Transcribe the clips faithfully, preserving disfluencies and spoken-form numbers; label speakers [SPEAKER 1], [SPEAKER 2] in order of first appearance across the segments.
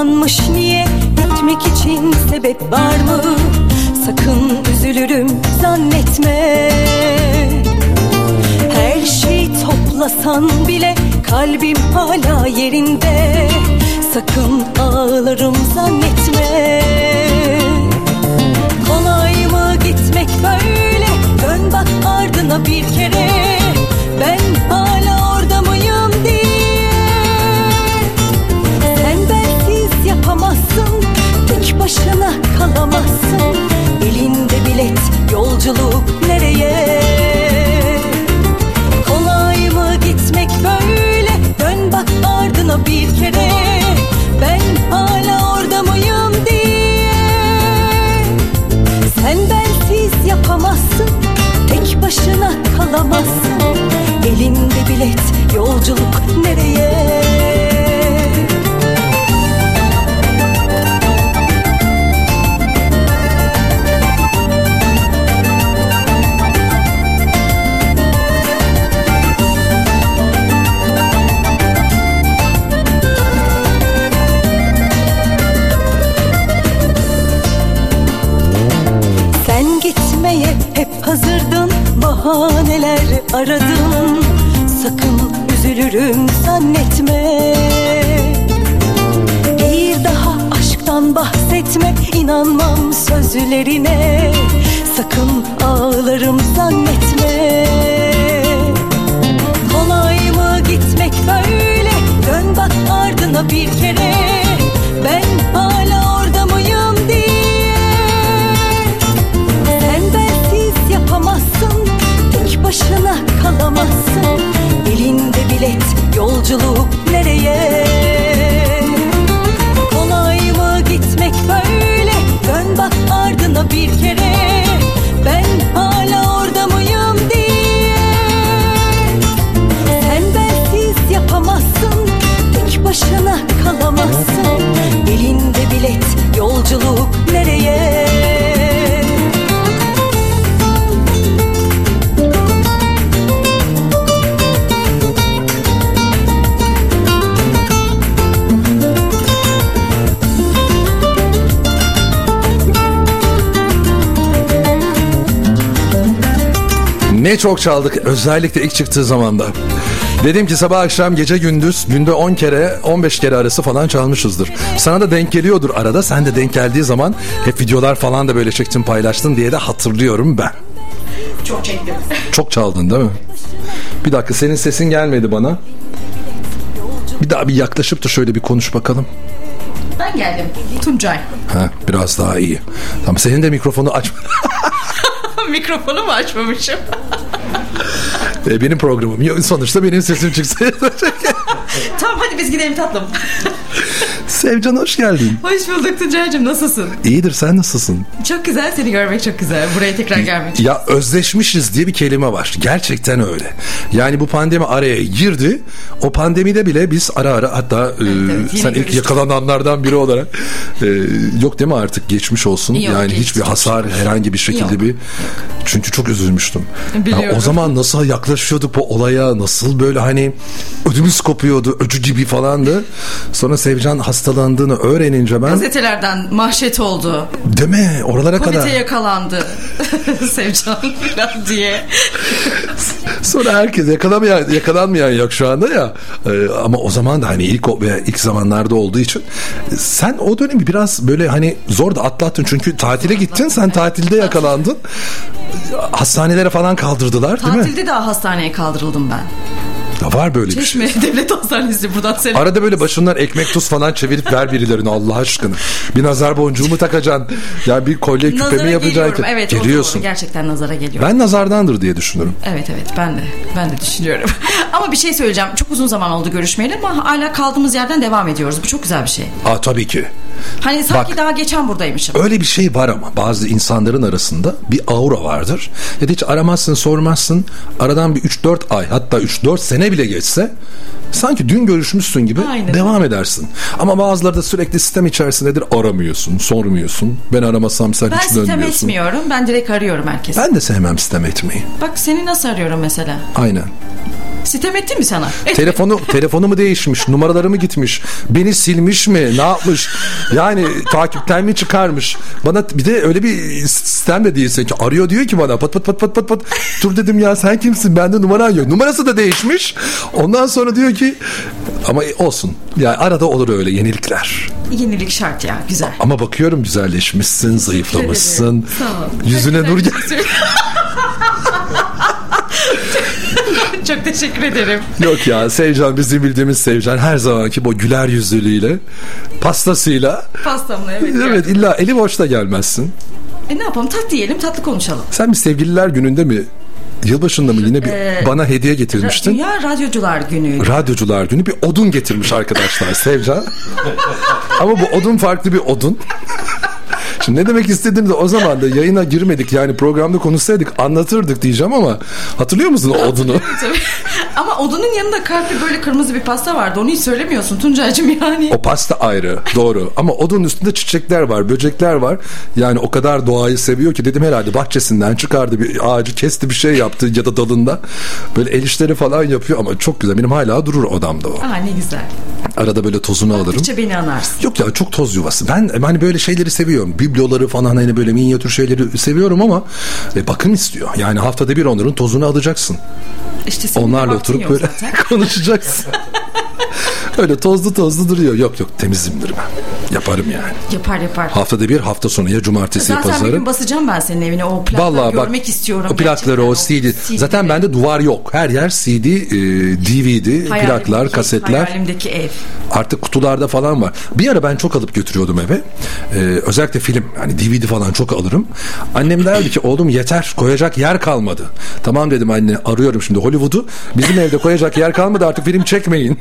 [SPEAKER 1] kapanmış niye? Gitmek için sebep var mı? Sakın üzülürüm zannetme. Her şeyi toplasan bile kalbim hala yerinde. Sakın ağlarım zannetme. Kolay mı gitmek böyle? Dön bak ardına bir kere. Ben hala orada mıyım diye. Sen bensiz yapamazsın, tek başına kalamazsın. Elinde bilet, yolculuk nereye? Kolay mı gitmek böyle? Dön bak ardına bir kere. Ben hala orada mıyım diye. Sen bensiz yapamazsın, tek başına kalamazsın. Elinde bilet, yolculuk nereye? Sen gitmeye hep hazırdın, bahaneler aradın. Sakın üzülürüm zannetme. Bir daha aşktan bahsetme, inanmam sözlerine. Sakın ağlarım zannetme. Kolay mı gitmek böyle? Dön bak ardına bir kere. Ben hala orada mıyım diye. Sen bensiz yapamazsın, tek başına kalamazsın. Elinde bilet, yolculuk nereye? Kolay mı gitmek böyle? Dön bak ardına bir kere. Ben hala orada mıyım diye. Sen bensiz yapamazsın, tek başına kalamazsın. Elinde bilet, yolculuk nereye?
[SPEAKER 2] Ne çok çaldık, özellikle ilk çıktığı zamanda. Dedim ki sabah akşam gece gündüz günde on kere on beş kere arası falan çalmışızdır. Sana da denk geliyordur arada. Sen de denk geldiği zaman hep videolar falan da böyle çektin, paylaştın diye de hatırlıyorum ben.
[SPEAKER 3] Çok çektim.
[SPEAKER 2] Çok çaldın değil mi? Bir dakika, senin sesin gelmedi bana. Bir daha bir yaklaşıp da şöyle bir konuş bakalım.
[SPEAKER 3] Ben geldim. Tuncay.
[SPEAKER 2] Ha, biraz daha iyi. Tamam, senin de mikrofonu aç.
[SPEAKER 3] Mikrofonu mu açmamışım?
[SPEAKER 2] e, benim programım. Sonuçta benim sesim çıksa.
[SPEAKER 3] Tamam, hadi biz gidelim tatlım.
[SPEAKER 2] Sevcan, hoş geldin.
[SPEAKER 3] Hoş bulduk Tuncay'cığım, nasılsın?
[SPEAKER 2] İyidir, sen nasılsın?
[SPEAKER 3] Çok güzel, seni görmek çok güzel. Buraya tekrar gelmek.
[SPEAKER 2] Ya özleşmişiz diye bir kelime var. Gerçekten öyle. Yani bu pandemi araya girdi. O pandemide bile biz ara ara, hatta evet, evet, e, sen ilk yakalananlardan biri olarak e, yok değil mi artık, geçmiş olsun. Yok, yani hiçbir hasar herhangi bir şekilde yok. bir. Çünkü çok üzülmüştüm. Ya o zaman nasıl yaklaşıyorduk bu olaya, nasıl böyle hani ödümüz kopuyordu, öcü gibi falandı. Sonra Sevcan hastalandığını öğrenince ben...
[SPEAKER 3] Gazetelerden manşet oldu.
[SPEAKER 2] Değil mi? Oralara
[SPEAKER 3] Komite
[SPEAKER 2] kadar.
[SPEAKER 3] Komite yakalandı. Sevcan falan diye.
[SPEAKER 2] Sonra herkes yakalanmayan, yakalanmayan yok şu anda ya. Ee, ama o zaman da hani ilk ilk zamanlarda olduğu için sen o dönemi biraz böyle hani zor da atlattın. Çünkü tatile gittin, sen tatilde yakalandın. Hastanelere falan kaldırdılar, değil mi?
[SPEAKER 3] Tatilde daha hastaneye kaldırıldım ben.
[SPEAKER 2] Ya var böyle
[SPEAKER 3] Çeşme,
[SPEAKER 2] bir şey.
[SPEAKER 3] Devlet Hastanesi buradan selam.
[SPEAKER 2] Arada böyle başından ekmek tuz falan çevirip ver birilerine Allah aşkına. Bir nazar boncuğu mu takacaksın? Ya bir kolye küpe
[SPEAKER 3] nazara
[SPEAKER 2] mi yapacaksın?
[SPEAKER 3] Evet,
[SPEAKER 2] geliyorsun.
[SPEAKER 3] Gerçekten nazara geliyorum.
[SPEAKER 2] Ben nazardandır diye düşünüyorum.
[SPEAKER 3] Evet evet, ben de ben de düşünüyorum. Ama bir şey söyleyeceğim. Çok uzun zaman oldu görüşmeyeli ama hala kaldığımız yerden devam ediyoruz. Bu çok güzel bir şey.
[SPEAKER 2] Aa, tabii ki.
[SPEAKER 3] Hani sanki
[SPEAKER 2] Bak,
[SPEAKER 3] daha geçen buradaymışım.
[SPEAKER 2] Öyle bir şey var ama bazı insanların arasında bir aura vardır. Ya da hiç aramazsın, sormazsın. Aradan bir üç dört ay, hatta üç dört sene bile geçse sanki dün görüşmüşsün gibi aynen devam edersin. Ama bazıları da sürekli sistem içerisindedir. Aramıyorsun, sormuyorsun. Ben aramasam sen
[SPEAKER 3] ben
[SPEAKER 2] hiç dönmüyorsun. Ben
[SPEAKER 3] sistem etmiyorum. Ben direkt arıyorum herkesi.
[SPEAKER 2] Ben de sevmem sistem etmeyi.
[SPEAKER 3] Bak seni nasıl arıyorum mesela?
[SPEAKER 2] Aynen.
[SPEAKER 3] Sitem etti mi sana?
[SPEAKER 2] Telefonu telefonu mu değişmiş? Numaraları mı gitmiş? Beni silmiş mi? Ne yapmış? Yani takipten mi çıkarmış? Bana bir de öyle bir sistem de değilse ki arıyor diyor ki bana pat pat pat pat pat pat. Dur dedim ya sen kimsin? Bende numaran yok. Numarası da değişmiş. Ondan sonra diyor ki ama olsun. Yani arada olur öyle yenilikler.
[SPEAKER 3] Yenilik şart ya. Güzel.
[SPEAKER 2] Ama bakıyorum güzelleşmişsin, zayıflamışsın.
[SPEAKER 3] Sağ ol.
[SPEAKER 2] Yüzüne nur gel.
[SPEAKER 3] Çok teşekkür ederim.
[SPEAKER 2] Yok ya Sevcan, bizim bildiğimiz Sevcan her zamanki bu güler yüzlülüğüyle, pastasıyla.
[SPEAKER 3] Pastamla evet.
[SPEAKER 2] Evet, illa eli boşta gelmezsin.
[SPEAKER 3] E ne yapalım, tatlı yiyelim, tatlı konuşalım.
[SPEAKER 2] Sen bir sevgililer gününde mi, yılbaşında mı yine bir ee, bana hediye getirmiştin?
[SPEAKER 3] Dünya Radyocular Günü.
[SPEAKER 2] Radyocular Günü bir odun getirmiş arkadaşlar Sevcan. Ama bu odun farklı bir odun. Şimdi ne demek istediğimi de o zaman da yayına girmedik, yani programda konuşsaydık anlatırdık diyeceğim ama hatırlıyor musun o odunu?
[SPEAKER 3] Tabii. Ama odunun yanında kalpli böyle kırmızı bir pasta vardı, onu hiç söylemiyorsun Tuncay'cığım yani.
[SPEAKER 2] O pasta ayrı, doğru, ama odunun üstünde çiçekler var, böcekler var, yani o kadar doğayı seviyor ki dedim herhalde bahçesinden çıkardı bir ağacı, kesti, bir şey yaptı ya da dalında böyle el işleri falan yapıyor ama çok güzel, benim hala durur odamda o.
[SPEAKER 3] Aa ne güzel.
[SPEAKER 2] Arada böyle tozunu alırım.
[SPEAKER 3] Baktıkça beni anarsın.
[SPEAKER 2] Yok ya, çok toz yuvası. Ben hani böyle şeyleri seviyorum. Bibloları falan, hani böyle minyatür şeyleri seviyorum ama e, bakım istiyor. Yani haftada bir onların tozunu alacaksın.
[SPEAKER 3] İşte
[SPEAKER 2] onlarla oturup böyle konuşacaksın. Öyle tozlu tozlu duruyor. Yok yok, temizimdir ben. Yaparım yani.
[SPEAKER 3] Yapar yapar.
[SPEAKER 2] Haftada bir, hafta sonu ya cumartesi ya pazarı.
[SPEAKER 3] Zaten bir gün basacağım ben senin evine. O plakları vallahi görmek bak, istiyorum.
[SPEAKER 2] O plakları, o C D. C D. Zaten bende duvar yok. Her yer C D, e, D V D, plaklar, kasetler.
[SPEAKER 3] Hayalimdeki ev.
[SPEAKER 2] Artık kutularda falan var. Bir ara ben çok alıp götürüyordum eve. Ee, özellikle film, hani D V D falan çok alırım. Annem derdi ki oğlum yeter, koyacak yer kalmadı. Tamam dedim anne, arıyorum şimdi Hollywood'u. Bizim evde koyacak yer kalmadı, artık film çekmeyin.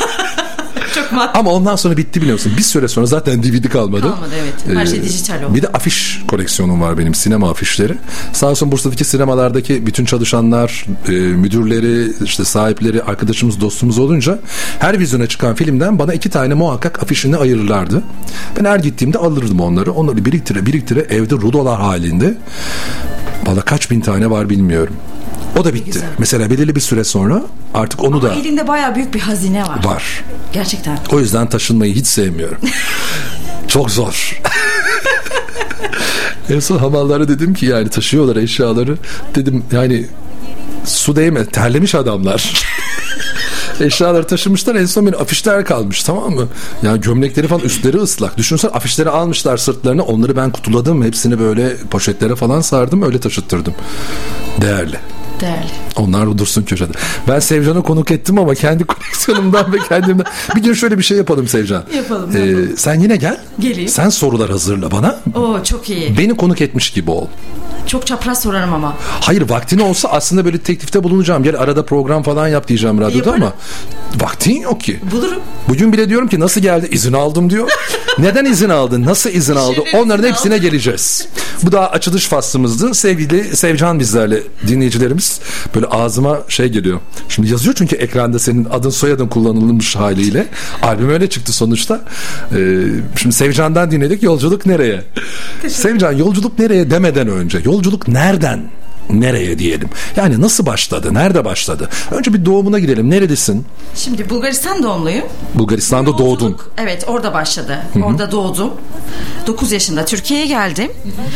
[SPEAKER 2] Ama ondan sonra bitti biliyorsun. Bir süre sonra zaten D V D kalmadı.
[SPEAKER 3] Kalmadı evet. Her şey dijital oldu.
[SPEAKER 2] Bir de afiş koleksiyonum var benim, sinema afişleri. Sağ olsun Bursa'daki sinemalardaki bütün çalışanlar, e, müdürleri, işte sahipleri, arkadaşımız, dostumuz olunca her vizyona çıkan filmden bana iki tane muhakkak afişini ayırırlardı. Ben her gittiğimde alırdım onları. Onları biriktire biriktire evde rulolar halinde. Valla kaç bin tane var bilmiyorum. O da bitti. Güzel. Mesela belirli bir süre sonra artık onu
[SPEAKER 3] ama
[SPEAKER 2] da...
[SPEAKER 3] elinde bayağı büyük bir hazine var.
[SPEAKER 2] Var.
[SPEAKER 3] Gerçekten.
[SPEAKER 2] O yüzden taşınmayı hiç sevmiyorum. Çok zor. En son hamallara dedim ki, yani taşıyorlar eşyaları. Dedim yani su değme, terlemiş adamlar. Eşyaları taşımışlar, en son benim afişler kalmış, tamam mı? Yani gömlekleri falan, üstleri ıslak. Düşünsene, afişleri almışlar sırtlarına, onları ben kutuladım, hepsini böyle poşetlere falan sardım, öyle taşıttırdım. Değerli.
[SPEAKER 3] Değerli.
[SPEAKER 2] Onlar dursun köşede. Ben Sevcan'a konuk ettim ama kendi koleksiyonumdan ve kendimden. Bir gün şöyle bir şey yapalım Sevcan.
[SPEAKER 3] Yapalım.
[SPEAKER 2] Ee,
[SPEAKER 3] yapalım.
[SPEAKER 2] Sen yine gel.
[SPEAKER 3] Geleyim.
[SPEAKER 2] Sen sorular hazırla bana.
[SPEAKER 3] Oo çok iyi.
[SPEAKER 2] Beni konuk etmiş gibi ol.
[SPEAKER 3] Çok çapraz sorarım ama.
[SPEAKER 2] Hayır, vaktin olsa aslında böyle teklifte bulunacağım. Gel arada program falan yap diyeceğim radyoda. Yaparım. Ama vaktin yok ki.
[SPEAKER 3] Bulurum.
[SPEAKER 2] Bugün bile diyorum ki nasıl geldi? İzin aldım diyor. Neden izin aldın? Nasıl izin aldı? Onların hepsine aldım. Geleceğiz. Bu da açılış faslımızdı. Sevgili Sevcan bizlerle, dinleyicilerimiz. Böyle ağzıma şey geliyor. Şimdi yazıyor çünkü ekranda senin adın soyadın kullanılmış haliyle. Albüm öyle çıktı sonuçta. Ee, şimdi Sevcan'dan dinledik. Yolculuk nereye? Sevcan, yolculuk nereye demeden önce yolculuk nereden nereye diyelim. Yani nasıl başladı? Nerede başladı? Önce bir doğumuna gidelim. Neredesin?
[SPEAKER 3] Şimdi Bulgaristan doğumluyum.
[SPEAKER 2] Bulgaristan'da
[SPEAKER 3] Yolculuk, doğdun. Evet, orada başladı. Hı-hı. Orada doğdum. dokuz yaşında Türkiye'ye geldim.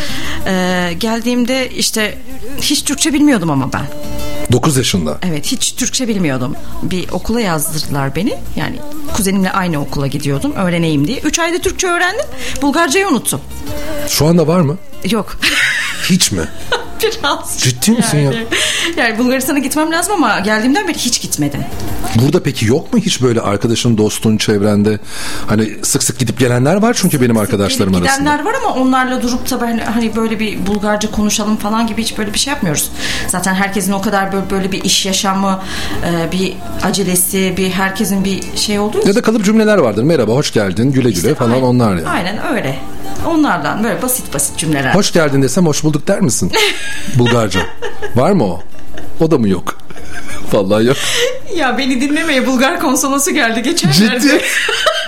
[SPEAKER 3] Ee, geldiğimde işte hiç Türkçe bilmiyordum ama ben.
[SPEAKER 2] dokuz yaşında.
[SPEAKER 3] Evet, hiç Türkçe bilmiyordum. Bir okula yazdırdılar beni. Yani kuzenimle aynı okula gidiyordum, öğreneyim diye. üç ayda Türkçe öğrendim. Bulgarcayı unuttum.
[SPEAKER 2] Şu anda var mı?
[SPEAKER 3] Yok.
[SPEAKER 2] Hiç mi?
[SPEAKER 3] Biraz.
[SPEAKER 2] Ciddi misin
[SPEAKER 3] yani,
[SPEAKER 2] ya?
[SPEAKER 3] Yani Bulgaristan'a gitmem lazım ama geldiğimden beri hiç gitmedim.
[SPEAKER 2] Burada peki yok mu hiç böyle arkadaşın, dostun, çevrende? Hani sık sık gidip gelenler var çünkü sık benim sık arkadaşlarım arasında.
[SPEAKER 3] Gidenler var ama onlarla durup da ben hani böyle bir Bulgarca konuşalım falan gibi hiç böyle bir şey yapmıyoruz. Zaten herkesin o kadar böyle, böyle bir iş yaşamı, bir acelesi, bir herkesin bir şey olduğu için.
[SPEAKER 2] Ya da kalıp cümleler vardır. Merhaba, hoş geldin, güle güle işte falan aynen, onlar yani.
[SPEAKER 3] Aynen öyle. Onlardan böyle basit basit cümleler.
[SPEAKER 2] Hoş geldin desem hoş bulduk der misin? Bulgarca. Var mı o? O da mı yok? Vallahi yok.
[SPEAKER 3] Ya beni dinlemeye Bulgar konsolosu geldi geçenlerde.
[SPEAKER 2] Ciddi.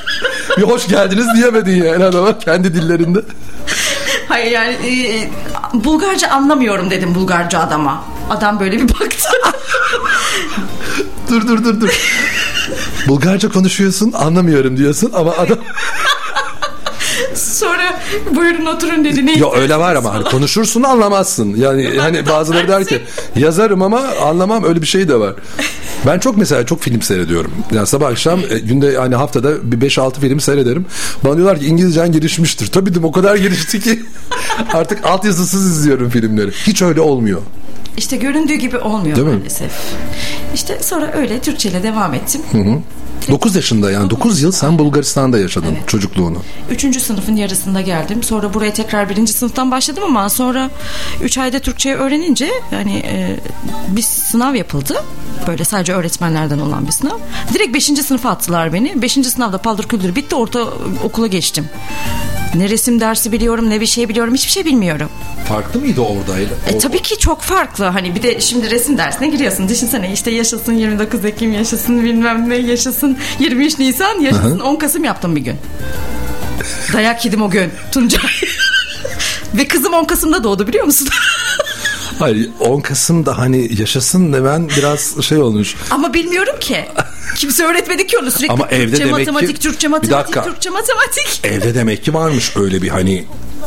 [SPEAKER 2] Bir hoş geldiniz diyemedin yani adama kendi dillerinde.
[SPEAKER 3] Hayır yani e, Bulgarca anlamıyorum dedim Bulgarca adama. Adam böyle bir baktı.
[SPEAKER 2] dur dur dur dur. Bulgarca konuşuyorsun, anlamıyorum diyorsun ama adam...
[SPEAKER 3] Sonra buyurun oturun dedi. Ne
[SPEAKER 2] Yo öyle var ama hani konuşursun anlamazsın. Yani hani bazıları der ki yazarım ama anlamam, öyle bir şey de var. Ben çok mesela çok film seyrediyorum. Yani sabah akşam e, günde hani haftada bir beş altı film seyrederim. Bana diyorlar ki İngilizcen gelişmiştir. Tabii dedim, o kadar gelişti ki artık altyazısız izliyorum filmleri. Hiç öyle olmuyor.
[SPEAKER 3] İşte göründüğü gibi olmuyor
[SPEAKER 2] değil
[SPEAKER 3] maalesef. Mi? İşte sonra öyle Türkçeyle devam ettim.
[SPEAKER 2] Hı hı. dokuz yaşında yani dokuz yıl sen Bulgaristan'da yaşadın, evet, çocukluğunu.
[SPEAKER 3] üçüncü sınıfın yarısında geldim. Sonra buraya tekrar birinci sınıftan başladım ama sonra üç ayda Türkçeyi öğrenince yani e, bir sınav yapıldı. Böyle sadece öğretmenlerden olan bir sınav. Direkt beşinci sınıfa attılar beni. beşinci sınavda paldır küldür bitti, orta okula geçtim. Ne resim dersi biliyorum, ne bir şey biliyorum, hiçbir şey bilmiyorum.
[SPEAKER 2] Farklı mıydı oradayla?
[SPEAKER 3] E, tabii ki çok farklı. Hani bir de şimdi resim dersine giriyorsun. Düşünsene işte yaşasın yirmi dokuz Ekim, yaşasın bilmem ne, yaşasın yirmi üç Nisan, yaşasın on Kasım yaptım bir gün. Dayak yedim o gün Tuncay. Ve kızım on Kasım'da doğdu, biliyor musun?
[SPEAKER 2] Hayır, on Kasım'da hani yaşasın da ben biraz şey olmuş.
[SPEAKER 3] Ama bilmiyorum ki. Kimse öğretmedi ki onu, sürekli.
[SPEAKER 2] Ama
[SPEAKER 3] Türkçe,
[SPEAKER 2] evde demek
[SPEAKER 3] matematik,
[SPEAKER 2] ki,
[SPEAKER 3] Türkçe, matematik, Türkçe, matematik.
[SPEAKER 2] Evde demek ki varmış öyle bir hani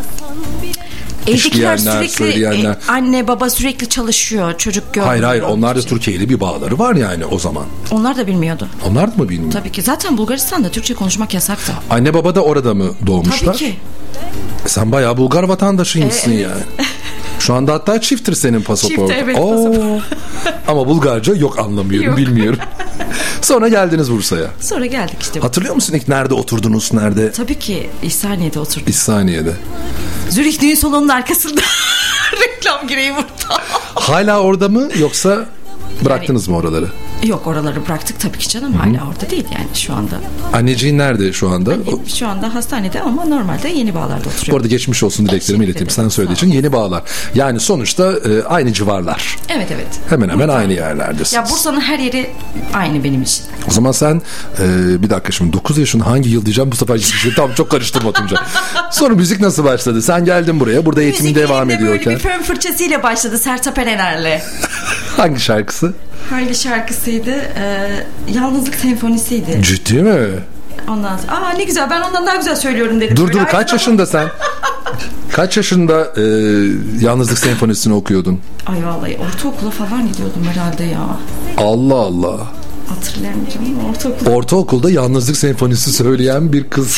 [SPEAKER 3] evdekiler sürekli
[SPEAKER 2] söyleyenler.
[SPEAKER 3] E, anne baba sürekli çalışıyor, çocuk görmüyor.
[SPEAKER 2] Hayır hayır, onlar da Türkiye'li bir bağları var yani o zaman.
[SPEAKER 3] Onlar da bilmiyordu.
[SPEAKER 2] Onlar da mı bilmiyor?
[SPEAKER 3] Tabii ki, zaten Bulgaristan'da Türkçe konuşmak yasaktı.
[SPEAKER 2] Anne baba da orada mı doğmuşlar?
[SPEAKER 3] Tabii ki.
[SPEAKER 2] Sen bayağı Bulgar vatandaşıymışsın e, evet. yani. Şu anda hatta çifttir senin pasaportun.
[SPEAKER 3] Çift, evet, pasaport.
[SPEAKER 2] Ama Bulgarca yok, anlamıyorum, yok. Bilmiyorum. Sonra geldiniz Bursa'ya.
[SPEAKER 3] Sonra geldik işte.
[SPEAKER 2] Hatırlıyor musun ilk nerede oturdunuz, nerede?
[SPEAKER 3] Tabii ki İhsaniye'de oturduk.
[SPEAKER 2] İhsaniye'de.
[SPEAKER 3] Zürih düğün salonunun arkasında. Reklam gireyim burada. Hala
[SPEAKER 2] orada mı yoksa bıraktınız yani, mı oraları?
[SPEAKER 3] Yok, oraları bıraktık tabii ki canım. Hala Hı-hı. orada değil yani şu anda.
[SPEAKER 2] Anneciğin nerede şu anda?
[SPEAKER 3] Annem şu anda hastanede ama normalde Yenibağlar'da oturuyor.
[SPEAKER 2] Bu arada geçmiş olsun dileklerimi ileteyim. Sen söylediğin için Yenibağlar. Yani sonuçta e, aynı civarlar.
[SPEAKER 3] Evet evet.
[SPEAKER 2] Hemen hemen Burada. Aynı yerlerdesiniz.
[SPEAKER 3] Ya Bursa'nın her yeri aynı benim için.
[SPEAKER 2] O zaman sen e, bir dakika, şimdi dokuz yaşında hangi yıl diyeceğim bu sefer şey, tam çok karıştırma Tuncay. Sonra müzik nasıl başladı? Sen geldin buraya. Burada eğitimin müzik devam ediyorken.
[SPEAKER 3] Müzik böyle bir fön fırçasıyla başladı Sertab Erener'le.
[SPEAKER 2] Hangi şarkısı?
[SPEAKER 3] Hangi şarkısıydı? Ee, Yalnızlık Senfonisi'ydi.
[SPEAKER 2] Ciddi mi?
[SPEAKER 3] Ondan sonra, aa ne güzel, ben ondan daha güzel söylüyorum dedim.
[SPEAKER 2] Dur dur, kaç yaşında sen? Kaç yaşında e, Yalnızlık Senfonisi'ni okuyordun?
[SPEAKER 3] Ay vallahi ortaokula falan gidiyordum herhalde ya.
[SPEAKER 2] Allah Allah.
[SPEAKER 3] Hatırlayamayacağım ama ortaokulda.
[SPEAKER 2] Ortaokulda Yalnızlık Senfonisi söyleyen bir kız.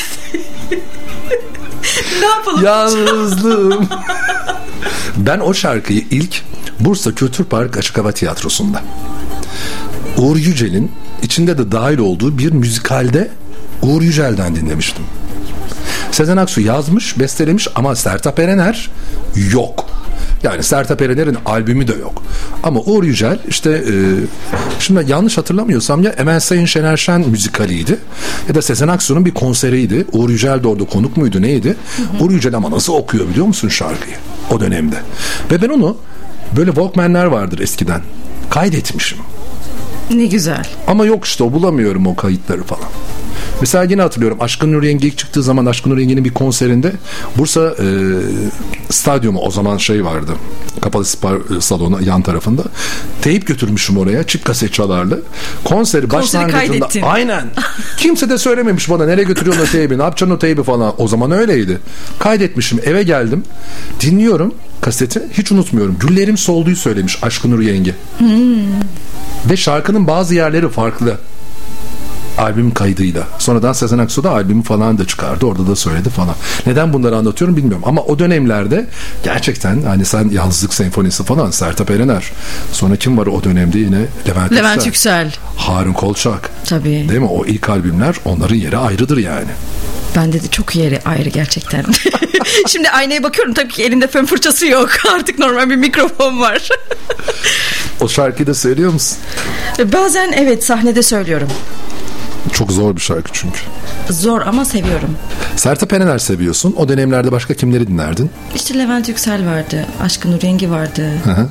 [SPEAKER 3] Ne yapalım?
[SPEAKER 2] Yalnızlığım. Ben o şarkıyı ilk Bursa Kültür Park Açık Hava Tiyatrosu'nda, Uğur Yücel'in içinde de dahil olduğu bir müzikalde Uğur Yücel'den dinlemiştim. Sezen Aksu yazmış, bestelemiş ama Sertab Erener yok. Yani Sertab Erener'in albümü de yok. Ama Uğur Yücel işte e, şimdi yanlış hatırlamıyorsam ya Emel Sayın Şener Şen müzikaliydi ya da Sezen Aksu'nun bir konseriydi. Uğur Yücel de orada konuk muydu, neydi? Hı hı. Uğur Yücel ama nasıl okuyor biliyor musun şarkıyı o dönemde? Ve ben onu böyle Walkman'ler vardır eskiden, kaydetmişim.
[SPEAKER 3] Ne güzel.
[SPEAKER 2] Ama yok işte, o bulamıyorum o kayıtları falan. Mesela yine hatırlıyorum, Aşkın Nur Yengi ilk çıktığı zaman Aşkın Nur Yengi'nin bir konserinde Bursa e, stadyumu, o zaman şey vardı, kapalı spor salonu yan tarafında, teyip götürmüşüm oraya, çift kaset çalarlı. Konseri,
[SPEAKER 3] Konseri
[SPEAKER 2] başlangıcında
[SPEAKER 3] kaydettin.
[SPEAKER 2] Aynen. Kimse de söylememiş bana nereye götürüyorsun o teybi, ne yapacaksın o teybi falan. O zaman öyleydi. Kaydetmişim, eve geldim, dinliyorum kaseti, hiç unutmuyorum. Güllerim Soldu'yu söylemiş Aşkın Nur Yengi. Hmm. Ve şarkının bazı yerleri farklı. Albüm kaydıyla. Sonradan Sezen Aksu da albümü falan da çıkardı. Orada da söyledi falan. Neden bunları anlatıyorum bilmiyorum. Ama o dönemlerde gerçekten hani sen Yalnızlık Senfonisi falan, Sertab Erener. Sonra kim var o dönemde yine? Levent,
[SPEAKER 3] Levent Yüksel. Yüksel.
[SPEAKER 2] Harun Kolçak.
[SPEAKER 3] Tabii.
[SPEAKER 2] Değil mi? O ilk albümler, onların yeri ayrıdır yani.
[SPEAKER 3] Bende de çok yeri ayrı gerçekten. Şimdi aynaya bakıyorum, tabii ki elimde fön fırçası yok. Artık normal bir mikrofon var.
[SPEAKER 2] O şarkıyı da söylüyor musun?
[SPEAKER 3] Bazen evet, sahnede söylüyorum.
[SPEAKER 2] Çok zor bir şarkı çünkü.
[SPEAKER 3] Zor ama seviyorum.
[SPEAKER 2] Sertab Erener seviyorsun. O dönemlerde başka kimleri dinlerdin?
[SPEAKER 3] İşte Levent Yüksel vardı. Aşkın Nur Yengi vardı. Hı hı.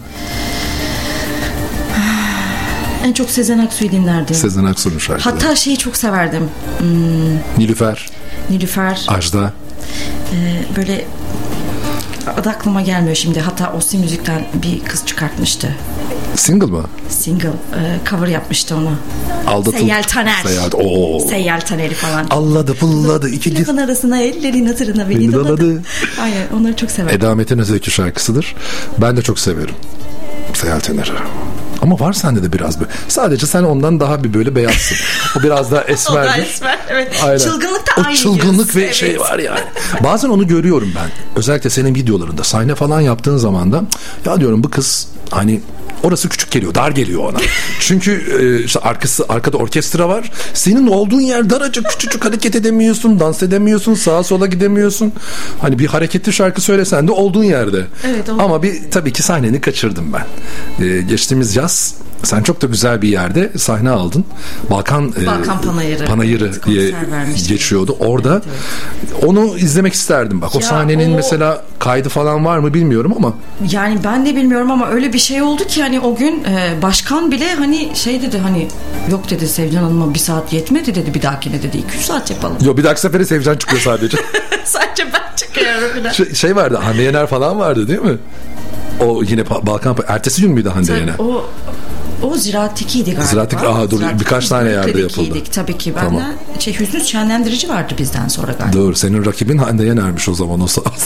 [SPEAKER 3] En çok Sezen Aksu'yu dinlerdim.
[SPEAKER 2] Sezen Aksu'nun şarkıları.
[SPEAKER 3] Hatta şeyi çok severdim. Hmm.
[SPEAKER 2] Nilüfer.
[SPEAKER 3] Nilüfer.
[SPEAKER 2] Ajda.
[SPEAKER 3] Ee, böyle adı aklıma gelmiyor şimdi. Hatta Osi Müzik'ten bir kız çıkartmıştı.
[SPEAKER 2] Single mı?
[SPEAKER 3] Single. E, cover yapmıştı ona.
[SPEAKER 2] Aldatıl.
[SPEAKER 3] Seyyal Taner.
[SPEAKER 2] Seyyal, oo.
[SPEAKER 3] Seyyal Taner'i falan.
[SPEAKER 2] Alladı pulladı. İki
[SPEAKER 3] Lafın arasına ellerin hatırına beni doladı. Aynen, onları çok severim.
[SPEAKER 2] Eda Metin Özeki şarkısıdır. Ben de çok severim Seyyal Taner'i. Ama var sende de biraz böyle. Sadece sen ondan daha bir böyle beyazsın. O biraz daha esmer.
[SPEAKER 3] O da esmer, evet.
[SPEAKER 2] Aynen.
[SPEAKER 3] Çılgınlık da
[SPEAKER 2] o
[SPEAKER 3] aynı.
[SPEAKER 2] çılgınlık
[SPEAKER 3] diyorsun.
[SPEAKER 2] ve
[SPEAKER 3] Evet.
[SPEAKER 2] şey var yani. Bazen onu görüyorum ben. Özellikle senin videolarında sahne falan yaptığın zaman da ya diyorum bu kız hani orası küçük geliyor, dar geliyor ona. Çünkü e, işte arkası arkada orkestra var. Senin olduğun yer daracık, küçücük, hareket edemiyorsun, dans edemiyorsun, sağa sola gidemiyorsun. Hani bir hareketli şarkı söylesen de olduğun yerde.
[SPEAKER 3] Evet, oldu.
[SPEAKER 2] Ama bir tabii ki sahneni kaçırdım ben. E, geçtiğimiz yaz sen çok da güzel bir yerde sahne aldın. Balkan e,
[SPEAKER 3] Balkan Panayırı,
[SPEAKER 2] Panayırı
[SPEAKER 3] evet,
[SPEAKER 2] diye geçiyordu. Orada evet, evet. Onu izlemek isterdim. Bak ya o sahnenin o... mesela kaydı falan var mı bilmiyorum ama.
[SPEAKER 3] Yani ben de bilmiyorum ama öyle bir şey oldu ki hani o gün e, başkan bile hani şey dedi, hani yok dedi Sevcan Hanım'a bir saat yetmedi dedi, bir dahakine dedi iki üç saat yapalım.
[SPEAKER 2] Yok, bir dahaki sefere Sevcan çıkıyor sadece.
[SPEAKER 3] Sadece ben çıkıyorum bile.
[SPEAKER 2] Şey, şey vardı, Hande Yener falan vardı değil mi? O yine Balkan ertesi gün müydü Hande Yener?
[SPEAKER 3] O O Ziraat ikiydi galiba.
[SPEAKER 2] Ziraat iki, aha dur, Ziraat birkaç tane yerde yapıldı.
[SPEAKER 3] Tabii ki benden tamam. şey, Hüznü Şenlendirici vardı bizden sonra galiba.
[SPEAKER 2] Dur, senin rakibin Hande Yener'miş o zaman o saat.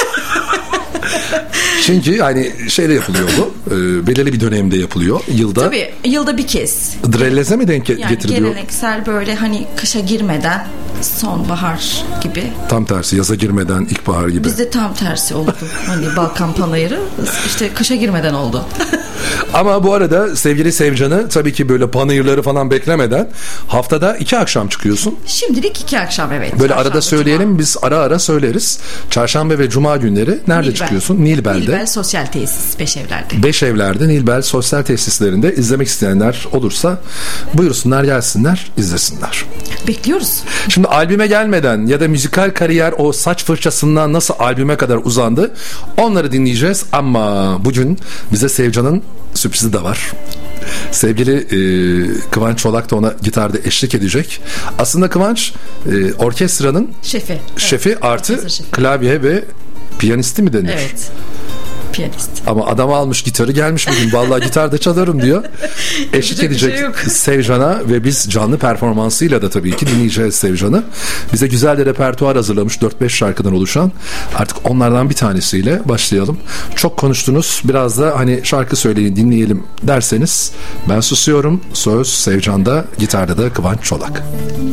[SPEAKER 2] Çünkü hani şeyde yapılıyor bu. E, belirli bir dönemde yapılıyor. Yılda.
[SPEAKER 3] Tabii yılda bir kez.
[SPEAKER 2] Drelleze mi denk yani getiriliyor?
[SPEAKER 3] Geleneksel böyle hani kışa girmeden sonbahar gibi.
[SPEAKER 2] Tam tersi, yaza girmeden ilkbahar gibi.
[SPEAKER 3] Bizde tam tersi oldu. Hani Balkan Panayırı işte kışa girmeden oldu.
[SPEAKER 2] Ama bu arada sevgili Sevcan'ı tabii ki böyle panayırları falan beklemeden haftada iki akşam çıkıyorsun.
[SPEAKER 3] Şimdilik iki akşam, evet.
[SPEAKER 2] Böyle Çarşamba, arada söyleyelim cuma. Biz ara ara söyleriz. Çarşamba ve Cuma günleri nerede Nilbel. çıkıyorsun? Nilbel'de.
[SPEAKER 3] Nilbel Sosyal Tesis Beşevler'de.
[SPEAKER 2] Beşevler'de Nilbel Sosyal Tesislerinde izlemek isteyenler olursa buyursunlar, gelsinler, izlesinler.
[SPEAKER 3] Bekliyoruz.
[SPEAKER 2] Şimdi albüme gelmeden ya da müzikal kariyer o saç fırçasından nasıl albüme kadar uzandı, onları dinleyeceğiz ama bugün bize Sevcan'ın sürprizi de var. Sevgili e, Kıvanç Çolak da ona gitarda eşlik edecek. Aslında Kıvanç e, orkestranın
[SPEAKER 3] şefi,
[SPEAKER 2] şefi
[SPEAKER 3] evet,
[SPEAKER 2] artı şefi. Klavye ve piyanisti mi denir?
[SPEAKER 3] Evet. Piyanist.
[SPEAKER 2] Ama adam almış gitarı, gelmiş bugün vallahi gitarda çalarım diyor. Eşlik edecek şey Sevcan'a ve biz canlı performansıyla da tabii ki dinleyeceğiz Sevcan'ı. Bize güzel de repertuar hazırlamış, dört beş şarkıdan oluşan. Artık onlardan bir tanesiyle başlayalım. Çok konuştunuz, biraz da hani şarkı söyleyin dinleyelim derseniz ben susuyorum. Söz Sevcan'da, gitarda da Kıvanç Çolak.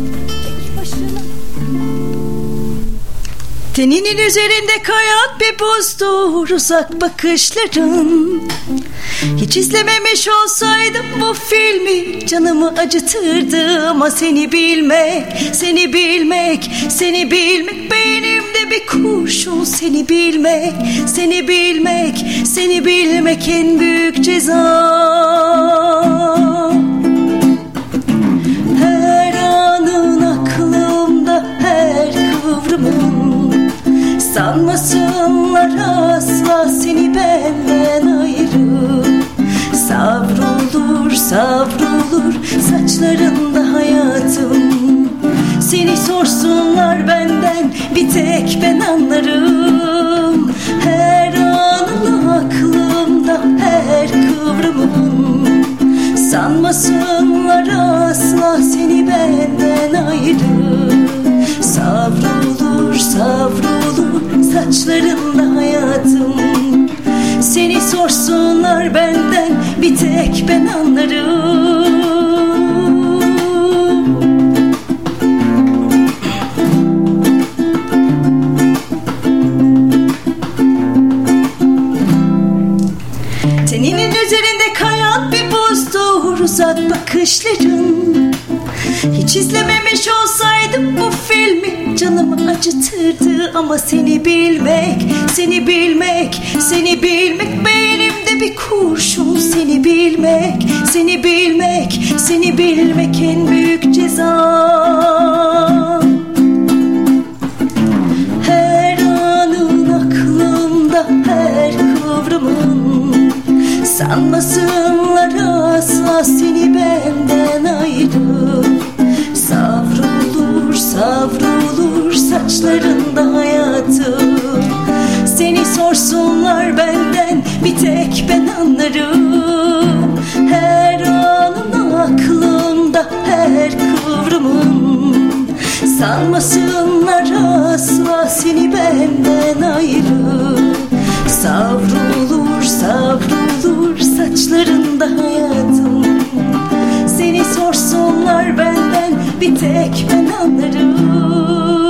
[SPEAKER 1] Teninin üzerinde kayan bir buzdur uzak bakışların. Hiç izlememiş olsaydım bu filmi canımı acıtırdı. Ama seni bilmek, seni bilmek, seni bilmek beynimde bir kurşun. Seni bilmek, seni bilmek, seni bilmek en büyük ceza. Her anın aklımda, her kıvrımın. Sanmasınlar asla seni benden ayrı. Savrulur, savrulur saçlarında hayatım. Seni sorsunlar benden, bir tek ben anlarım. Her anın aklımda, her kıvrımın. Sanmasınlar asla seni benden ayrı. Savrulur, savrulur saçlarında hayatım. Seni sorsunlar benden, bir tek ben anlarım. Teninin üzerinde kayan bir buzdur uzak bakışların. Hiç izlememiş olsaydım bu filmi canımı acıtırdı. Ama seni bilmek, seni bilmek, seni bilmek beynimde bir kurşun. Seni bilmek, seni bilmek, seni bilmek en büyük ceza. Her anın aklımda, her kıvrımın. Sanmasınlar asla seni benden ayrı. Savrulur, savrulur saçlarında hayatım. Seni sorsun bir tek ben anlarım. Her anın aklımda, her kıvrımın. Sanmasınlar asla seni benden ayrı. Savrulur savrulur saçlarında hayatım. Seni sorsunlar benden, bir tek ben anlarım.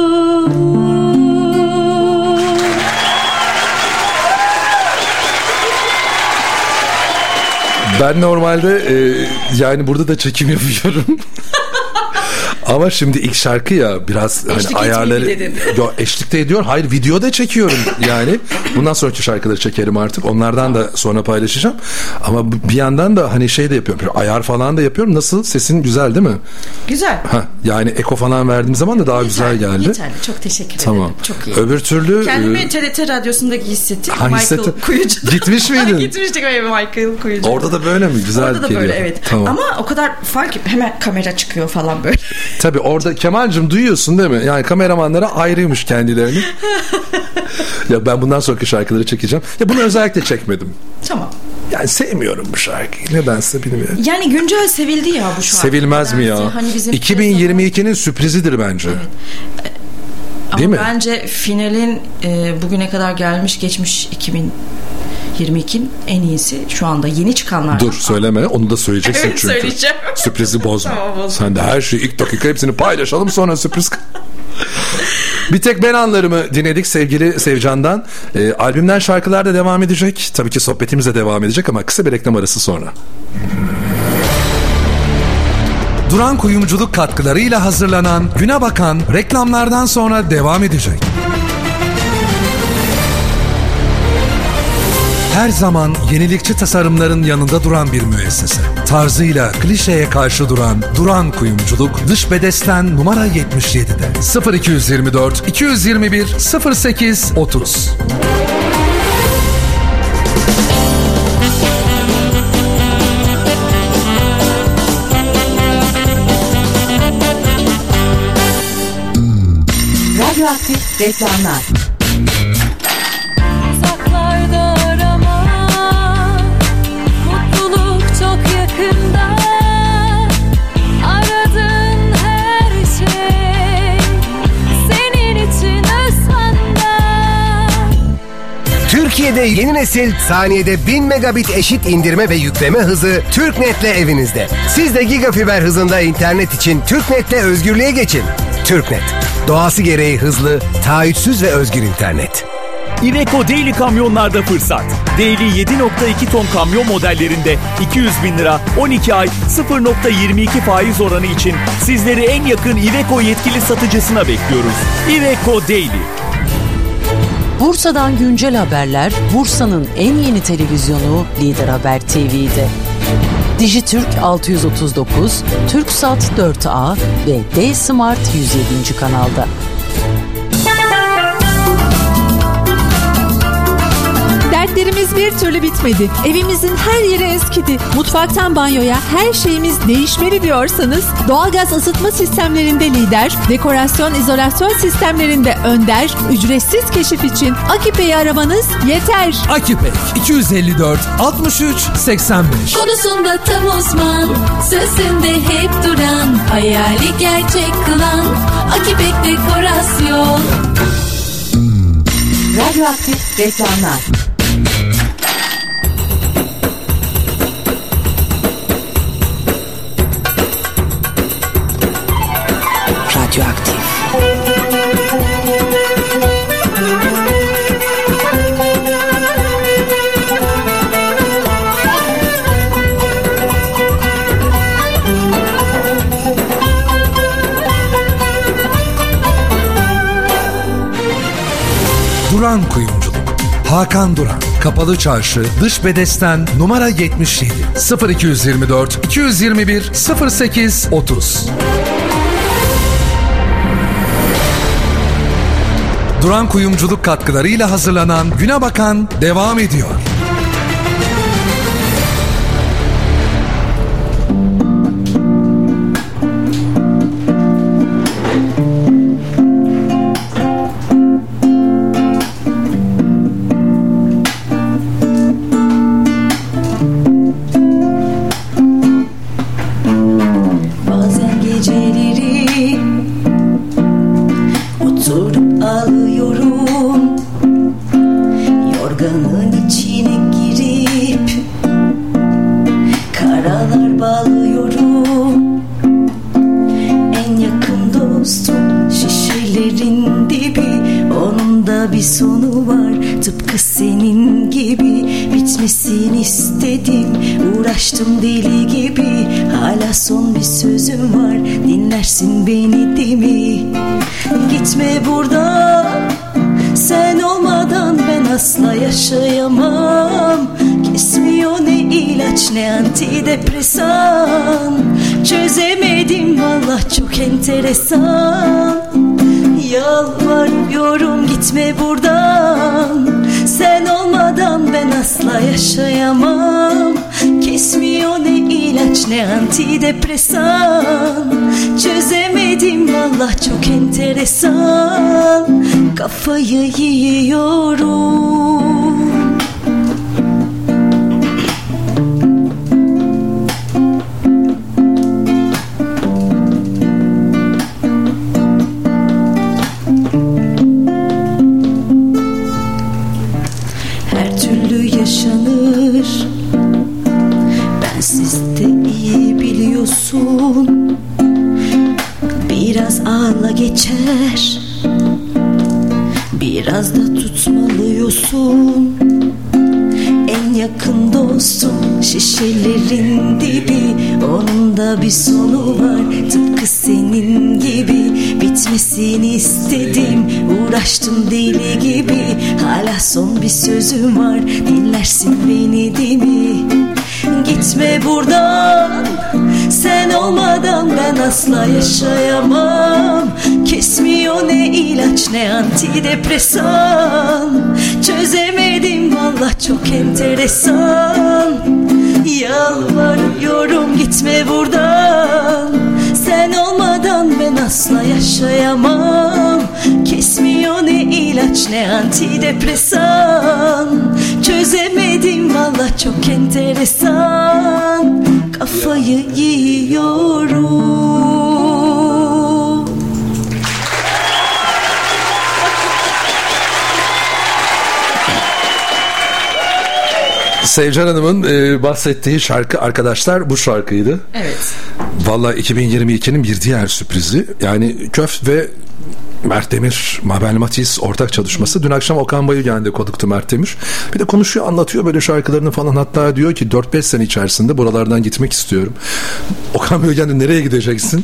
[SPEAKER 2] Ben normalde e, yani burada da çekim yapıyorum. Ama şimdi ilk şarkı ya biraz
[SPEAKER 3] eşlik
[SPEAKER 2] hani ayarları yo, eşlikte ediyor. Hayır, video da çekiyorum yani. Bundan sonraki şarkıları çekerim artık. Onlardan da sonra paylaşacağım. Ama bir yandan da hani şey de yapıyorum. Ayar falan da yapıyorum. Nasıl? Sesin güzel değil mi?
[SPEAKER 3] Güzel.
[SPEAKER 2] Ha, yani eko falan verdiğim zaman da daha yeterli, güzel geldi.
[SPEAKER 3] Yeterli. Çok teşekkür ederim.
[SPEAKER 2] Tamam.
[SPEAKER 3] Çok iyi.
[SPEAKER 2] Öbür türlü
[SPEAKER 3] kendimi e... T R T radyosundaki hissettim.
[SPEAKER 2] Ha,
[SPEAKER 3] Michael
[SPEAKER 2] hissettim.
[SPEAKER 3] Kuyucu'da.
[SPEAKER 2] Gitmiş miydin?
[SPEAKER 3] Gitmiştik Michael Kuyucu'da.
[SPEAKER 2] Orada da böyle mi? Güzel
[SPEAKER 3] Orada da
[SPEAKER 2] geliyor.
[SPEAKER 3] böyle, evet. Tamam. Ama o kadar fark ki hemen kamera çıkıyor falan böyle.
[SPEAKER 2] Tabii orada Kemal'cim duyuyorsun değil mi? Yani kameramanlara ayrıymış kendilerini. Ya ben bundan sonraki şarkıları çekeceğim. Ya bunu özellikle çekmedim.
[SPEAKER 3] Tamam.
[SPEAKER 2] Yani sevmiyorum bu şarkıyı. Nedense bilmiyorum.
[SPEAKER 3] Yani güncel sevildi ya bu şarkı.
[SPEAKER 2] Sevilmez mi ya? Hani iki bin yirmi ikinin sürprizidir bence.
[SPEAKER 3] Evet. Ama
[SPEAKER 2] değil mi?
[SPEAKER 3] Bence finalin e, bugüne kadar gelmiş geçmiş iki bin yirmi ikinin en iyisi şu anda yeni çıkanlar.
[SPEAKER 2] Dur söyleme, onu da söyleyeceksin
[SPEAKER 3] evet,
[SPEAKER 2] çünkü.
[SPEAKER 3] Söyleyeceğim.
[SPEAKER 2] Sürprizi bozma.
[SPEAKER 3] Tamam, bozma.
[SPEAKER 2] Sen de her şeyi ilk dakika hepsini paylaşalım, sonra sürpriz. Bir tek ben anlarımı dinledik sevgili Sevcan'dan. E, albümden şarkılar da devam edecek. Tabii ki sohbetimiz de devam edecek ama kısa bir reklam arası sonra.
[SPEAKER 4] Duran Kuyumculuk katkılarıyla hazırlanan Güne Bakan reklamlardan sonra devam edecek. Her zaman yenilikçi tasarımların yanında duran bir müessese. Tarzıyla klişeye karşı duran Duran Kuyumculuk, Dış Bedesten numara yetmiş yedide. sıfır iki yirmi dört iki yüz yirmi bir sıfır sekiz otuz.
[SPEAKER 5] Radyoaktif reklamlar.
[SPEAKER 6] Türkiye'de yeni nesil saniyede bin megabit eşit indirme ve yükleme hızı TürkNet'le evinizde. Siz de gigafiber hızında internet için TürkNet'le özgürlüğe geçin. TürkNet, doğası gereği hızlı, taahhütsüz ve özgür internet.
[SPEAKER 7] Iveco Daily kamyonlarda fırsat. Daily yedi nokta iki ton kamyon modellerinde iki yüz bin lira, on iki ay, sıfır nokta yirmi iki faiz oranı için sizleri en yakın Iveco yetkili satıcısına bekliyoruz. Iveco Daily.
[SPEAKER 8] Bursa'dan güncel haberler, Bursa'nın en yeni televizyonu Lider Haber T V'de. Dijitürk altı yüz otuz dokuz, Türksat dört A ve D-Smart yüz yedinci kanalda.
[SPEAKER 9] Dertlerimiz bir türlü bitmedi. Evimizin her yeri eskidi. Mutfaktan banyoya her şeyimiz değişmeli diyorsanız, doğalgaz ısıtma sistemlerinde lider, dekorasyon izolasyon sistemlerinde önder, ücretsiz keşif için Akipek'i aramanız yeter.
[SPEAKER 4] Akipek iki yüz elli dört altmış üç seksen beş.
[SPEAKER 10] Konusunda tam uzman, sözünde hep duran, hayali gerçek kılan Akipek Dekorasyon.
[SPEAKER 5] Radyoaktif reklamlar. Radyoaktif.
[SPEAKER 4] Duran Kuyumculuk. Hakan Duran. Kapalı Çarşı, Dış Bedesten numara yetmiş yedi. sıfır iki yirmi dört iki yüz yirmi bir sıfır sekiz otuz. Duran Kuyumculuk katkılarıyla hazırlanan Güne Bakan devam ediyor.
[SPEAKER 1] Oturup ağlıyorum, yorganın içine girip karalar bağlıyorum. En yakın dostum şişelerin dibi, onun da bir sonu var tıpkı senin gibi. Bitmesini istedim, uğraştım deli gibi. Hala son bir sözüm var, dinlersin beni değil mi? Gitme buradan, sen olmadan ben asla yaşayamam. Kesmiyor ne ilaç ne antidepresan. Çözemedim vallahi çok enteresan. Yalvarıyorum gitme buradan, sen olmadan ben asla yaşayamam. Kesmiyor ne ilaç ne antidepresan. Çözemedim vallahi çok enteresan. Kafayı yiyorum. Yaşanır, bensiz de iyi biliyorsun. Biraz ağla geçer, biraz da tutmalıyorsun. En yakın dostum şişelerin dibi, onun da bir sonu var tıpkı senin gibi. Bitmesini istedim, uğraştım deli gibi. Hala son bir sözüm var, dinlersin beni değil mi? Gitme buradan, sen olmadan ben asla yaşayamam. Kesmiyor ne ilaç ne antidepresan. Çözemedim vallahi çok enteresan. Yalvarıyorum gitme buradan, sen olmadan ben asla yaşayamam. Kesmiyor ne ilaç ne antidepresan. Çözemedim vallahi çok enteresan. Kafayı yiyorum.
[SPEAKER 2] Sevcan Hanım'ın e, bahsettiği şarkı arkadaşlar bu şarkıydı.
[SPEAKER 3] Evet.
[SPEAKER 2] Vallahi iki bin yirmi ikinin bir diğer sürprizi. Yani Köft ve Mert Demir, Mabel Matiz ortak çalışması. Dün akşam Okan Bayülgen'de konuktu Mert Demir. Bir de konuşuyor, anlatıyor böyle şarkılarını falan. Hatta diyor ki dört beş sene içerisinde buralardan gitmek istiyorum. Okan Bayülgen de nereye gideceksin?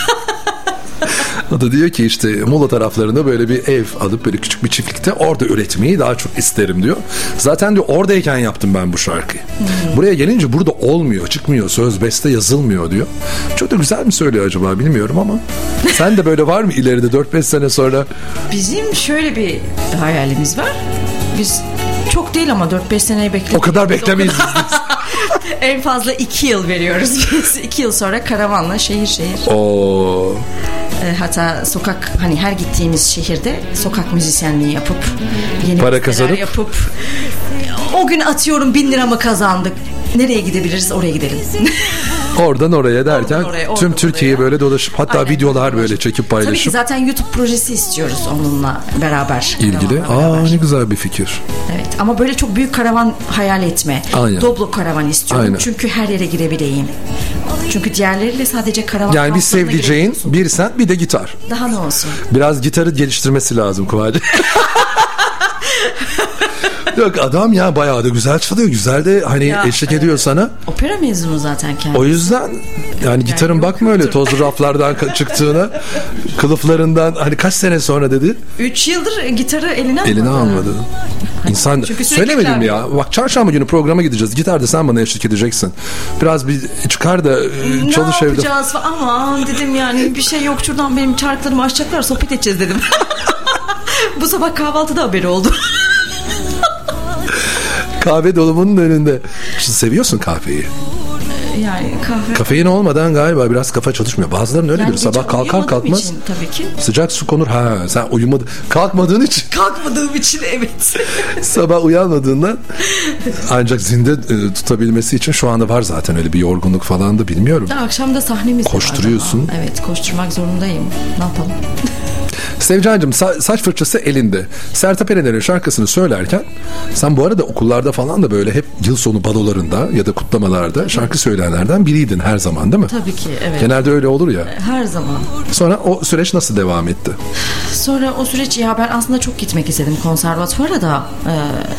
[SPEAKER 2] O da diyor ki işte Muğla taraflarında böyle bir ev alıp böyle küçük bir çiftlikte orada üretmeyi daha çok isterim diyor. Zaten diyor oradayken yaptım ben bu şarkıyı. Hmm. Buraya gelince burada olmuyor, çıkmıyor, söz beste yazılmıyor diyor. Çok da güzel mi söylüyor acaba bilmiyorum ama. Sen de böyle var mı ileride dört beş sene sonra?
[SPEAKER 3] Bizim şöyle bir hayalimiz var. Biz çok değil ama dört beş seneyi bekliyoruz.
[SPEAKER 2] O kadar beklemeyiz.
[SPEAKER 3] En fazla iki yıl veriyoruz biz. iki yıl sonra karavanla şehir şehir.
[SPEAKER 2] Oo.
[SPEAKER 3] Hatta sokak, hani her gittiğimiz şehirde sokak müzisyenliği yapıp yeni
[SPEAKER 2] para kazanıp
[SPEAKER 3] yapıp o gün atıyorum bin lira mı kazandık, nereye gidebiliriz oraya gidelim.
[SPEAKER 2] Oradan oraya derken oradan oraya, tüm Türkiye'yi böyle dolaşıp hatta aynen, videolar böyle çekip paylaşıp.
[SPEAKER 3] Tabii ki zaten YouTube projesi istiyoruz onunla beraber.
[SPEAKER 2] İlgili. Aa beraber. Ne güzel bir fikir.
[SPEAKER 3] Evet ama böyle çok büyük karavan hayal etme. Aynen. Doblo karavan istiyorum. Aynen. Çünkü her yere girebileyim. Çünkü diğerleriyle sadece karavan.
[SPEAKER 2] Yani bir sevdiceğin, bir sen, bir de gitar.
[SPEAKER 3] Daha ne olsun?
[SPEAKER 2] Biraz gitarı geliştirmesi lazım Kıvacı. Yok adam ya bayağı da güzel çalıyor. Güzel de hani ya, eşlik e, ediyor sana.
[SPEAKER 3] Opera mezunu zaten kendisi.
[SPEAKER 2] O yüzden yani gitarın yani bakma öyle tozlu raflardan çıktığına, kılıflarından hani kaç sene sonra dedi?
[SPEAKER 3] Üç yıldır gitarı eline almadı.
[SPEAKER 2] Eline almadı. İnsan söylemedim mi ya? Bak çarşamba günü programa gideceğiz. Gitarda sen bana eşlik edeceksin. Biraz bir çıkar da
[SPEAKER 3] ne
[SPEAKER 2] çalış evde. Ne
[SPEAKER 3] yapacağız? Aman dedim yani bir şey yok, şuradan benim çarklarımı açacaklar, sohbet edeceğiz dedim. Bu sabah kahvaltıda haberi oldu.
[SPEAKER 2] Kahve dolumunun önünde. Şimdi seviyorsun kahveyi.
[SPEAKER 3] Yani kahve...
[SPEAKER 2] Kafein olmadan galiba biraz kafa çalışmıyor. Bazılarının öyledir. Yani sabah kalkar kalkmaz için,
[SPEAKER 3] tabii ki.
[SPEAKER 2] Sıcak su konur. Ha sen uyumadın. Kalkmadığın için.
[SPEAKER 3] Kalkmadığım için evet.
[SPEAKER 2] Sabah uyanmadığından ancak zinde e, tutabilmesi için şu anda var zaten öyle bir yorgunluk falan da bilmiyorum.
[SPEAKER 3] Ya, akşam da sahnemiz
[SPEAKER 2] koşturuyorsun.
[SPEAKER 3] var. Evet, koşturmak zorundayım. Ne yapalım?
[SPEAKER 2] Sevcan'cığım sa- saç fırçası elinde. Sertab Erener'in şarkısını söylerken sen bu arada okullarda falan da böyle hep yıl sonu balolarında ya da kutlamalarda şarkı söyleyenlerden biriydin her zaman değil mi?
[SPEAKER 3] Tabii ki evet.
[SPEAKER 2] Genelde öyle olur ya.
[SPEAKER 3] Her zaman.
[SPEAKER 2] Sonra o süreç nasıl devam etti?
[SPEAKER 3] Sonra o süreç ya ben aslında çok gitmek istedim konservatuvara da e,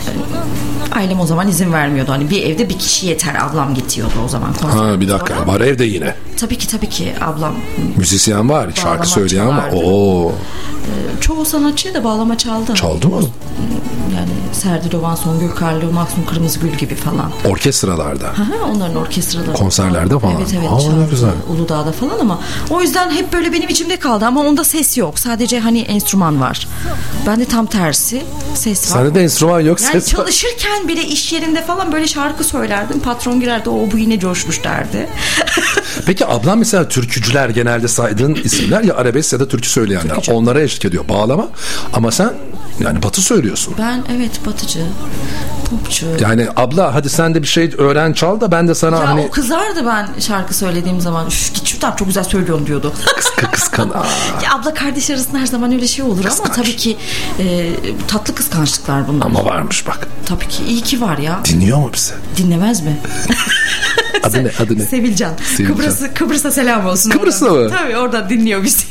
[SPEAKER 3] ailem o zaman izin vermiyordu. Hani bir evde bir kişi yeter, ablam gidiyordu o zaman konservatuvara.
[SPEAKER 2] Ha bir dakika var evde yine.
[SPEAKER 3] Tabii ki tabii ki ablam.
[SPEAKER 2] Müzisyen var, şarkı söyleyen var. Oo.
[SPEAKER 3] E, çoğu sanatçıya da bağlama çaldı.
[SPEAKER 2] Çaldı mı?
[SPEAKER 3] Yani Serdi Doğan, Songül Karlı, Mahsun Kırmızıgül gibi falan.
[SPEAKER 2] Orkestralarda.
[SPEAKER 3] Hı hı, onların orkestraları.
[SPEAKER 2] Konserlerde falan.
[SPEAKER 3] Evet evet.
[SPEAKER 2] Aa,
[SPEAKER 3] çaldı,
[SPEAKER 2] güzel.
[SPEAKER 3] Uludağ'da falan ama o yüzden hep böyle benim içimde kaldı ama onda ses yok. Sadece hani enstrüman var. Ben de tam tersi ses var.
[SPEAKER 2] Sende de enstrüman yok,
[SPEAKER 3] yani
[SPEAKER 2] ses var.
[SPEAKER 3] çalışırken bile iş yerinde falan böyle şarkı söylerdim. Patron girerdi, o bu yine coşmuş derdi.
[SPEAKER 2] Peki ablam mesela türkücüler genelde saydığın isimler ya arabesk ya da türkü söyleyenler. Türkücü. Onlara eşlik ediyor bağlama ama sen yani batı söylüyorsun.
[SPEAKER 3] Ben evet batıcı, popçu.
[SPEAKER 2] Yani abla hadi sen de bir şey öğren çal da ben de sana
[SPEAKER 3] ya
[SPEAKER 2] hani.
[SPEAKER 3] O kızardı ben şarkı söylediğim zaman. Üf, git şuradan çok güzel söylüyorsun diyordu.
[SPEAKER 2] Kıskan kıskan.
[SPEAKER 3] Ya abla kardeş arasında her zaman öyle şey olur Kıskanç. Ama tabii ki e, tatlı kıskançlıklar bunlar.
[SPEAKER 2] Ama varmış bak.
[SPEAKER 3] Tabii ki iyi ki var ya.
[SPEAKER 2] Dinliyor mu bizi?
[SPEAKER 3] Dinlemez mi?
[SPEAKER 2] Adı ne? Adı ne?
[SPEAKER 3] Sevilcan.
[SPEAKER 2] Sevilcan.
[SPEAKER 3] Kıbrıs'a, Kıbrıs'a selam olsun.
[SPEAKER 2] Kıbrıs'ta
[SPEAKER 3] oradan.
[SPEAKER 2] mı?
[SPEAKER 3] Tabii orada dinliyor bizi.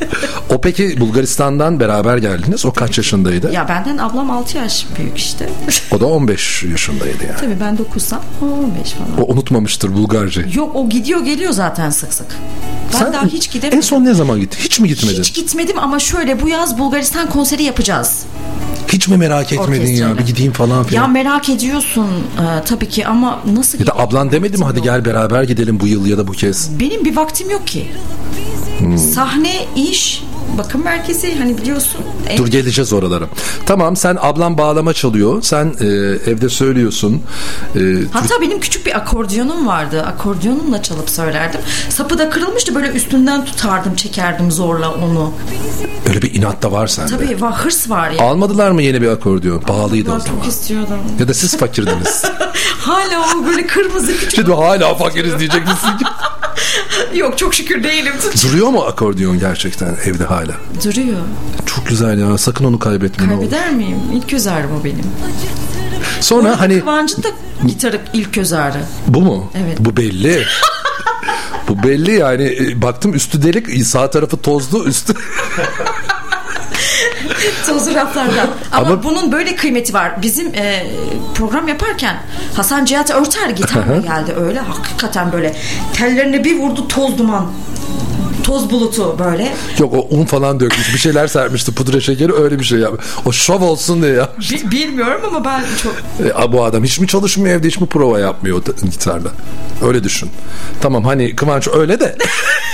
[SPEAKER 2] O peki Bulgaristan'dan beraber geldiniz. O kaç yaşındaydı?
[SPEAKER 3] Ya benden ablam altı yaş büyük işte.
[SPEAKER 2] O da on beş yaşındaydı yani.
[SPEAKER 3] Tabii ben dokuzzam o on beş falan.
[SPEAKER 2] O unutmamıştır Bulgarca.
[SPEAKER 3] Yok o gidiyor geliyor zaten sık sık. Ben
[SPEAKER 2] Sen
[SPEAKER 3] daha hiç gidemedim.
[SPEAKER 2] En son ne zaman gittin? Hiç mi gitmedin?
[SPEAKER 3] Hiç gitmedim ama şöyle bu yaz Bulgaristan konseri yapacağız.
[SPEAKER 2] Hiç mi merak etmedin ya? Bir gideyim falan filan.
[SPEAKER 3] Ya merak ediyorsun e, tabii ki ama nasıl
[SPEAKER 2] ya da ablan demedi mi hadi gel beraber gidelim bu yıl ya da bu kez?
[SPEAKER 3] Benim bir vaktim yok ki. Hmm. Sahne, iş, bakım merkezi hani biliyorsun.
[SPEAKER 2] Dur en... geleceğiz oralara. Tamam sen ablan bağlama çalıyor. Sen e, evde söylüyorsun. E,
[SPEAKER 3] Hatta Türk... benim küçük bir akordiyonum vardı. Akordiyonumla çalıp söylerdim. Sapı da kırılmıştı. Böyle üstünden tutardım, çekerdim zorla onu.
[SPEAKER 2] Böyle bir inat da var sende.
[SPEAKER 3] Tabii var, hırs var ya.
[SPEAKER 2] Almadılar mı yeni bir akordiyon? Pahalıydı o zaman.
[SPEAKER 3] Çok istiyordum.
[SPEAKER 2] Ya da siz fakirdiniz.
[SPEAKER 3] Hala o böyle kırmızı küçük.
[SPEAKER 2] Şimdi hala fakiriz diyecek misin?
[SPEAKER 3] Yok çok şükür değilim.
[SPEAKER 2] Duruyor mu akordiyon gerçekten evde hala?
[SPEAKER 3] Duruyor.
[SPEAKER 2] Çok güzel ya. Sakın onu kaybetme.
[SPEAKER 3] Kaybeder miyim? İlk göz ağrım o benim.
[SPEAKER 2] Sonra
[SPEAKER 3] Orada
[SPEAKER 2] hani...
[SPEAKER 3] Kıvancı'nın da gitarı ilk göz ağrı.
[SPEAKER 2] Bu mu?
[SPEAKER 3] Evet.
[SPEAKER 2] Bu belli. Bu belli yani. Baktım üstü delik, sağ tarafı tozlu, üstü...
[SPEAKER 3] Tozlu raflardan. Ama,
[SPEAKER 2] Ama
[SPEAKER 3] bunun böyle kıymeti var. Bizim e, program yaparken Hasan Cihat Örter gitarla geldi öyle. Hakikaten böyle tellerine bir vurdu toz duman. Toz bulutu böyle.
[SPEAKER 2] Yok o un falan dökmüş. Bir şeyler serpmişti pudra şekeri öyle bir şey yapmış. O şov olsun diye yapmış.
[SPEAKER 3] Bi- bilmiyorum ama ben çok...
[SPEAKER 2] E, bu adam hiç mi çalışmıyor evde hiç mi prova yapmıyor gitarla? Öyle düşün. Tamam hani Kıvanç öyle de...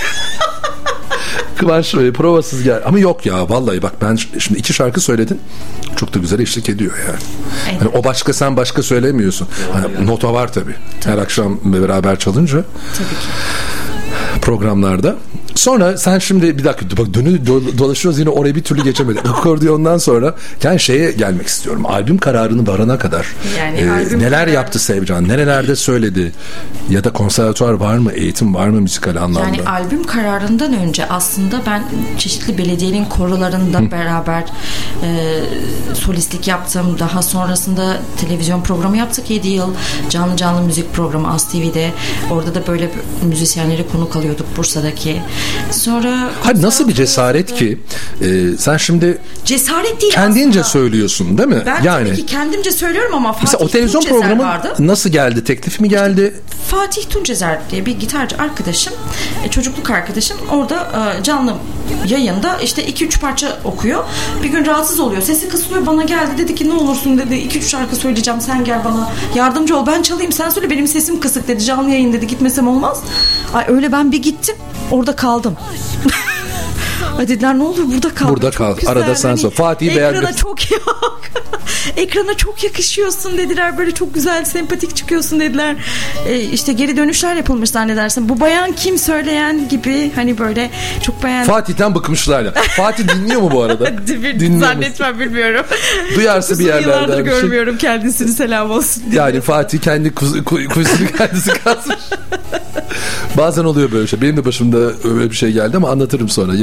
[SPEAKER 2] Kıvanç provasız gel. Ama yok ya vallahi bak ben şimdi iki şarkı söyledin. Çok da güzel eşlik ediyor yani. Evet. Yani o başka sen başka söylemiyorsun. Hani nota var tabii. tabii. Her akşam beraber çalınca.
[SPEAKER 3] Tabii ki.
[SPEAKER 2] Programlarda. Sonra sen şimdi bir dakika bak dönü do, dolaşıyoruz yine oraya bir türlü geçemedik. Akordiyondan sonra yani şeye gelmek istiyorum. Albüm kararını varana kadar yani e, neler karar... yaptı Sevcan? Nerelerde söyledi? Ya da konservatuvar var mı? Eğitim var mı müzikal anlamda?
[SPEAKER 3] Yani albüm kararından önce aslında ben çeşitli belediyenin korolarında Hı. beraber e, solistlik yaptım. Daha sonrasında televizyon programı yaptık yedi yıl. Canlı canlı müzik programı As T V'de. Orada da böyle müzisyenleri konuk alıyorduk Bursa'daki. Sonra
[SPEAKER 2] hadi nasıl bir cesaret ki e, sen şimdi
[SPEAKER 3] cesaret değil
[SPEAKER 2] kendince
[SPEAKER 3] aslında.
[SPEAKER 2] Söylüyorsun değil mi?
[SPEAKER 3] Ben
[SPEAKER 2] yani
[SPEAKER 3] tabii ki kendimce söylüyorum ama Fatih
[SPEAKER 2] mesela o televizyon
[SPEAKER 3] Tuncezer
[SPEAKER 2] programı
[SPEAKER 3] vardı.
[SPEAKER 2] Nasıl geldi? Teklif mi geldi?
[SPEAKER 3] Fatih Tuncezer diye bir gitarcı arkadaşım, çocukluk arkadaşım orada canlı yayında işte iki üç parça okuyor. Bir gün rahatsız oluyor. Sesi kısılıyor. Bana geldi. Dedi ki ne olursun dedi. iki üç şarkı söyleyeceğim. Sen gel bana yardımcı ol. Ben çalayım. Sen söyle. Benim sesim kısık dedi. Canlı yayın dedi. Gitmesem olmaz. Ay öyle ben bir gittim. Orada kaldım. Ay dediler ne olur burada kal.
[SPEAKER 2] Burada kal. Arada sen hani, sor. Fatih'i beğendim.
[SPEAKER 3] Ekrana çok yok. Ekrana çok yakışıyorsun dediler. Böyle çok güzel, sempatik çıkıyorsun dediler. Ee, işte geri dönüşler yapılmış zannedersin. Bu bayan kim söyleyen gibi hani böyle çok beğendim.
[SPEAKER 2] Fatih'ten bıkmışlar ya. Fatih dinliyor mu bu arada?
[SPEAKER 3] Dinliyor Zannetmem bilmiyorum.
[SPEAKER 2] Duyarsa bir yerlerden.
[SPEAKER 3] Yıllardır
[SPEAKER 2] bir şey.
[SPEAKER 3] görmüyorum kendisini selam olsun diye.
[SPEAKER 2] Yani Fatih kendi kuy- kuy- kuyusunu kendisi kazmış. Bazen oluyor böyle şey. Benim de başımda öyle bir şey geldi ama anlatırım sonra. Yayında değil.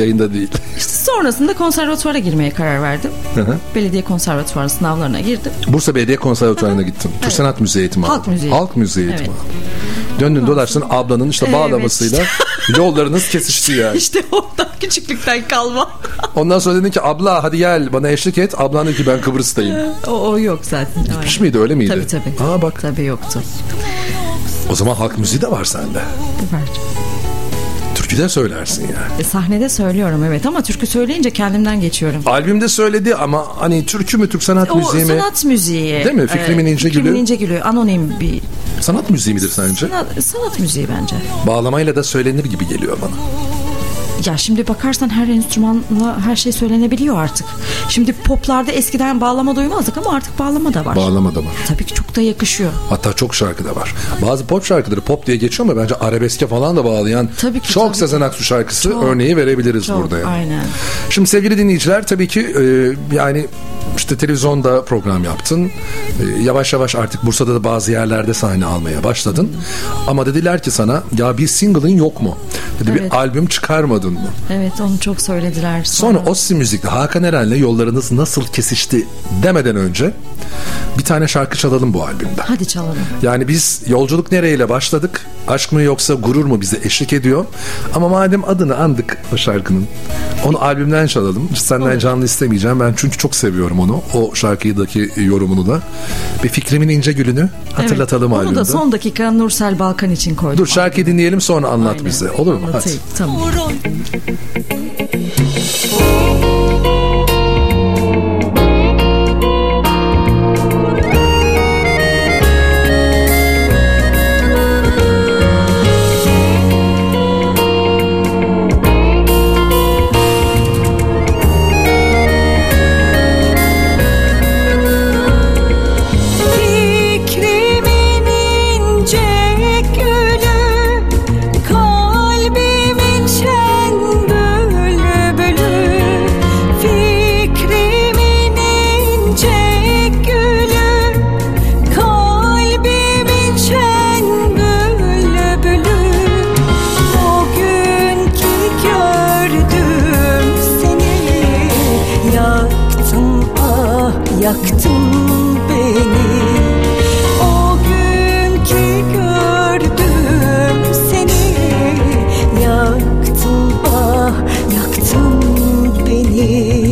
[SPEAKER 2] değil.
[SPEAKER 3] İşte sonrasında konservatuvara girmeye karar verdim.
[SPEAKER 2] Hı-hı.
[SPEAKER 3] Belediye konservatuvarı sınavlarına girdim.
[SPEAKER 2] Bursa Belediye Konservatuvarı'na gittin. Türk
[SPEAKER 3] Evet.
[SPEAKER 2] Sanat Müziği eğitimi
[SPEAKER 3] Halk
[SPEAKER 2] aldın.
[SPEAKER 3] müziği.
[SPEAKER 2] Halk müziği eğitimi
[SPEAKER 3] Evet.
[SPEAKER 2] aldın. Döndün dolaştın ablanın işte
[SPEAKER 3] Evet,
[SPEAKER 2] bağlamasıyla yollarınız kesişti yani.
[SPEAKER 3] İşte oradan küçüklükten kalma.
[SPEAKER 2] Ondan sonra dedin ki abla hadi gel bana eşlik et. Ablan dedi ki ben Kıbrıs'tayım.
[SPEAKER 3] o, o yok zaten.
[SPEAKER 2] Gitmiş miydi, öyle miydi?
[SPEAKER 3] Tabii tabii.
[SPEAKER 2] Aa bak.
[SPEAKER 3] Tabii yoktu.
[SPEAKER 2] O zaman halk müziği de var sende.
[SPEAKER 3] Var.
[SPEAKER 2] Türkü de söylersin yani.
[SPEAKER 3] E, sahnede söylüyorum evet ama türkü söyleyince kendimden geçiyorum.
[SPEAKER 2] Albümde söyledi ama hani türkü mü, Türk sanat
[SPEAKER 3] O
[SPEAKER 2] müziği mi?
[SPEAKER 3] sanat müziği.
[SPEAKER 2] Değil mi? Fikrimin İncegül'ü.
[SPEAKER 3] Fikrimin İncegül'ü anonim bir
[SPEAKER 2] Sanat müziği midir sence?
[SPEAKER 3] sanat, sanat müziği bence.
[SPEAKER 2] Bağlamayla da söylenir gibi geliyor bana.
[SPEAKER 3] Ya şimdi bakarsan her enstrümanla her şey söylenebiliyor artık. Şimdi poplarda eskiden bağlama duymazdık ama artık bağlama da var.
[SPEAKER 2] Bağlama da var.
[SPEAKER 3] Tabii ki çok da yakışıyor.
[SPEAKER 2] Hatta çok şarkı da var. Bazı pop şarkıları pop diye geçiyor ama bence arabeske falan da bağlayan
[SPEAKER 3] Tabii ki,
[SPEAKER 2] çok
[SPEAKER 3] tabii
[SPEAKER 2] Sezen
[SPEAKER 3] ki.
[SPEAKER 2] Aksu şarkısı
[SPEAKER 3] Çok,
[SPEAKER 2] örneği verebiliriz
[SPEAKER 3] çok,
[SPEAKER 2] burada. Yani.
[SPEAKER 3] Aynen.
[SPEAKER 2] Şimdi sevgili dinleyiciler tabii ki e, yani işte televizyonda program yaptın. E, yavaş yavaş artık Bursa'da da bazı yerlerde sahne almaya başladın. Ama dediler ki sana ya bir single'ın yok mu? Dedi
[SPEAKER 3] Evet.
[SPEAKER 2] bir albüm çıkarmadın mı?
[SPEAKER 3] Evet onu çok söylediler.
[SPEAKER 2] Sonra Ossi Müzik'te Hakan Eren'le yollarınız nasıl kesişti demeden önce bir tane şarkı çalalım bu albümden.
[SPEAKER 3] Hadi çalalım.
[SPEAKER 2] Yani biz yolculuk nereyle başladık? Aşk mı yoksa gurur mu bize eşlik ediyor? Ama madem adını andık o şarkının, onu albümden çalalım. Senden canlı istemeyeceğim. Ben çünkü çok seviyorum onu. O şarkıdaki yorumunu da. Bir Fikrimin İncegül'ünü hatırlatalım
[SPEAKER 3] evet,
[SPEAKER 2] albümde.
[SPEAKER 3] Onu da son dakika Nursel Balkan için koydum.
[SPEAKER 2] Dur şarkıyı dinleyelim sonra anlat
[SPEAKER 3] Aynen.
[SPEAKER 2] bize. Olur mu?
[SPEAKER 3] Anlatayım.
[SPEAKER 2] Hadi.
[SPEAKER 3] Tamam.
[SPEAKER 1] Fikrimin ince gülü, kalbimin şen bülbülü. Fikrimin ince gülü, kalbimin şen bülbülü. O gün ki gördüm seni, yaktın ah yaktın beni. O gün ki gördüm seni, yaktın ah yaktın beni.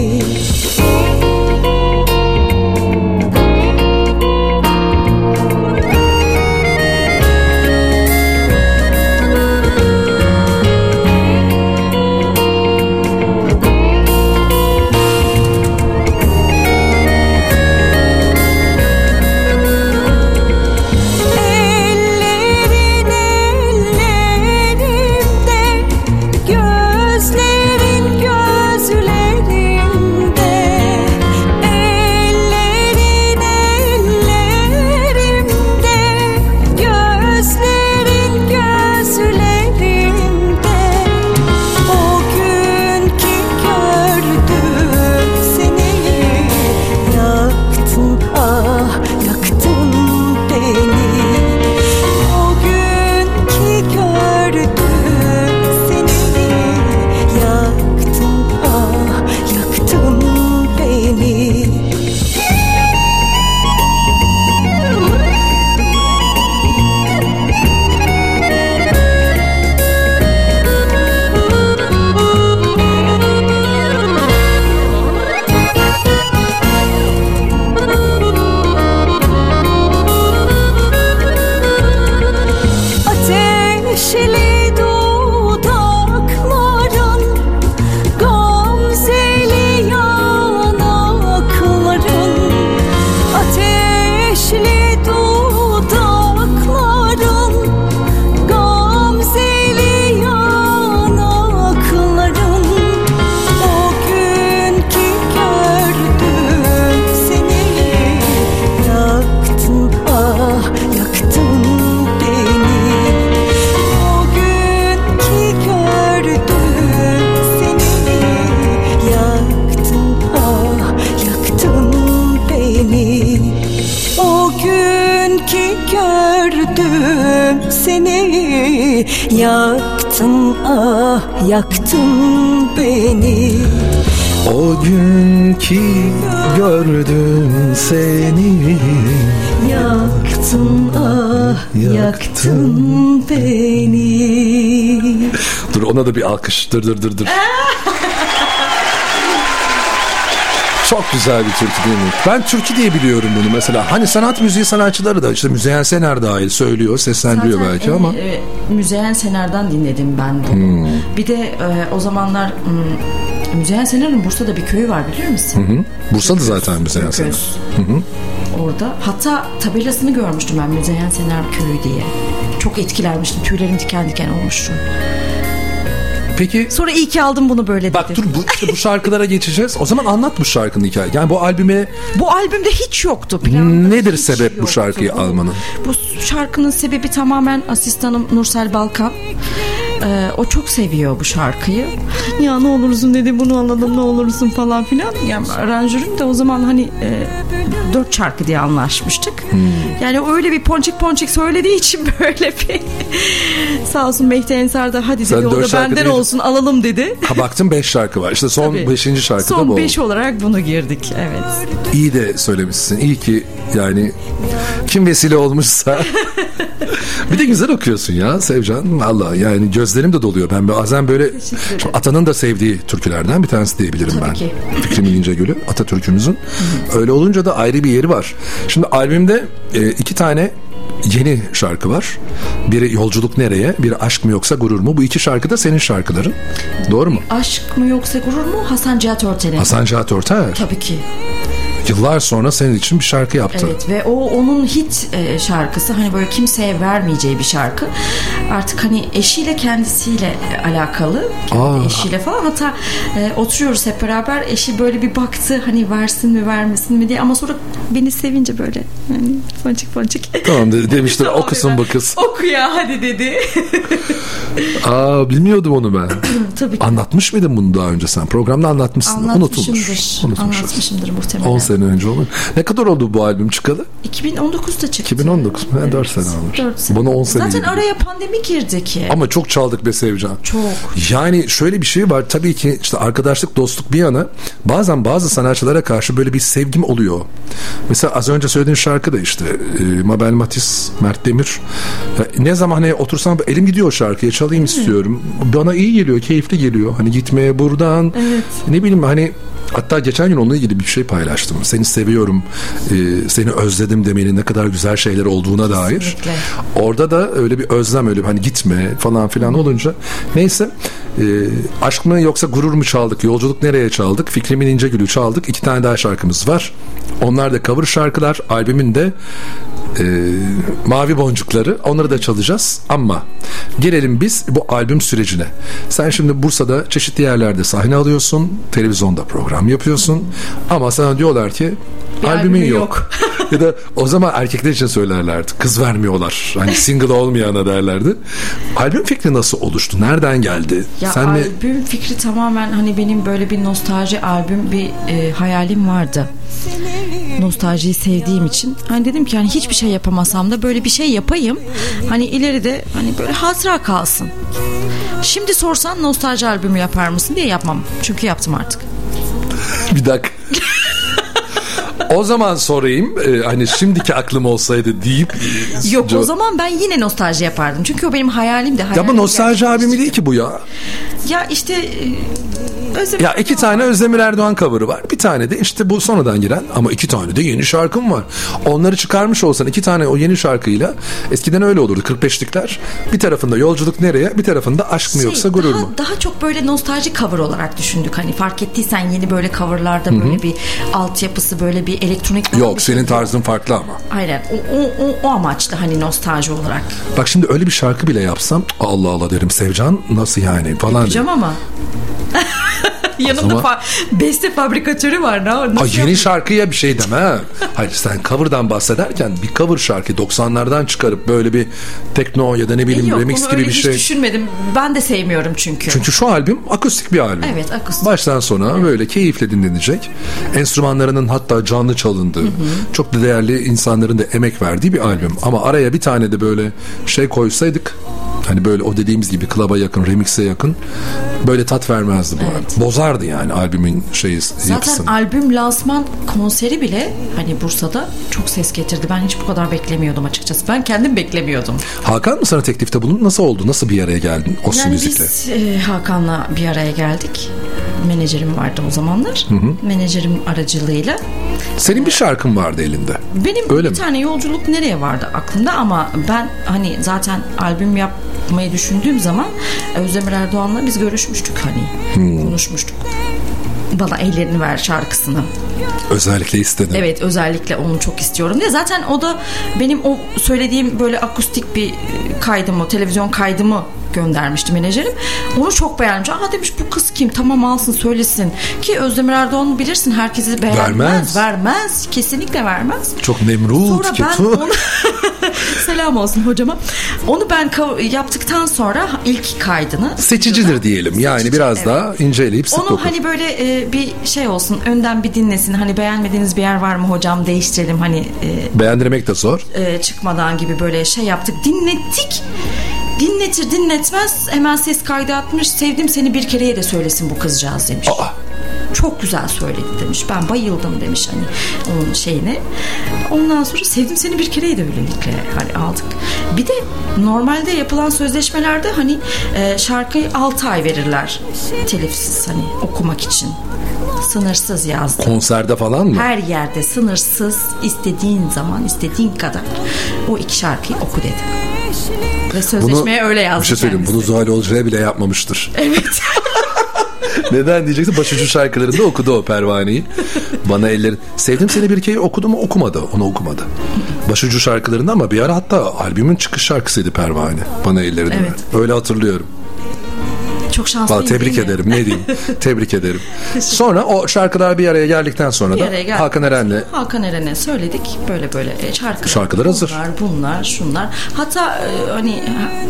[SPEAKER 1] seni. Yaktın ah yaktın beni.
[SPEAKER 2] O gün ki gördüm seni.
[SPEAKER 1] Yaktın ah yaktın beni.
[SPEAKER 2] Dur ona da bir alkış. Dur dur dur dur. Çok güzel bir türkü değil mi? Ben türkü diye biliyorum bunu mesela. Hani sanat müziği sanatçıları da işte Müzeyyen Sener dahil söylüyor, seslendiriyor
[SPEAKER 3] zaten
[SPEAKER 2] belki
[SPEAKER 3] e,
[SPEAKER 2] ama.
[SPEAKER 3] E, Müzeyyen Sener'den dinledim ben bunu. Hmm. Bir de e, o zamanlar hmm, Müzeyyen Sener'in Bursa'da bir köyü var biliyor musun?
[SPEAKER 2] Hı hı. Bursa'da zaten Müzeyyen Sener. Hı hı.
[SPEAKER 3] Orada. Hatta tabelasını görmüştüm ben Müzeyyen Sener köyü diye. Çok etkilenmiştim. Tüylerim diken diken olmuştu.
[SPEAKER 2] Peki.
[SPEAKER 3] Sonra iyi ki aldım bunu böyle dedi.
[SPEAKER 2] Bak dur bu, işte bu şarkılara geçeceğiz. O zaman anlat bu şarkının hikayesi. Yani bu albüme...
[SPEAKER 3] Bu albümde hiç yoktu. Planda
[SPEAKER 2] nedir
[SPEAKER 3] hiç
[SPEAKER 2] sebep
[SPEAKER 3] yoktu.
[SPEAKER 2] bu şarkıyı
[SPEAKER 3] bu,
[SPEAKER 2] almanın?
[SPEAKER 3] Bu şarkının sebebi tamamen asistanım Nursel Balkan. Ee, o çok seviyor bu şarkıyı. Ya ne olursun dedi bunu alalım ne olursun falan filan. Yani aranjörüm de o zaman hani e, dört şarkı diye anlaşmıştık. Hmm. Yani öyle bir ponçik ponçik söylediği için böyle bir sağ olsun Mehdi Ensar da hadi dedi o da benden değil. Olsun alalım dedi.
[SPEAKER 2] Ha baktım beş şarkı var. İşte son tabii. beşinci şarkı
[SPEAKER 3] son
[SPEAKER 2] da bu.
[SPEAKER 3] Son beş olarak bunu girdik. Evet.
[SPEAKER 2] İyi de söylemişsin. İyi ki yani kim vesile olmuşsa. Bir de güzel okuyorsun ya Sevcan. Vallahi yani gözlerim de doluyor. Ben bazen böyle Atanın da sevdiği türkülerden bir tanesi diyebilirim tabii ben. Ki. Fikrim İncegül'ü Atatürk'ümüzün. Öyle olunca da ayrı bir yeri var. Şimdi albümde e, iki tane yeni şarkı var. Biri Yolculuk Nereye, biri Aşk mı Yoksa Gurur mu? Bu iki şarkı da senin şarkıların. Doğru mu?
[SPEAKER 3] Aşk mı Yoksa Gurur mu? Hasan Cihat Örter'in.
[SPEAKER 2] Hasan Cihat Örter.
[SPEAKER 3] Tabii ki.
[SPEAKER 2] Yıllar sonra senin için bir şarkı yaptı.
[SPEAKER 3] Evet ve o onun hit e, şarkısı hani böyle kimseye vermeyeceği bir şarkı. Artık hani eşiyle kendisiyle e, alakalı. Kendi eşiyle falan. Hatta e, oturuyoruz hep beraber. Eşi böyle bir baktı hani versin mi vermesin mi diye ama sonra beni sevince böyle yani ponçik ponçik.
[SPEAKER 2] Tamam de, demiştir tamam, okusun bu kız.
[SPEAKER 3] Oku ya hadi dedi.
[SPEAKER 2] Aa bilmiyordum onu ben.
[SPEAKER 3] Tabii ki.
[SPEAKER 2] Anlatmış mıydın bunu daha önce sen? Programda anlatmışsın.
[SPEAKER 3] Unutulmuş. Anlatmışımdır muhtemelen.
[SPEAKER 2] on sene önce olur. Ne kadar oldu bu albüm çıkalı?
[SPEAKER 3] iki bin on dokuzda çıktı.
[SPEAKER 2] iki bin on dokuz mu? Evet. dört sene olmuş.
[SPEAKER 3] dört sene.
[SPEAKER 2] Bana on sene
[SPEAKER 3] zaten
[SPEAKER 2] gibi.
[SPEAKER 3] Araya pandemi girdi ki.
[SPEAKER 2] Ama çok çaldık be Sevcan.
[SPEAKER 3] Çok.
[SPEAKER 2] Yani şöyle bir şey var. Tabii ki işte arkadaşlık, dostluk bir yana bazen bazı sanatçılara karşı böyle bir sevgim oluyor. Mesela az önce söylediğin şarkı da işte e, Mabel Matiz, Mert Demir. Ya, ne zaman hani otursam elim gidiyor o şarkıya çalayım istiyorum. Bana iyi geliyor, keyifli geliyor. Hani gitmeye buradan.
[SPEAKER 3] Evet.
[SPEAKER 2] Ne bileyim hani hatta geçen gün onunla ilgili bir şey paylaştım. Seni seviyorum, e, seni özledim demenin ne kadar güzel şeyler olduğuna dair. Kesinlikle. Orada da öyle bir özlem, öyle bir hani gitme falan filan olunca. Neyse, e, Aşk mı Yoksa Gurur mu çaldık, Yolculuk Nereye çaldık, Fikrimin İncegül'ü çaldık. İki tane daha şarkımız var. Onlar da cover şarkılar. Albümün de e, Mavi Boncukları. Onları da çalacağız. Ama gelelim biz bu albüm sürecine. Sen şimdi Bursa'da çeşitli yerlerde sahne alıyorsun. Televizyonda program yapıyorsun. Ama sana diyorlar ki bir albümün yok. yok. Ya da o zaman erkekler için söylerlerdi. Kız vermiyorlar. Hani single olmayana derlerdi. Albüm fikri nasıl oluştu? Nereden geldi?
[SPEAKER 3] Ya
[SPEAKER 2] Sen
[SPEAKER 3] albüm
[SPEAKER 2] ne...
[SPEAKER 3] fikri tamamen hani benim böyle bir nostalji albüm bir e, hayalim vardı. Nostaljiyi sevdiğim için hani dedim ki hani hiçbir şey yapamasam da böyle bir şey yapayım. Hani ileride hani böyle hatıra kalsın. Şimdi sorsan nostalji albümü yapar mısın diye yapmam. Çünkü yaptım artık.
[SPEAKER 2] Bir dakika. O zaman sorayım e, hani şimdiki aklım olsaydı deyip
[SPEAKER 3] e, yok co- o zaman ben yine nostalji yapardım çünkü o benim hayalimdi.
[SPEAKER 2] Ya bu nostalji albümü değil ki bu ya.
[SPEAKER 3] Ya işte e,
[SPEAKER 2] Özdemir ya iki tane Özdemir Erdoğan cover'ı var. Bir tane de işte bu sonradan giren ama iki tane de yeni şarkım var. Onları çıkarmış olsan iki tane o yeni şarkıyla eskiden öyle olurdu kırk beşlikler. Bir tarafında Yolculuk Nereye, bir tarafında Aşk mı şey, Yoksa Gurur
[SPEAKER 3] daha,
[SPEAKER 2] mu?
[SPEAKER 3] Daha çok böyle nostalji cover olarak düşündük. Hani fark ettiysen yeni böyle cover'larda böyle Hı-hı. bir altyapısı böyle bir elektronik.
[SPEAKER 2] Yok senin şey tarzın farklı ama.
[SPEAKER 3] Aynen o, o, o, o amaçlı hani nostalji olarak.
[SPEAKER 2] Bak şimdi öyle bir şarkı bile yapsam Allah Allah derim Sevcan nasıl yani falan.
[SPEAKER 3] Yapacağım ama. Yanımda fa- beste fabrikatörü var. Ne,
[SPEAKER 2] Aa, yeni şarkıya bir şey deme ha. Hayır, sen cover'dan bahsederken bir cover şarkı doksanlardan çıkarıp böyle bir tekno ya da ne bileyim
[SPEAKER 3] Yok,
[SPEAKER 2] remix gibi bir
[SPEAKER 3] hiç
[SPEAKER 2] şey.
[SPEAKER 3] Düşünmedim. Ben de sevmiyorum çünkü.
[SPEAKER 2] Çünkü şu albüm akustik bir albüm.
[SPEAKER 3] Evet, akustik.
[SPEAKER 2] Baştan sona evet. böyle keyifle dinlenecek. Enstrümanlarının hatta canlı çalındığı, hı hı. çok da değerli insanların da emek verdiği bir albüm. Ama araya bir tane de böyle şey koysaydık, hani böyle o dediğimiz gibi club'a yakın, remix'e yakın, böyle tat vermezdi bu evet. albüm. Bozardı yani albümün şeyi,
[SPEAKER 3] zaten
[SPEAKER 2] yapısını.
[SPEAKER 3] Albüm lansman konseri bile hani Bursa'da çok ses getirdi. Ben hiç bu kadar beklemiyordum açıkçası. Ben kendim beklemiyordum.
[SPEAKER 2] Hakan mı sana teklifte bulundu? Nasıl oldu? Nasıl bir araya geldin Osu
[SPEAKER 3] yani
[SPEAKER 2] Müzik'le?
[SPEAKER 3] Biz e, Hakan'la bir araya geldik. Menajerim vardı o zamanlar. Hı hı. Menajerim aracılığıyla.
[SPEAKER 2] Senin bir şarkın vardı elinde.
[SPEAKER 3] Benim
[SPEAKER 2] öyle
[SPEAKER 3] bir
[SPEAKER 2] mi?
[SPEAKER 3] tane Yolculuk Nereye vardı aklımda ama ben hani zaten albüm yapmayı düşündüğüm zaman Özdemir Erdoğan'la biz görüşmüştük hani. Hmm. Konuşmuştuk. Bana Ellerini Ver şarkısını.
[SPEAKER 2] Özellikle istedim.
[SPEAKER 3] Evet, özellikle onu çok istiyorum diye. Zaten o da benim o söylediğim böyle akustik bir kaydımı, televizyon kaydımı göndermişti menajerim. Onu çok beğenmiş. Aa demiş, bu kız kim? Tamam, alsın söylesin. Ki Özdemir Erdoğan bilirsin, herkesi beğenmez.
[SPEAKER 2] Vermez.
[SPEAKER 3] Vermez. Kesinlikle vermez.
[SPEAKER 2] Çok nemrut.
[SPEAKER 3] Sonra ben onu selam olsun hocama. Onu ben yaptıktan sonra ilk kaydını
[SPEAKER 2] seçicidir diyelim. Yani seçici, biraz evet. daha inceleyip sık
[SPEAKER 3] onu
[SPEAKER 2] okur.
[SPEAKER 3] Hani böyle e, bir şey olsun. Önden bir dinlesin. Hani beğenmediğiniz bir yer var mı hocam? Değiştirelim. Hani e,
[SPEAKER 2] beğendirmek de zor.
[SPEAKER 3] E, çıkmadan gibi böyle şey yaptık. Dinlettik. Dinletir dinletmez hemen ses kaydı atmış. Sevdim seni bir kereye de söylesin bu kızcağız demiş.
[SPEAKER 2] Aa.
[SPEAKER 3] Çok güzel söyledi demiş. Ben bayıldım demiş hani onun şeyine. Ondan sonra sevdim seni bir kereye de öylelikle hani aldık. Bir de normalde yapılan sözleşmelerde hani e, şarkıyı altı ay verirler telifsiz hani okumak için. Sınırsız yazdı.
[SPEAKER 2] Konserde falan mı?
[SPEAKER 3] Her yerde sınırsız, istediğin zaman istediğin kadar o iki şarkıyı oku dedi. Ve sözleşmeye bunu, öyle yazdı.
[SPEAKER 2] Bir şey söyleyeyim,
[SPEAKER 3] kendisi.
[SPEAKER 2] bunu Zuhal Olcay'a bile yapmamıştır.
[SPEAKER 3] Evet.
[SPEAKER 2] Neden diyeceksin? Başucu şarkılarında okudu o pervaneyi. Bana ellerin... Sevdim seni bir kere okudu mu? Okumadı. Onu okumadı. Başucu şarkılarında ama bir ara hatta albümün çıkış şarkısıydı Pervane. Bana ellerini evet. ver. Öyle hatırlıyorum.
[SPEAKER 3] Çok şanslıyım.
[SPEAKER 2] Vallahi tebrik ederim. Ne diyeyim? Tebrik ederim. Sonra o şarkılar bir araya geldikten sonra da Hakan Eren'le
[SPEAKER 3] Hakan Eren'e söyledik. Böyle böyle şarkılar.
[SPEAKER 2] Şarkılar hazır.
[SPEAKER 3] Bunlar, bunlar, şunlar. Hatta hani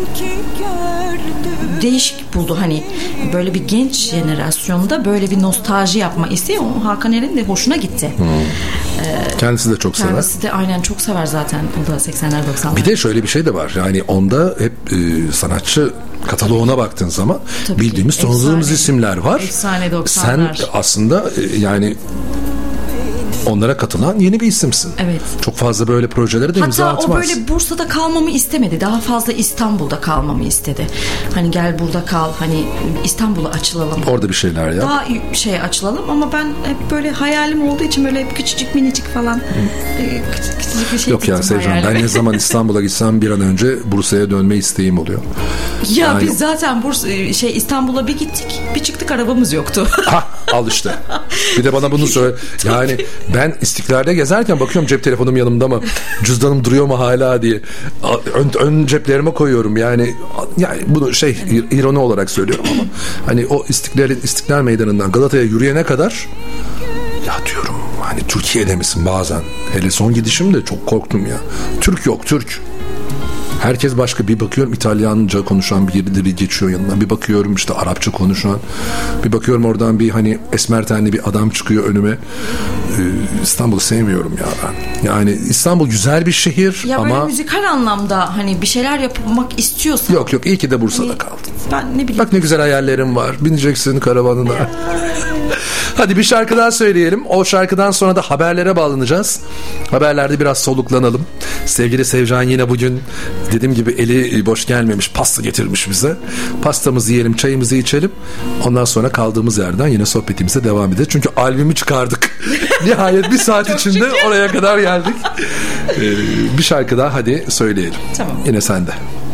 [SPEAKER 3] değişik buldu hani böyle bir genç jenerasyonda böyle bir nostalji yapma isteği o Hakan Eren'in de hoşuna gitti. Hmm.
[SPEAKER 2] Ee, kendisi de çok
[SPEAKER 3] kendisi
[SPEAKER 2] sever.
[SPEAKER 3] Kendisi de aynen çok sever zaten. O da seksenler doksanlar.
[SPEAKER 2] Bir de şöyle bir şey de var. Yani onda hep e, sanatçı kataloğuna baktığın zaman tabii bildiğimiz, tanıdığımız isimler var.
[SPEAKER 3] Efsane doksanlar.
[SPEAKER 2] Sen aslında e, yani onlara katılan yeni bir isimsin.
[SPEAKER 3] Evet.
[SPEAKER 2] Çok fazla böyle projelere de
[SPEAKER 3] hatta
[SPEAKER 2] imza atmaz.
[SPEAKER 3] Hatta o böyle Bursa'da kalmamı istemedi. Daha fazla İstanbul'da kalmamı istedi. Hani gel burada kal. Hani İstanbul'a açılalım.
[SPEAKER 2] Orada bir şeyler yap.
[SPEAKER 3] Daha şey açılalım ama ben hep böyle hayalim olduğu için böyle hep küçücük minicik falan e, küçük, küçücük bir şey.
[SPEAKER 2] Yok ya Sevcan, ben ne zaman İstanbul'a gitsem bir an önce Bursa'ya dönme isteğim oluyor.
[SPEAKER 3] Ya
[SPEAKER 2] yani...
[SPEAKER 3] biz zaten Bursa şey İstanbul'a bir gittik. Bir çıktık arabamız yoktu.
[SPEAKER 2] Ha, al işte. Bir de bana bunu söyle. Yani ben İstiklal'de gezerken bakıyorum cep telefonum yanımda mı? Cüzdanım duruyor mu hala diye. Ön, ön ceplerime koyuyorum. Yani yani bunu şey ironi olarak söylüyorum ama hani o İstiklal'in İstiklal Meydanı'ndan Galata'ya yürüyene kadar ya diyorum hani Türkiye'de misin bazen? Hele son gidişimde çok korktum ya. Türk yok, Türk. Herkes başka, bir bakıyorum İtalyanca konuşan birileri geçiyor yanından, bir bakıyorum işte Arapça konuşan, bir bakıyorum oradan bir hani esmer tenli bir adam çıkıyor önüme. Ee, İstanbul'u sevmiyorum ya ben. Yani İstanbul güzel bir şehir
[SPEAKER 3] ya
[SPEAKER 2] ama...
[SPEAKER 3] Ya böyle müzikal anlamda hani bir şeyler yapmak istiyorsan...
[SPEAKER 2] Yok yok, iyi ki de Bursa'da hani, kaldın.
[SPEAKER 3] Ben ne bileyim.
[SPEAKER 2] Bak ne güzel hayallerim var. Bineceksin karavanına. Hadi bir şarkı daha söyleyelim. O şarkıdan sonra da haberlere bağlanacağız. Haberlerde biraz soluklanalım. Sevgili Sevcan yine bugün dediğim gibi eli boş gelmemiş, pasta getirmiş bize. Pastamızı yiyelim, çayımızı içelim. Ondan sonra kaldığımız yerden yine sohbetimize devam edeceğiz. Çünkü albümü çıkardık. Nihayet bir saat içinde şükür. Oraya kadar geldik. Ee, bir şarkı daha hadi söyleyelim.
[SPEAKER 3] Tamam.
[SPEAKER 2] Yine sende.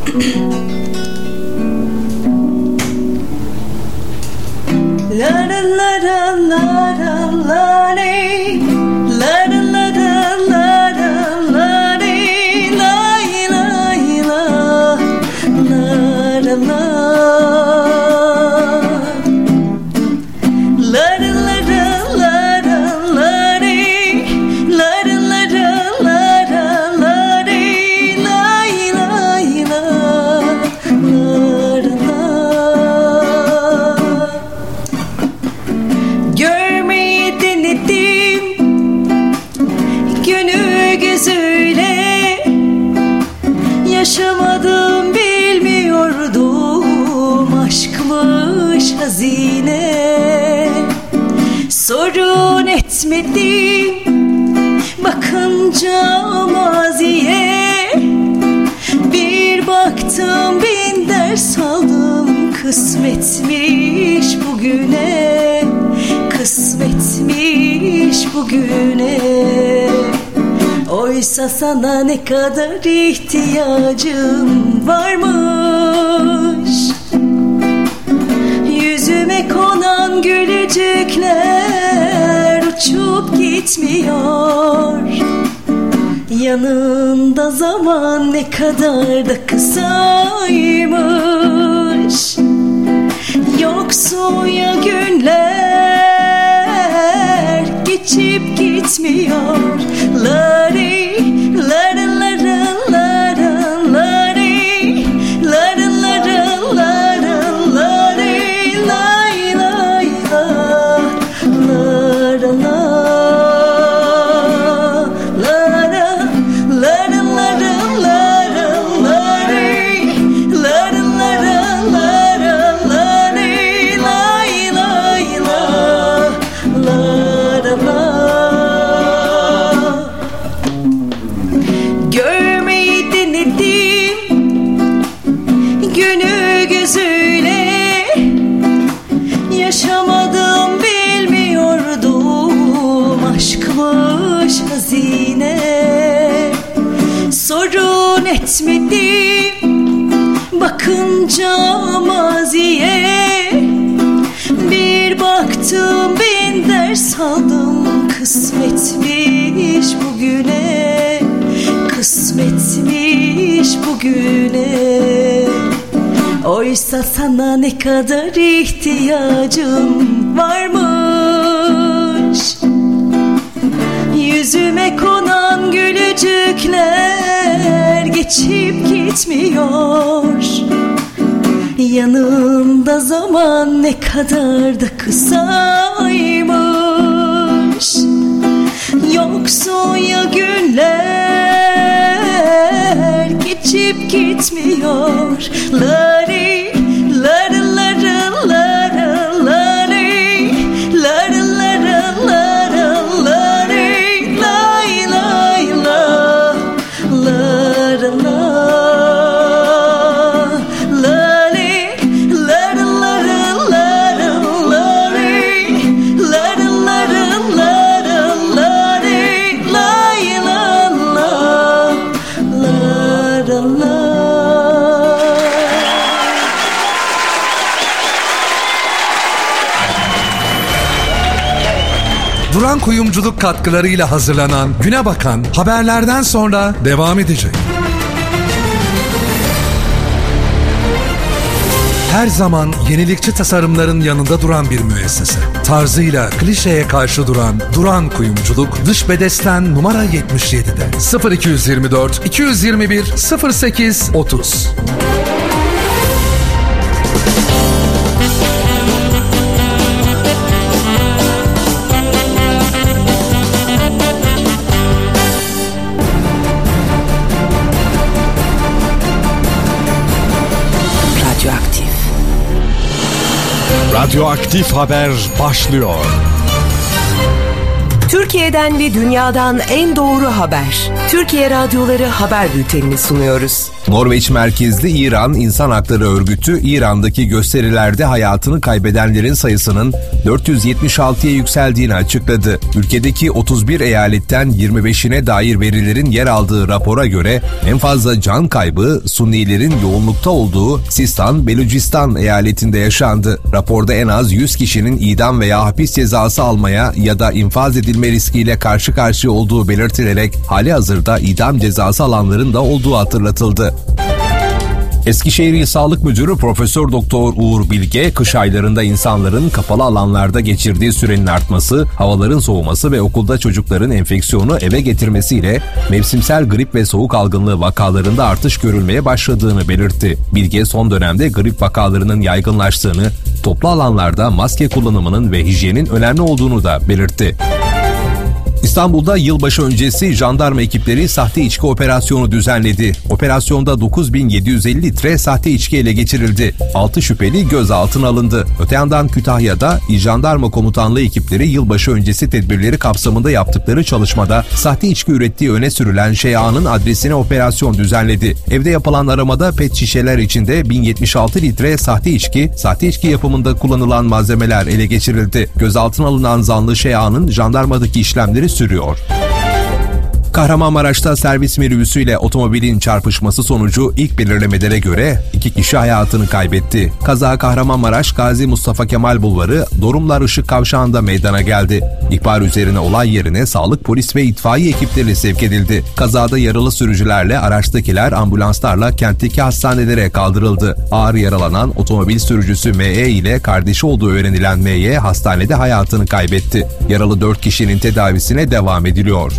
[SPEAKER 1] La la la la la la la la la la la la la la la la etmedim bakınca maziye, bir baktım bin ders aldım, kısmetmiş bugüne, kısmetmiş bugüne. Oysa sana ne kadar ihtiyacım varmış, yüzüme konan gülücükler uçup gitmiyor. Yanında zaman ne kadar da kısaymış, yoksun ya günler geçip gitmiyor. Lari, lari, lari, lari, lari, lari, lari, lari, lari, lay, lay, la, la, la. Sorun etmedim bakınca maziye, bir baktım bin ders aldım, kısmetmiş bugüne, kısmetmiş bugüne. Oysa sana ne kadar ihtiyacım varmış, yüzüme konan gülücükler geçip gitmiyor. Yanında zaman ne kadar da kısaymış, yoksun ya günler geçip gitmiyor. Lari, lari, lari, lari, lari, lari, lari, lari, lari, lay, lay, la, lari, la.
[SPEAKER 4] Duran Kuyumculuk katkılarıyla hazırlanan Güne Bakan haberlerden sonra devam edecek. Her zaman yenilikçi tasarımların yanında duran bir müessese. Tarzıyla klişeye karşı duran Duran Kuyumculuk dış bedesten numara yetmiş yedide. sıfır iki yirmi dört iki yüz yirmi bir sıfır sekiz otuz.
[SPEAKER 11] Radyoaktif haber başlıyor.
[SPEAKER 12] Türkiye'den ve dünyadan en doğru haber. Türkiye Radyoları haber bültenini sunuyoruz.
[SPEAKER 13] Norveç merkezli İran İnsan Hakları Örgütü, İran'daki gösterilerde hayatını kaybedenlerin sayısının dört yüz yetmiş altıya yükseldiğini açıkladı. Ülkedeki otuz bir eyaletten yirmi beşine dair verilerin yer aldığı rapora göre en fazla can kaybı Sunnilerin yoğunlukta olduğu Sistan, Belucistan eyaletinde yaşandı. Raporda en az yüz kişinin idam veya hapis cezası almaya ya da infaz edilme riskiyle karşı karşıya olduğu belirtilerek halihazırda idam cezası alanların da olduğu hatırlatıldı. Eskişehir İl Sağlık Müdürü Profesör Doktor Uğur Bilge, kış aylarında insanların kapalı alanlarda geçirdiği sürenin artması, havaların soğuması ve okulda çocukların enfeksiyonu eve getirmesiyle mevsimsel grip ve soğuk algınlığı vakalarında artış görülmeye başladığını belirtti. Bilge, son dönemde grip vakalarının yaygınlaştığını, toplu alanlarda maske kullanımının ve hijyenin önemli olduğunu da belirtti. İstanbul'da yılbaşı öncesi jandarma ekipleri sahte içki operasyonu düzenledi. Operasyonda dokuz bin yedi yüz elli litre sahte içki ele geçirildi. altı şüpheli gözaltına alındı. Öte yandan Kütahya'da İl Jandarma Komutanlığı ekipleri yılbaşı öncesi tedbirleri kapsamında yaptıkları çalışmada sahte içki ürettiği öne sürülen Ş A'nın adresine operasyon düzenledi. Evde yapılan aramada pet şişeler içinde bin yetmiş altı litre sahte içki, sahte içki yapımında kullanılan malzemeler ele geçirildi. Gözaltına alınan zanlı Ş A'nın jandarmadaki işlemleri sürüyor. Kahramanmaraş'ta servis minibüsüyle otomobilin çarpışması sonucu ilk belirlemelere göre iki kişi hayatını kaybetti. Kaza Kahramanmaraş Gazi Mustafa Kemal Bulvarı Dorumlar Işık Kavşağı'nda meydana geldi. İhbar üzerine olay yerine sağlık, polis ve itfaiye ekipleri sevk edildi. Kazada yaralı sürücülerle araçtakiler ambulanslarla kentteki hastanelere kaldırıldı. Ağır yaralanan otomobil sürücüsü M E ile kardeşi olduğu öğrenilen M Y hastanede hayatını kaybetti. Yaralı dört kişinin tedavisine devam ediliyor.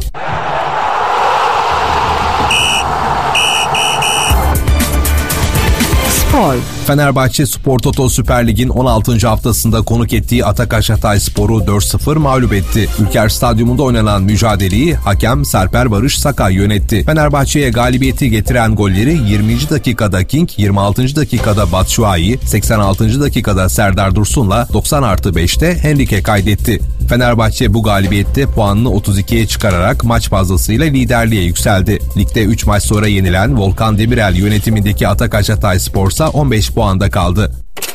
[SPEAKER 8] Spor.
[SPEAKER 13] Fenerbahçe Spor Toto Süper Lig'in on altıncı haftasında konuk ettiği Atakaş Hatayspor'u dört sıfır mağlup etti. Ülker Stadyumunda oynanan mücadeleyi hakem Serper Barış Sakay yönetti. Fenerbahçe'ye galibiyeti getiren golleri yirminci dakikada King, yirmi altıncı dakikada Batshuayi, seksen altıncı dakikada Serdar Dursun'la doksan artı beşte Henrique kaydetti. Fenerbahçe bu galibiyette puanını otuz ikiye çıkararak maç fazlasıyla liderliğe yükseldi. Ligde üç maç sonra yenilen Volkan Demirel yönetimindeki Atakaş Hatayspor ise on beş puanda kaldı.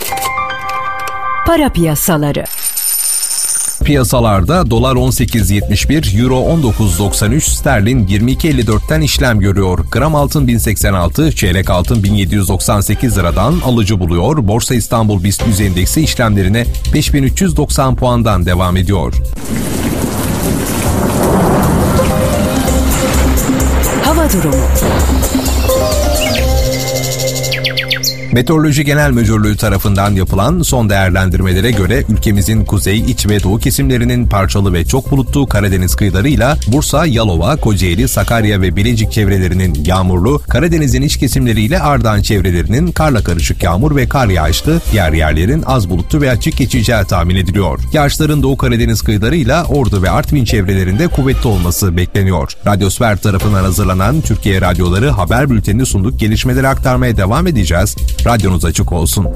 [SPEAKER 8] Para piyasaları.
[SPEAKER 13] Piyasalarda dolar on sekiz yetmiş bir, euro on dokuz doksan üç, sterlin yirmi iki elli dörtten işlem görüyor. Gram altın bin seksen altı, çeyrek altın bin yedi yüz doksan sekiz liradan alıcı buluyor. Borsa İstanbul BIST yüz endeksi işlemlerine beş bin üç yüz doksan puandan devam ediyor.
[SPEAKER 8] Hava durumu.
[SPEAKER 13] Meteoroloji Genel Müdürlüğü tarafından yapılan son değerlendirmelere göre ülkemizin kuzey, iç ve doğu kesimlerinin parçalı ve çok bulutlu Karadeniz kıyılarıyla Bursa, Yalova, Kocaeli, Sakarya ve Bilecik çevrelerinin yağmurlu, Karadeniz'in iç kesimleriyle Ardahan çevrelerinin karla karışık yağmur ve kar yağışlı, diğer yerlerin az bulutlu ve açık geçeceği tahmin ediliyor. Yağışların Doğu Karadeniz kıyılarıyla Ordu ve Artvin çevrelerinde kuvvetli olması bekleniyor. Radyosfer tarafından hazırlanan Türkiye Radyoları haber bültenini sunduk. Gelişmeleri aktarmaya devam edeceğiz. Radyonuz açık olsun.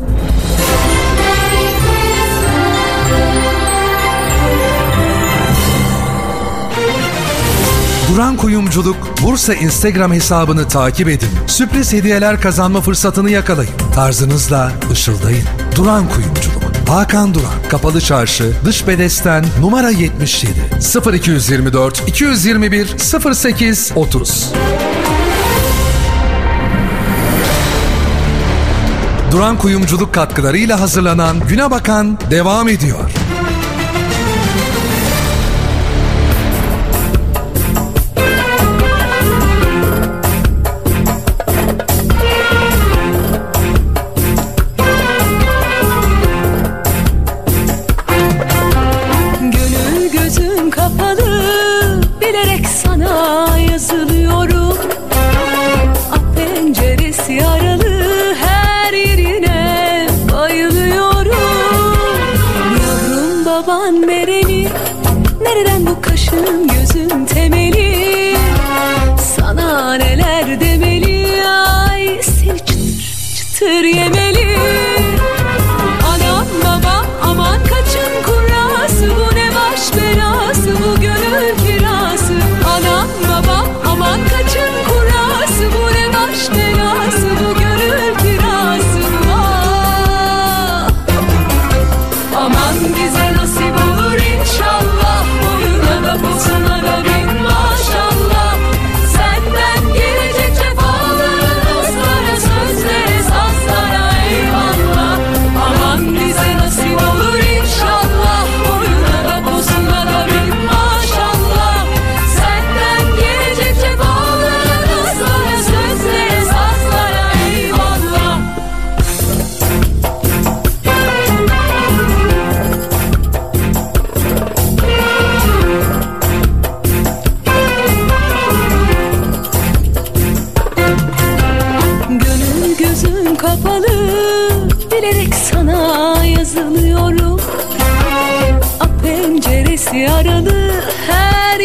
[SPEAKER 4] Duran Kuyumculuk Bursa Instagram hesabını takip edin. Sürpriz hediyeler kazanma fırsatını yakalayın. Tarzınızla ışıldayın. Duran Kuyumculuk. Hakan Duran, Kapalı Çarşı, Dış Bedesten, numara yetmiş yedi, sıfır iki yüz yirmi dört iki yüz yirmi bir sıfır sekiz otuz. Duran Kuyumculuk katkılarıyla hazırlanan Güne Bakan devam ediyor.
[SPEAKER 1] Gönül gözüm kapalı, bilerek sana yazılıyorum. Ah penceresi aralı, her yerine bayılıyorum. Yavrum baban nereli, nereden bu kaşın gözün temeli? Sana neler demeli, ay seni çıtır çıtır yemeli. Anam babam aman kaçın kurası, bu ne baş belası, bu gönül kirası. Anam babam aman kaçın kurası, bu ne baş belası, bu gönül kirası. Ah. Aman bize nasip olur inşallah, boyuna da posuna da bin maşallah. Senden gelecek cefalara, dostlara, sözlere, sazlara eyvallah.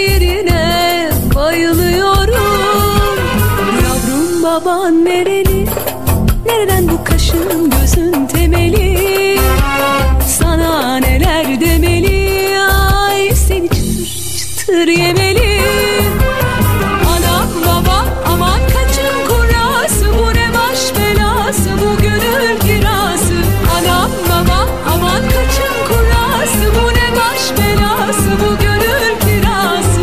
[SPEAKER 10] şiirine bayılıyorum. Yavrum baban nereli? Nereden bu kaşın gözün temeli? Sana neler demeli? Ay seni çıtır çıtır yemeli. Anam babam aman kaçın kurası, bu ne baş belası, bu gönül kirası. Anam babam aman kaçın kurası, bu ne baş belası, bu gönül kirası.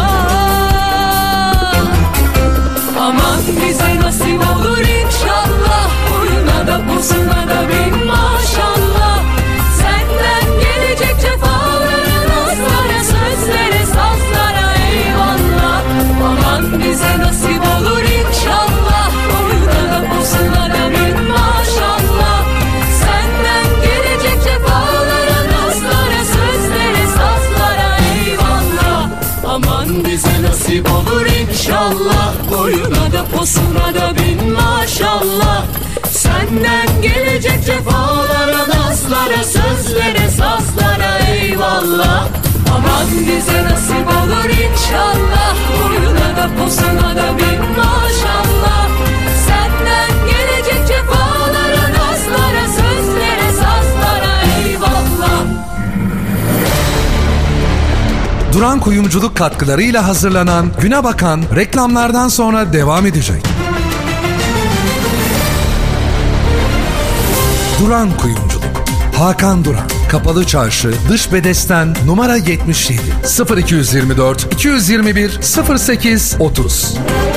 [SPEAKER 10] Vay. Aman bize nasip olur inşallah, oyuna da bozuna da bin maşallah. Senden gelecek cefalara, nazlara, sözlere, sazlara eyvallah. Aman bize nasip olur inşallah, oyuna da bozuna da bin maşallah. Senden gelecek cefalara, nazlara, sözlere, sazlara eyvallah. Aman bize nasip olur inşallah, boyuna da posuna da bin maşallah. Senden gelecek cefalara, nazlara, sözlere, sazlara eyvallah. Aman bize nasip olur inşallah, boyuna da posuna da bin maşallah. Senden gelecek cefalara, nazlara, sözlere, sazlara eyvallah.
[SPEAKER 4] Duran Kuyumculuk katkılarıyla hazırlanan Güne Bakan reklamlardan sonra devam edecek. Duran Kuyumculuk, Hakan Duran, Kapalı Çarşı, Dış Bedesten numara yetmiş yedi, sıfır iki yüz yirmi dört iki yüz yirmi bir sıfır sekiz otuz.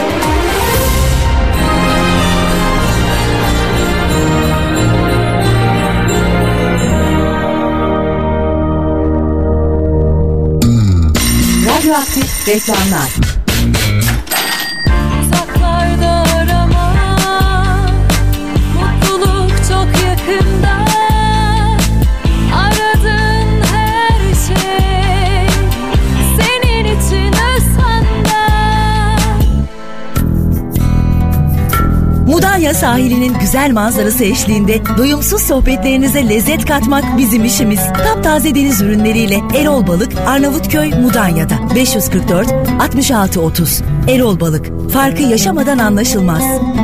[SPEAKER 5] Radyoaktif reklamlar.
[SPEAKER 10] Uzaklarda arama, mutluluk çok yakında. Aradığın her şey senin için Özhan'da.
[SPEAKER 1] Mudanya sahilinin güzel manzarası eşliğinde doyumsuz sohbetlerinize lezzet katmak bizim işimiz. Taptaze deniz ürünleriyle Erol Balık, Arnavutköy, Mudanya'da. beş yüz kırk dört altmış altı otuz. Erol Balık, farkı yaşamadan anlaşılmaz.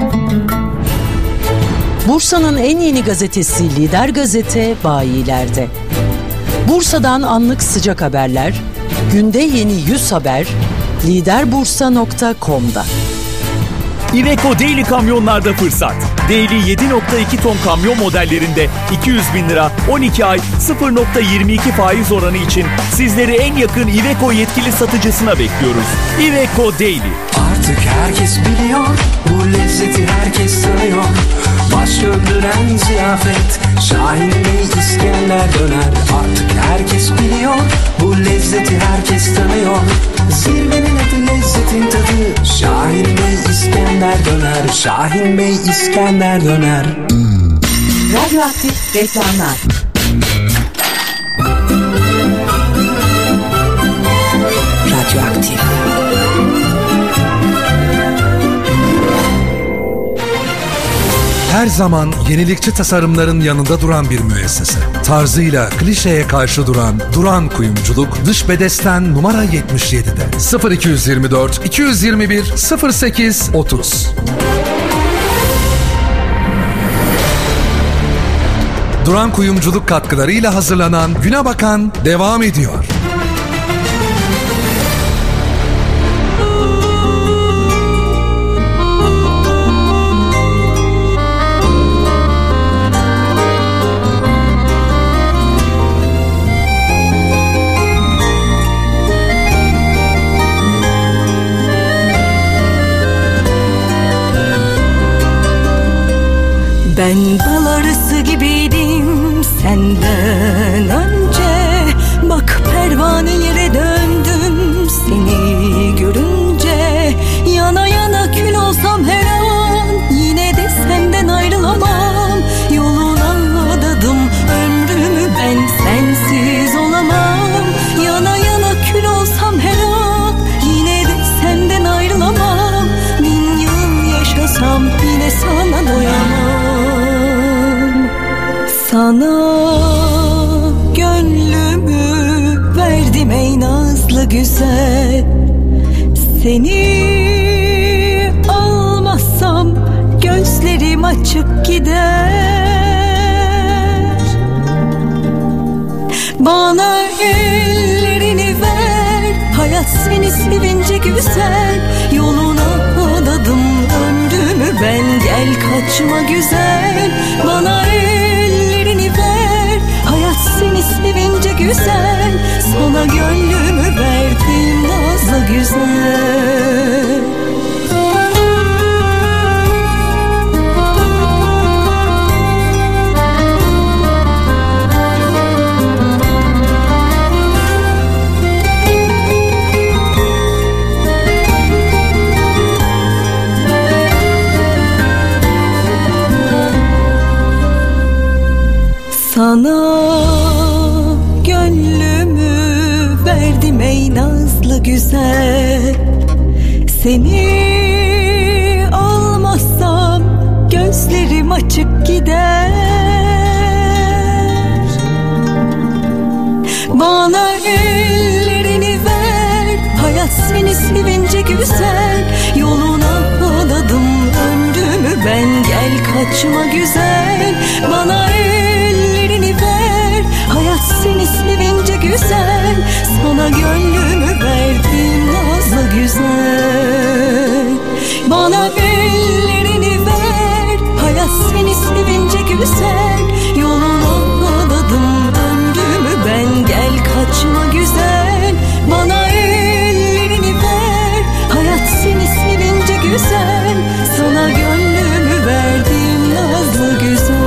[SPEAKER 8] Bursa'nın en yeni gazetesi Lider Gazete bayilerde. Bursa'dan anlık sıcak haberler, günde yeni yüz haber, liderbursa nokta com'da.
[SPEAKER 7] Iveco Daily kamyonlarda fırsat. Daily yedi nokta iki ton kamyon modellerinde iki yüz bin lira, on iki ay sıfır nokta yirmi iki faiz oranı için sizleri en yakın Iveco yetkili satıcısına bekliyoruz. Iveco Daily.
[SPEAKER 14] Artık herkes biliyor, bu lezzeti herkes tanıyor. Baş döndüren ziyafet, Şahin Bey İskender döner. Artık herkes biliyor, bu lezzeti herkes tanıyor. Zirvenin adı, lezzetin tadı, Şahin Bey İskender döner. Şahin Bey İskender döner.
[SPEAKER 5] Hmm. Radyoaktif reklamlar. Radyoaktif.
[SPEAKER 4] Her zaman yenilikçi tasarımların yanında duran bir müessese. Tarzıyla klişeye karşı duran Duran Kuyumculuk, Dış Bedesten numara yetmiş yedide. sıfır iki yüz yirmi dört iki yüz yirmi bir sıfır sekiz otuz. Duran Kuyumculuk katkılarıyla hazırlanan Güne Bakan devam ediyor.
[SPEAKER 1] Ben bal arısı gibiydim senden önce. Bak pervanelere döndüm seni görünce. Yana yana kül olsam her an, yine de senden ayrılamam. Yoluna adadım ömrümü, ben sensiz olamam. Yana yana kül olsam her an, yine de senden ayrılamam. Bin yıl yaşasam yine sana doyamam. Sana gönlümü verdim ey nazlı nazlı güzel. Seni almazsam gözlerim açık gider. Bana ellerini ver, hayat seni sevince güzel. Yoluna adadım ömrümü ben, gel kaçma güzel. Bana ellerini ver, hayat seni sevince güzel. Sana gönlümü verdim nazlı güzel. Sana gönlümü verdim ey nazlı güzel. Seni almazsam gözlerim açık gider. Bana ellerini ver, hayat seni sevince güzel. Yoluna adadım ömrümü ben, gel kaçma güzel. Bana ellerini ver, hayat seni sevince güzel. Sana gönlümü verdim nazlı güzel. Bana ellerini ver, hayat seni sevince güzel. Yoluna adadım ömrümü ben, gel kaçma güzel. Bana ellerini ver, hayat seni sevince güzel. Sana gönlümü verdim nazlı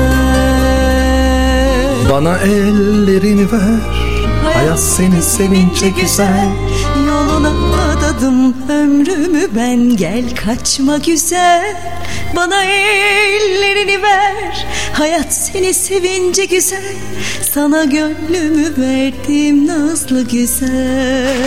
[SPEAKER 1] güzel.
[SPEAKER 2] Bana ellerini ver, hayat seni sevince güzel.
[SPEAKER 1] Yoluna adadım ömrümü ben, gel kaçma güzel. Bana ellerini ver, hayat seni sevince güzel. Sana gönlümü verdim nazlı güzel.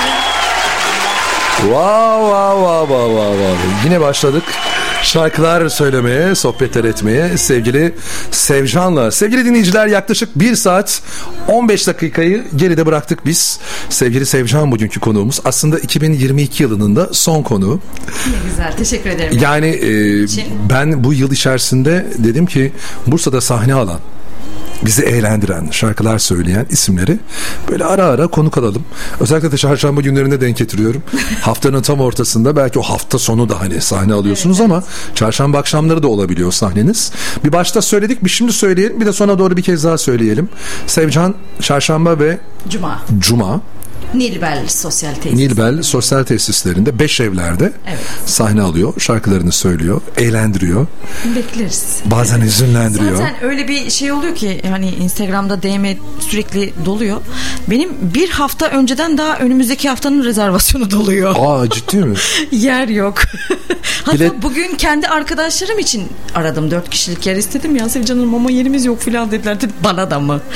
[SPEAKER 2] Wow, wow, wow, wow, wow, wow. Yine başladık şarkılar söylemeye, sohbetler etmeye sevgili Sevcan'la. Sevgili dinleyiciler, yaklaşık bir saat on beş dakikayı geride bıraktık biz. Sevgili Sevcan bugünkü konuğumuz. Aslında iki bin yirmi iki yılının da son konuğu.
[SPEAKER 3] Ne güzel, teşekkür ederim.
[SPEAKER 2] Yani e, ben bu yıl içerisinde dedim ki Bursa'da sahne alan, bizi eğlendiren, şarkılar söyleyen isimleri böyle ara ara konuk alalım. Özellikle de çarşamba günlerine denk getiriyorum. Haftanın tam ortasında, belki o hafta sonu da hani sahne alıyorsunuz, evet, ama çarşamba akşamları da olabiliyor sahneniz. Bir başta söyledik, bir şimdi söyleyelim, bir de sona doğru bir kez daha söyleyelim. Sevcan çarşamba ve
[SPEAKER 3] Cuma.
[SPEAKER 2] Cuma.
[SPEAKER 3] Nilbel Sosyal Tesis.
[SPEAKER 2] Nilbel Sosyal Tesislerinde, beş evlerde, evet, sahne alıyor, şarkılarını söylüyor, eğlendiriyor.
[SPEAKER 3] Bekleriz.
[SPEAKER 2] Bazen hüzünlendiriyor.
[SPEAKER 3] Zaten öyle bir şey oluyor ki hani Instagram'da D M sürekli doluyor. Benim bir hafta önceden daha önümüzdeki haftanın rezervasyonu doluyor.
[SPEAKER 2] Aa, ciddi mi?
[SPEAKER 3] Yer yok. Hatta
[SPEAKER 2] Bilet...
[SPEAKER 3] bugün kendi arkadaşlarım için aradım. Dört kişilik yer istedim ya Sevcan'ım, ama yerimiz yok filan dediler. Dedim, bana da mı?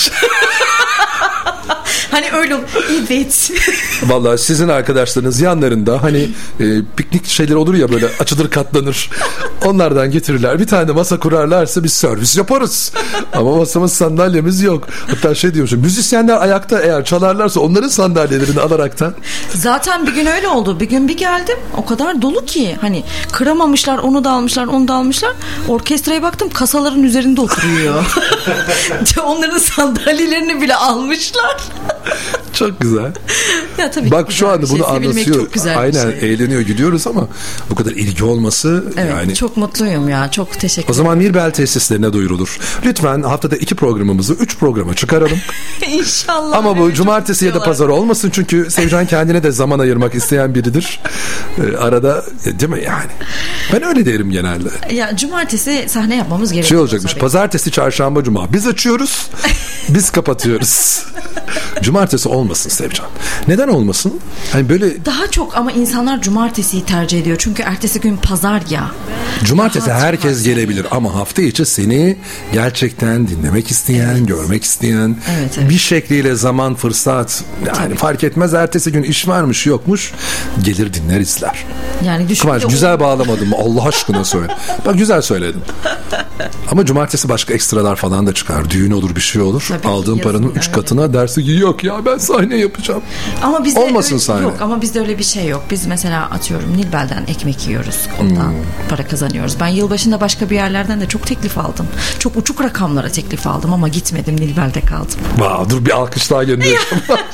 [SPEAKER 3] Hani öyle olur. Evet.
[SPEAKER 2] Vallahi sizin arkadaşlarınız yanlarında hani e, piknik şeyler olur ya, böyle açılır katlanır. Onlardan getirirler. Bir tane masa kurarlarsa biz servis yaparız. Ama masamız, sandalyemiz yok. Hatta şey diyormuşum, müzisyenler ayakta eğer çalarlarsa onların sandalyelerini alaraktan.
[SPEAKER 3] Zaten bir gün öyle oldu. Bir gün bir geldim, o kadar dolu ki hani kıramamışlar, onu da almışlar, onu da almışlar. Orkestraya baktım, kasaların üzerinde oturuyor. Onların sandalyelerini bile almışlar.
[SPEAKER 2] Çok güzel.
[SPEAKER 3] Ya tabii
[SPEAKER 2] bak şu anda
[SPEAKER 3] şey.
[SPEAKER 2] bunu anlatıyor. Aynen
[SPEAKER 3] şey.
[SPEAKER 2] Eğleniyor, gidiyoruz ama bu kadar ilgi olması,
[SPEAKER 3] evet,
[SPEAKER 2] yani.
[SPEAKER 3] Çok mutluyum ya. Çok teşekkür ederim.
[SPEAKER 2] O zaman Nilbel tesislerine duyurulur. Lütfen haftada iki programımızı üç programa çıkaralım.
[SPEAKER 3] İnşallah.
[SPEAKER 2] Ama bu cumartesi ya da pazar olmasın, çünkü Sevcan kendine de zaman ayırmak isteyen biridir. Ee, arada, değil mi yani? Ben öyle derim genelde.
[SPEAKER 3] Ya cumartesi sahne yapmamız gerekiyor.
[SPEAKER 2] Şey olacakmış. Pazartesi, çarşamba, cuma. Biz açıyoruz. Biz kapatıyoruz. Cumartesi olmasın Sevcan. Neden olmasın? Hani böyle
[SPEAKER 3] daha çok, ama insanlar cumartesiyi tercih ediyor. Çünkü ertesi gün pazar ya.
[SPEAKER 2] Cumartesi rahat, herkes rahat gelebilir ama hafta içi seni gerçekten dinlemek isteyen, evet, görmek isteyen,
[SPEAKER 3] evet, evet,
[SPEAKER 2] bir şekliyle zaman, fırsat, yani tabii, fark etmez, ertesi gün iş varmış yokmuş, gelir dinler izler.
[SPEAKER 3] Yani düşün.
[SPEAKER 2] Kıvanç, güzel bağlamadım mı? Allah aşkına söyle. Bak, güzel söyledim. Ama cumartesi başka ekstralar falan da çıkar. Düğün olur, bir şey olur. Tabii, aldığın paranın üç katına dersi ki yok ya ben sahne yapacağım.
[SPEAKER 3] Ama bizde
[SPEAKER 2] olmasın
[SPEAKER 3] öyle,
[SPEAKER 2] sahne.
[SPEAKER 3] Yok ama bizde öyle bir şey yok. Biz mesela atıyorum Nilbel'den ekmek yiyoruz. Ondan hmm. para kazanıyoruz. Ben yılbaşında başka bir yerlerden de çok teklif aldım. Çok uçuk rakamlara teklif aldım ama gitmedim. Nilbel'de kaldım.
[SPEAKER 2] Wow, dur bir alkış daha gönderiyorum.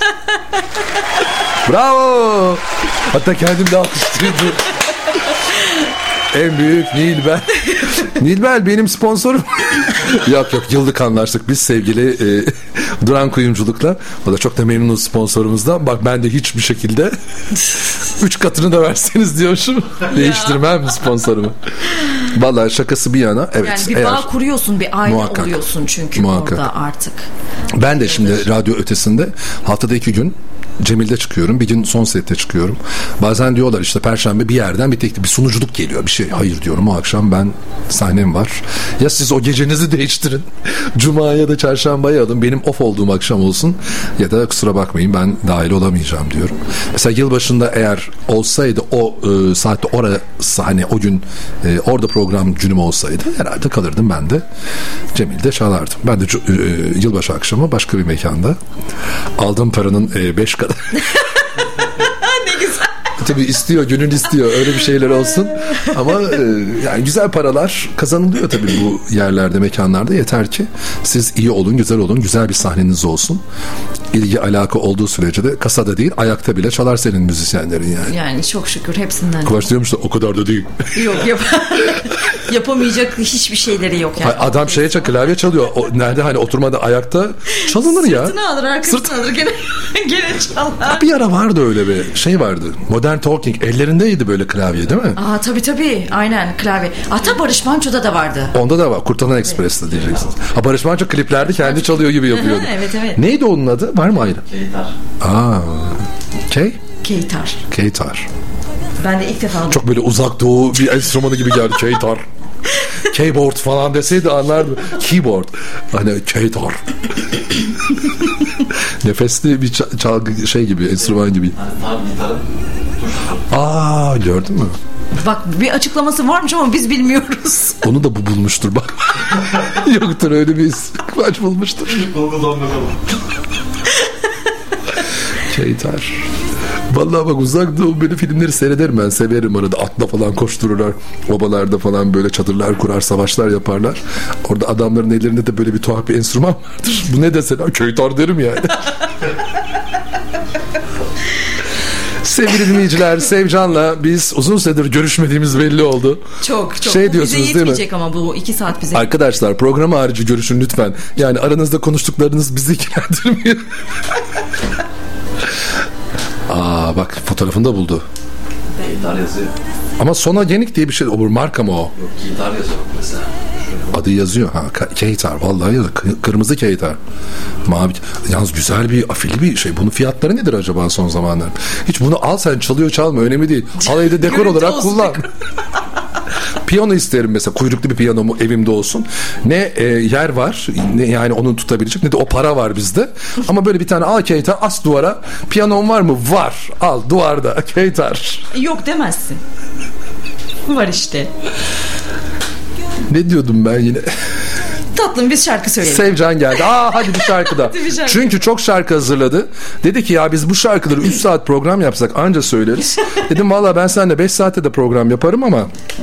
[SPEAKER 2] Bravo. Hatta kendim de alkışlıyordum. En büyük Nilbel. Nilbel benim sponsorum. Yok yok yıllık anlaştık biz sevgili e, Duran Kuyumculuk'la. O da çok da memnunuz sponsorumuzdan. Bak ben de hiçbir şekilde üç katını da verseniz diyormuşum. Değiştirmem sponsorumu. Vallahi şakası bir yana. Evet,
[SPEAKER 3] yani bir
[SPEAKER 2] eğer,
[SPEAKER 3] bağ kuruyorsun, bir aile
[SPEAKER 2] muhakkak,
[SPEAKER 3] oluyorsun çünkü
[SPEAKER 2] muhakkak.
[SPEAKER 3] orada artık.
[SPEAKER 2] Ben de şimdi radyo ötesinde haftada iki gün Cemil'de çıkıyorum. Bir gün son sette çıkıyorum. Bazen diyorlar işte Perşembe bir yerden bir teklif, bir sunuculuk geliyor bir şey. Hayır diyorum o akşam ben sahnem var. Ya siz o gecenizi değiştirin. Cuma ya da Çarşamba'yı alın. Benim off olduğum akşam olsun. Ya da kusura bakmayın ben dahil olamayacağım diyorum. Mesela yılbaşında eğer olsaydı o e, saatte orada sahne o gün e, orada program günüm olsaydı herhalde kalırdım ben de. Cemil'de çalardım. Ben de e, yılbaşı akşamı başka bir mekanda aldığım paranın e, beş kadar.
[SPEAKER 3] Ne güzel.
[SPEAKER 2] Tabii istiyor, gönül istiyor. Öyle bir şeyler olsun. Ama e, yani güzel paralar kazanılıyor tabii bu yerlerde, mekanlarda. Yeter ki siz iyi olun, güzel olun, güzel bir sahneniz olsun. İlgi, alaka olduğu sürece de kasada değil, ayakta bile çalar senin müzisyenlerin yani.
[SPEAKER 3] Yani çok şükür hepsinden.
[SPEAKER 2] Kıvanç diyormuş da o kadar da değil.
[SPEAKER 3] Yok yap yapamayacak hiçbir şeyleri yok yani.
[SPEAKER 2] Adam şeye çak, klavye çalıyor. O, nerede hani oturmada ayakta çalınır ya.
[SPEAKER 3] Sırtını alır, arkasını Sırt... alır gene, gene çalar.
[SPEAKER 2] Bir ara vardı öyle bir şey vardı. Modern Talking ellerindeydi böyle klavye değil mi?
[SPEAKER 3] Aa tabii tabii aynen klavye. Hatta Barış Manço'da da vardı.
[SPEAKER 2] Onda da var. Kurtalan Express'te evet. Diyeceksiniz. Ha Barış Manço kliplerde kendi çalıyor gibi yapıyordu.
[SPEAKER 3] Evet evet.
[SPEAKER 2] Neydi onun adı? Var mı ayrı?
[SPEAKER 15] Keytar.
[SPEAKER 2] Aa. Key?
[SPEAKER 3] Keytar.
[SPEAKER 2] Keytar.
[SPEAKER 3] Ben de ilk defa...
[SPEAKER 2] Çok böyle uzak doğu bir enstrümanı gibi geldi. Keytar. Keyboard falan deseydi anlardım. Keyboard. Hani keytar. Nefesli bir çalgı şey gibi, enstrüman gibi. Aa gördün mü?
[SPEAKER 3] Bak bir açıklaması varmış ama biz bilmiyoruz.
[SPEAKER 2] Onu da bu bulmuştur bak. Yoktur öyle bir Kıvanç bulmuştur. Keytar. Vallahi bak uzak doğu böyle filmleri seyrederim ben, severim arada, atla falan koştururlar, obalarda falan böyle çadırlar kurar, savaşlar yaparlar. Orada adamların ellerinde de böyle bir tuhaf bir enstrüman vardır. Bu ne deseler keytar derim yani. Sevgili dinleyiciler, Sevcan'la biz uzun süredir görüşmediğimiz belli oldu.
[SPEAKER 3] Çok çok.
[SPEAKER 2] Şey
[SPEAKER 3] bu
[SPEAKER 2] diyorsunuz
[SPEAKER 3] bize
[SPEAKER 2] değil mi?
[SPEAKER 3] Ama bu iki saat bize.
[SPEAKER 2] Arkadaşlar program harici görüşün lütfen. Yani aranızda konuştuklarınız bizi ilgilendirmiyor. Aa bak fotoğrafını da buldu.
[SPEAKER 15] Gitar yazıyor.
[SPEAKER 2] Ama Sonogenik diye bir şey olur. Marka mı o?
[SPEAKER 15] Yok gitar yazıyor mesela. Şöyle.
[SPEAKER 2] Adı yazıyor. Ha, Keytar. Vallahi yazıyor. Kırmızı Keytar. Mavi. Yalnız güzel bir afili bir şey. Bunun fiyatları nedir acaba son zamanlar? Hiç bunu al sen, çalıyor çalma önemli değil. Al evde dekor olarak kullan. Piyano isterim mesela, kuyruklu bir piyano mu evimde olsun. Ne e, yer var, ne yani onu tutabilecek, ne de o para var bizde. Ama böyle bir tane al keytar, as duvara. Piyanon var mı? Var. Al duvarda keytar.
[SPEAKER 3] Yok demezsin. Var işte.
[SPEAKER 2] Ne diyordum ben yine?
[SPEAKER 3] Tatlım biz şarkı söyleyelim.
[SPEAKER 2] Sevcan geldi. Aa hadi bir şarkı da. bir şarkı. Çünkü çok şarkı hazırladı. Dedi ki ya biz bu şarkıları üç saat program yapsak anca söyleriz. Dedim valla ben seninle beş saatte de program yaparım ama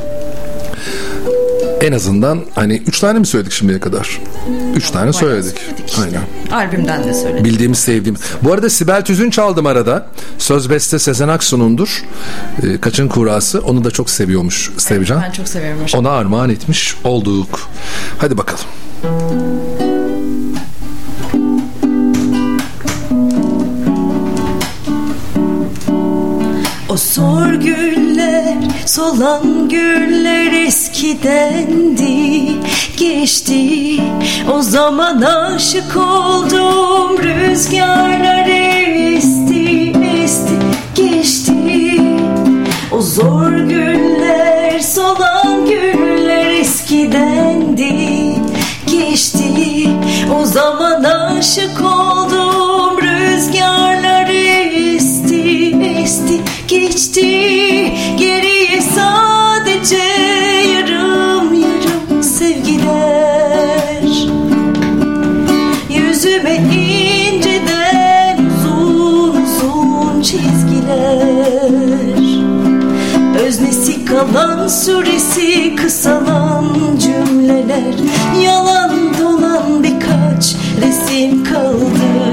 [SPEAKER 2] en azından hani üç tane mi söyledik şimdiye kadar? Üç tane söyledik. söyledik işte. Aynen.
[SPEAKER 3] Albümden de söyledik.
[SPEAKER 2] Bildiğimiz, sevdiğimiz. Bu arada Sibel Tüzün çaldım arada. Söz beste Sezen Aksu'nundur. E, Kaçın Kurası. Onu da çok seviyormuş Sevcan.
[SPEAKER 3] Evet, ben çok seviyorum.
[SPEAKER 2] Ona armağan etmiş olduk. Hadi bakalım.
[SPEAKER 1] O sor güller, solan güller eskidendi, geçti. O zaman aşık oldum, rüzgarlar esti, esti, geçti. O zor güller, solan güller eskidendi, geçti. O zaman aşık oldum, rüzgarlar esti, esti, geçti. Geriye sadece yarım yarım sevgiler, yüzüme inceden ezgiler. Öznesi kalan, süresi kısalan cümleler. Yalan dolan birkaç resim kaldı.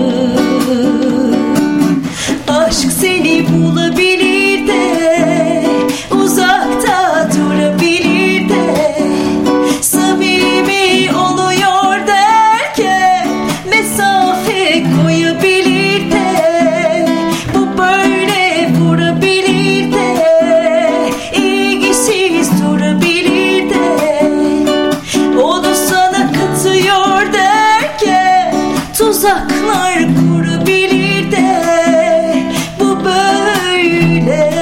[SPEAKER 1] Aşk seni bulabilir de uzakta durabilir de samimi oluyor derken mesafe koyabilir de bu böyle vurabilir de ilgisiz durabilir de onu sana katıyor derken tuzaklar kurabilir de bu böyle.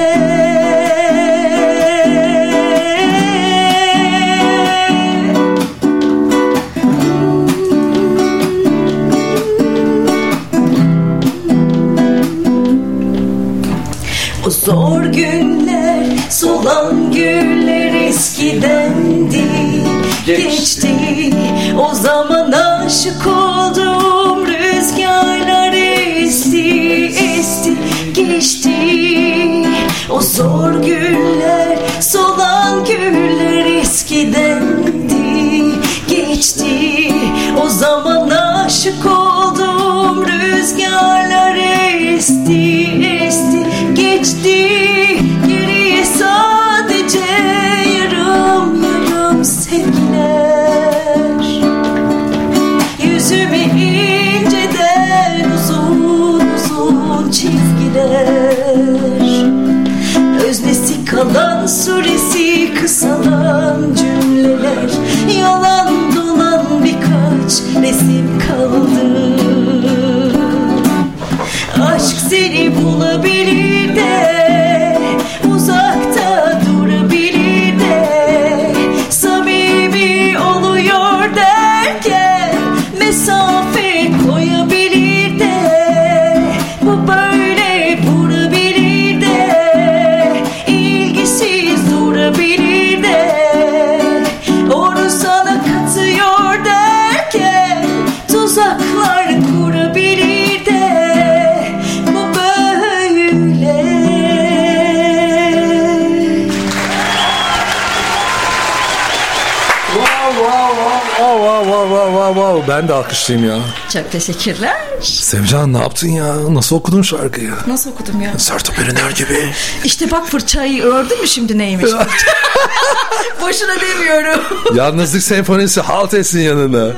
[SPEAKER 1] O zor günler, solan güller eskidendi, geçti. O zaman aşık oldum, rüzgarlar esti, esti, geçti. O zor günler, solan güller eskidendi, geçti. O zaman aşık oldum, rüzgarlar esti, esti, geçti. Geriye sadece yarım yarım sevgiler. Yüzüme inceden uzun uzun çizgiler. Öznesi kalan, süresi kısalan cümleler. Yalan dolan birkaç resim kaldı. Aşk seni bulabilir de uzakta durabilir de samimi oluyor derken mesafe koyabilir de bu böyle vurabilir de ilgisiz durabilir de onu sana katıyor derken tuzaklar kurabilir de bu böyle.
[SPEAKER 2] Wow wow wow wow wow wow wow wow. Ben de alkışlayayım ya.
[SPEAKER 3] Çok teşekkürler.
[SPEAKER 2] Sevcan, ne yaptın ya? Nasıl okudun şarkıyı?
[SPEAKER 3] Nasıl okudum ya?
[SPEAKER 2] Sertab Erener gibi.
[SPEAKER 3] İşte bak, fırçayı ördün mü şimdi neymiş? Boşuna demiyorum.
[SPEAKER 2] Yalnızlık senfonisi halt etsin yanına.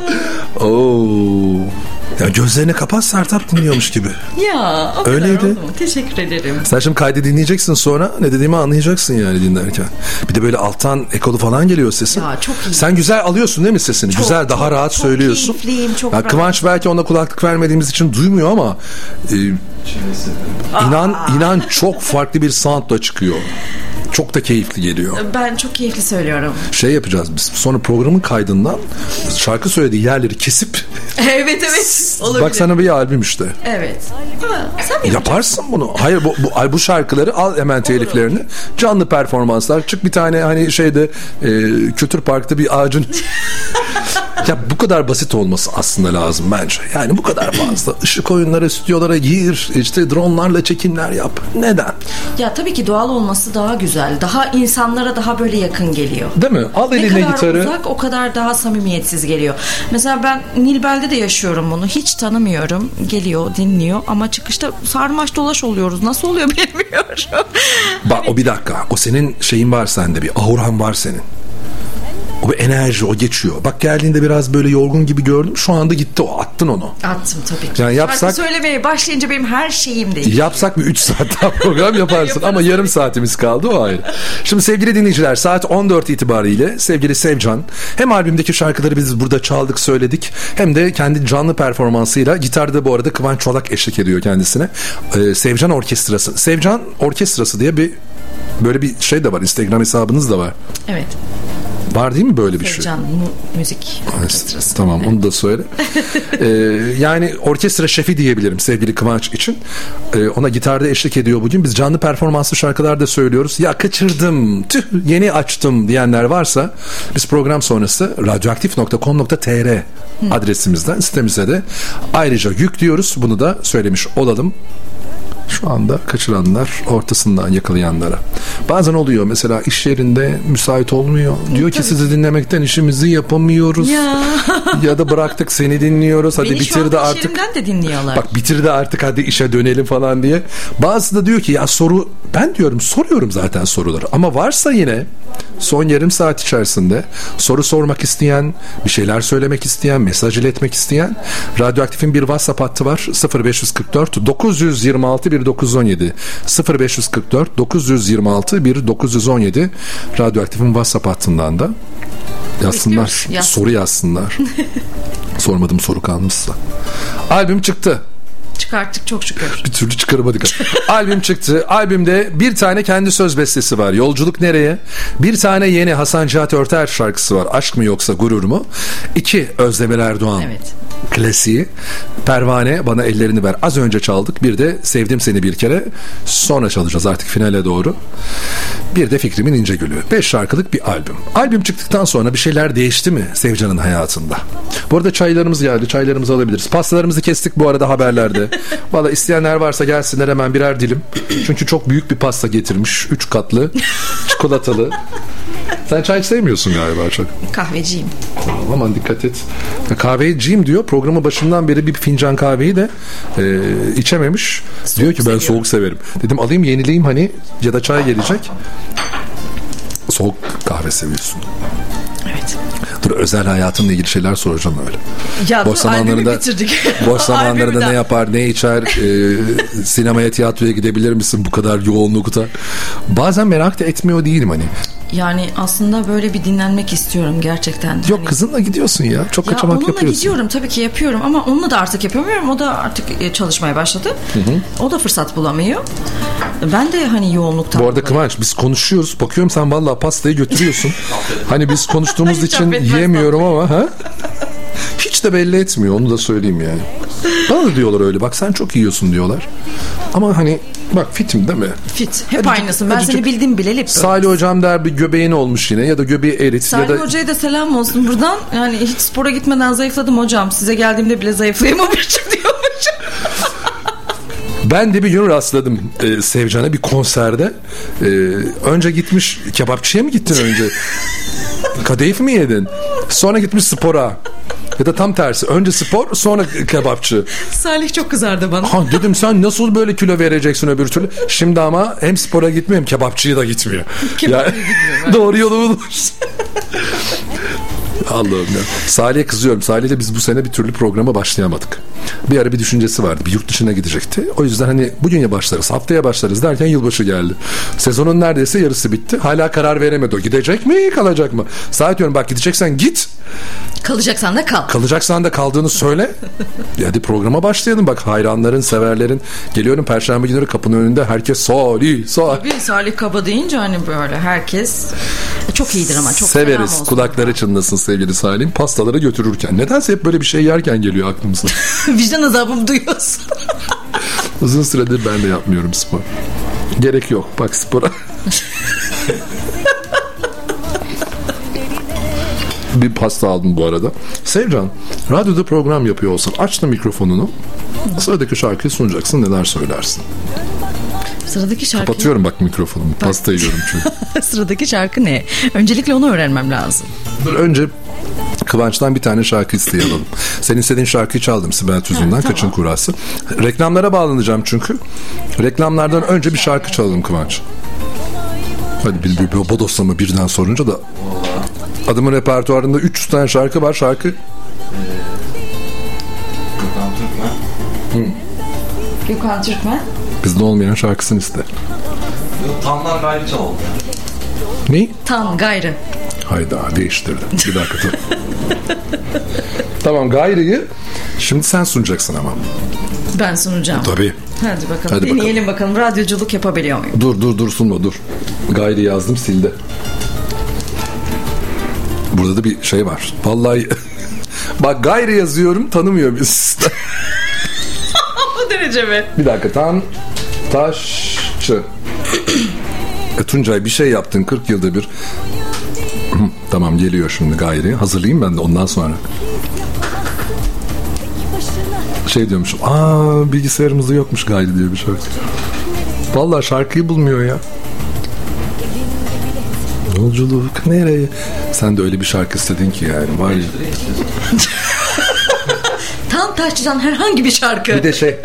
[SPEAKER 2] Oo. Ya gözlerini kapat, Sertab dinliyormuş gibi.
[SPEAKER 3] Ya o
[SPEAKER 2] öyleydi.
[SPEAKER 3] Kadar oldu mu? Teşekkür ederim.
[SPEAKER 2] Sen şimdi kaydı dinleyeceksin, sonra ne dediğimi anlayacaksın yani dinlerken. Bir de böyle alttan ekolu falan geliyor sesin.
[SPEAKER 3] Ya çok iyi.
[SPEAKER 2] Sen güzel alıyorsun değil mi sesini?
[SPEAKER 3] Çok,
[SPEAKER 2] güzel, daha
[SPEAKER 3] çok,
[SPEAKER 2] rahat
[SPEAKER 3] çok
[SPEAKER 2] söylüyorsun.
[SPEAKER 3] keyifliyim, çok
[SPEAKER 2] ya
[SPEAKER 3] rahat.
[SPEAKER 2] Kıvanç belki ona kulaklık vermediğimiz için duymuyor ama e, inan inan çok farklı bir soundla çıkıyor. Çok da keyifli geliyor.
[SPEAKER 3] Ben çok keyifli söylüyorum.
[SPEAKER 2] Şey yapacağız biz. Sonra programın kaydından şarkı söylediği yerleri kesip
[SPEAKER 3] Evet evet. Olabilir.
[SPEAKER 2] bak sana bir albüm işte.
[SPEAKER 3] Evet. Ha, sen mi
[SPEAKER 2] yaparsın bunu? Hayır, bu, bu, bu şarkıları al hemen teliflerini. Canlı performanslar. Çık bir tane hani şeyde e, Kültür Park'ta bir ağacın ya bu kadar basit olması aslında lazım bence. Yani bu kadar fazla. Işık oyunları, stüdyolara gir, işte dronlarla çekimler yap. Neden?
[SPEAKER 3] Ya tabii ki doğal olması daha güzel. Daha insanlara daha böyle yakın geliyor.
[SPEAKER 2] Değil mi? Al eline
[SPEAKER 3] gitarı. Ne kadar
[SPEAKER 2] gitarı.
[SPEAKER 3] uzak, o kadar daha samimiyetsiz geliyor. Mesela ben Nilbel'de de yaşıyorum bunu. Hiç tanımıyorum. Geliyor, dinliyor ama çıkışta sarmaş dolaş oluyoruz. Nasıl oluyor bilmiyorum.
[SPEAKER 2] Bak o bir dakika. O senin şeyin var sende, bir auran var senin. O bir enerji, o geçiyor. Bak geldiğinde biraz böyle yorgun gibi gördüm. Şu anda gitti o. Attın onu.
[SPEAKER 3] Attım tabii ki.
[SPEAKER 2] Yani yapsak,
[SPEAKER 3] şarkı söylemeye başlayınca benim her şeyim değişiyor.
[SPEAKER 2] Yapsak bir üç saat daha program yaparsın. Ama yarım saatimiz kaldı, o ayrı. Şimdi sevgili dinleyiciler, saat on dört itibariyle sevgili Sevcan hem albümdeki şarkıları biz burada çaldık, söyledik, hem de kendi canlı performansıyla gitarda bu arada Kıvanç Çolak eşlik ediyor kendisine. Ee, Sevcan Orkestrası. Sevcan Orkestrası diye bir böyle bir şey de var. Instagram hesabınız da var.
[SPEAKER 3] Evet.
[SPEAKER 2] Var değil mi böyle bir şey?
[SPEAKER 3] Sevcan Müzik Orkestrası.
[SPEAKER 2] Tamam, onu da söyle. ee, yani orkestra şefi diyebilirim sevgili Kıvanç için. Ee, ona gitarda eşlik ediyor bugün. Biz canlı performanslı şarkılar da söylüyoruz. Ya kaçırdım, tüh yeni açtım diyenler varsa biz program sonrası radyoaktif nokta com nokta tr adresimizden sitemize de ayrıca yüklüyoruz. Bunu da söylemiş olalım. Şu anda kaçıranlar, ortasından yakalayanlara. Bazen oluyor mesela iş yerinde müsait olmuyor. Diyor ki sizi dinlemekten işimizi yapamıyoruz.
[SPEAKER 3] Ya,
[SPEAKER 2] ya da bıraktık seni dinliyoruz. Hadi
[SPEAKER 3] beni
[SPEAKER 2] bitirdi artık.
[SPEAKER 3] Beni şu an iş yerimden de dinliyorlar.
[SPEAKER 2] Bak bitirdi artık, hadi işe dönelim falan diye. Bazısı da diyor ki ya soru, ben diyorum soruyorum zaten soruları. Ama varsa yine son yarım saat içerisinde soru sormak isteyen, bir şeyler söylemek isteyen, mesaj iletmek isteyen, Radyoaktif'in bir WhatsApp hattı var. sıfır beş kırk dört dokuz yüz yirmi altı bir dokuz on yedi sıfır beş kırk dört dokuz yüz yirmi altı bir dokuz on yedi Radyoaktif'in WhatsApp hattından da yazsınlar. Yaz. Soru yazsınlar. Sormadım soru kalmışsa. Albüm çıktı.
[SPEAKER 3] Çıkarttık çok şükür.
[SPEAKER 2] Bir türlü çıkaramadık. Albüm çıktı. Albümde bir tane kendi söz bestesi var. Yolculuk Nereye? Bir tane yeni Hasan Cihat Örter şarkısı var. Aşk mı yoksa gurur mu? İki Özdemir Erdoğan.
[SPEAKER 3] Evet.
[SPEAKER 2] Klasiği. Pervane, Bana Ellerini Ver. Az önce çaldık. Bir de Sevdim Seni Bir Kere. Sonra çalacağız artık finale doğru. Bir de Fikrimin İncegülü. Beş şarkılık bir albüm. Albüm çıktıktan sonra bir şeyler değişti mi Sevcan'ın hayatında? Bu arada çaylarımız geldi. Çaylarımızı alabiliriz. Pastalarımızı kestik bu arada haberlerde. Valla isteyenler varsa gelsinler hemen birer dilim. Çünkü çok büyük bir pasta getirmiş. Üç katlı. Çikolatalı. Sen çay sevmiyorsun galiba çok.
[SPEAKER 3] Kahveciyim.
[SPEAKER 2] Aman dikkat et. Kahveciyim diyor. Programın başından beri bir fincan kahveyi de e, içememiş. Soğuk diyor ki ben seviyorum. Soğuk severim. Dedim alayım yenileyim hani, ya da çay gelecek. Soğuk kahve seviyorsun.
[SPEAKER 3] Evet.
[SPEAKER 2] Dur, özel hayatınla ilgili şeyler soracağım öyle.
[SPEAKER 3] Ya
[SPEAKER 2] boş zamanlarında boş zamanlarında ne yapar, ne içer, e, sinemaya, tiyatroya gidebilir misin bu kadar yoğunlukta? Bazen merak da etmiyor değilim hani.
[SPEAKER 3] Yani aslında böyle bir dinlenmek istiyorum gerçekten.
[SPEAKER 2] Yok
[SPEAKER 3] hani...
[SPEAKER 2] kızınla gidiyorsun ya. Çok
[SPEAKER 3] ya
[SPEAKER 2] kaçamak yapıyorsun.
[SPEAKER 3] Onunla gidiyorum tabii ki yapıyorum ama onunla da artık yapamıyorum. O da artık çalışmaya başladı. Hı hı. O da fırsat bulamıyor. Ben de hani yoğunluktan.
[SPEAKER 2] Bu arada dolayı. Kıvanç biz konuşuyoruz. Bakıyorum sen vallahi pastayı götürüyorsun. Hani biz konuştuğumuz için yiyemiyorum ama ha? Hiç de belli etmiyor, onu da söyleyeyim yani. Bana da diyorlar öyle, bak sen çok yiyorsun diyorlar. Ama hani bak fitim değil mi?
[SPEAKER 3] Fit. Hep acıcık, aynısın. Ben acıcık. Seni bildim bileli.
[SPEAKER 2] Salih hocam der bir göbeğin olmuş yine ya da göbeği erit.
[SPEAKER 3] Salih
[SPEAKER 2] ya da...
[SPEAKER 3] hocaya da selam olsun buradan. Yani hiç spora gitmeden zayıfladım hocam. Size geldiğimde bile zayıflayamamışım diyormuşum.
[SPEAKER 2] Ben de bir gün rastladım e, Sevcan'a bir konserde. E, önce gitmiş kebapçıya mı gittin önce? Kadayıf mı yedin? Sonra gitmiş spora. Ya da tam tersi. Önce spor, sonra kebapçı.
[SPEAKER 3] Salih çok kızardı bana.
[SPEAKER 2] Ha, dedim sen nasıl böyle kilo vereceksin öbür türlü? Şimdi ama hem spora gitmiyor hem kebapçıya da gitmiyor.
[SPEAKER 3] Kebapçıya gitmiyor.
[SPEAKER 2] Doğru yolu bulmuş. Allah'ım ya. Salih'e kızıyorum. Salih'le biz bu sene bir türlü programa başlayamadık. Bir ara bir düşüncesi vardı. Bir yurt dışına gidecekti. O yüzden hani bugün ya başlarız, haftaya başlarız derken yılbaşı geldi. Sezonun neredeyse yarısı bitti. Hala karar veremedi o. Gidecek mi, kalacak mı? Salih diyorum bak gideceksen git.
[SPEAKER 3] Kalacaksan da kal.
[SPEAKER 2] Kalacaksan da kaldığını söyle. Hadi programa başlayalım. Bak hayranların, severlerin. Geliyorum Perşembe günleri kapının önünde herkes Salih, Salih.
[SPEAKER 3] Tabii Salih Kaba deyince hani böyle herkes çok iyidir ama çok
[SPEAKER 2] severiz. Kulakları çınlasın sevgili Salih'im. Pastaları götürürken. Nedense hep böyle bir şey yerken geliyor aklımıza.
[SPEAKER 3] Vicdan azabımı duyuyorsun.
[SPEAKER 2] Uzun süredir ben de yapmıyorum spor. Gerek yok. Bak spora. Bir pasta aldım bu arada. Sevcan, radyoda program yapıyor olsan açtın mikrofonunu. Sıradaki şarkıyı sunacaksın. Neler söylersin?
[SPEAKER 3] Sıradaki şarkı...
[SPEAKER 2] Kapatıyorum bak mikrofonumu. Pasta yiyorum çünkü.
[SPEAKER 3] Sıradaki şarkı ne? Öncelikle onu öğrenmem lazım.
[SPEAKER 2] Dur önce Kıvanç'tan bir tane şarkı isteyelim. Senin istediğin şarkıyı çaldım Sibel Tüzün'den. Evet, Kaçın tamam. Kurası. Reklamlara bağlanacağım çünkü. Reklamlardan önce bir şarkı çalalım Kıvanç. Hadi bir, bir, bir bodoslama birden sorunca da adamın repertuarında üç yüz tane şarkı var. Şarkı
[SPEAKER 15] Gökhan Türkmen.
[SPEAKER 3] Hı. Gökhan Türkmen.
[SPEAKER 2] Bizde olmayan şarkısını iste.
[SPEAKER 15] Tanlar gayrı çalalım.
[SPEAKER 2] Ne?
[SPEAKER 3] Tan gayrı.
[SPEAKER 2] Hayda değiştirdim. Bir dakika dur. Tamam gayrıyı şimdi sen sunacaksın ama.
[SPEAKER 3] Ben sunacağım.
[SPEAKER 2] Tabii.
[SPEAKER 3] Hadi bakalım. Hadi deneyelim bakalım. bakalım. Radyoculuk yapabiliyor muyum?
[SPEAKER 2] Dur dur dur sunma dur. Gayrı yazdım sildi. Burada da bir şey var. Vallahi bak gayrı yazıyorum tanımıyor biz.
[SPEAKER 3] Bu derece mi?
[SPEAKER 2] Bir dakika tam taşçı. e, Tuncay bir şey yaptın kırk yılda bir. Tamam geliyor şimdi gayri. Hazırlayayım ben de ondan sonra. Şey diyormuşum. Aa, bilgisayarımızda yokmuş gayri diye bir şarkı. Vallahi şarkıyı bulmuyor ya. Yolculuk nereye? Sen de öyle bir şarkı istedin ki yani. Var ya.
[SPEAKER 3] Tantaşçı'dan herhangi bir şarkı.
[SPEAKER 2] Bir de şey.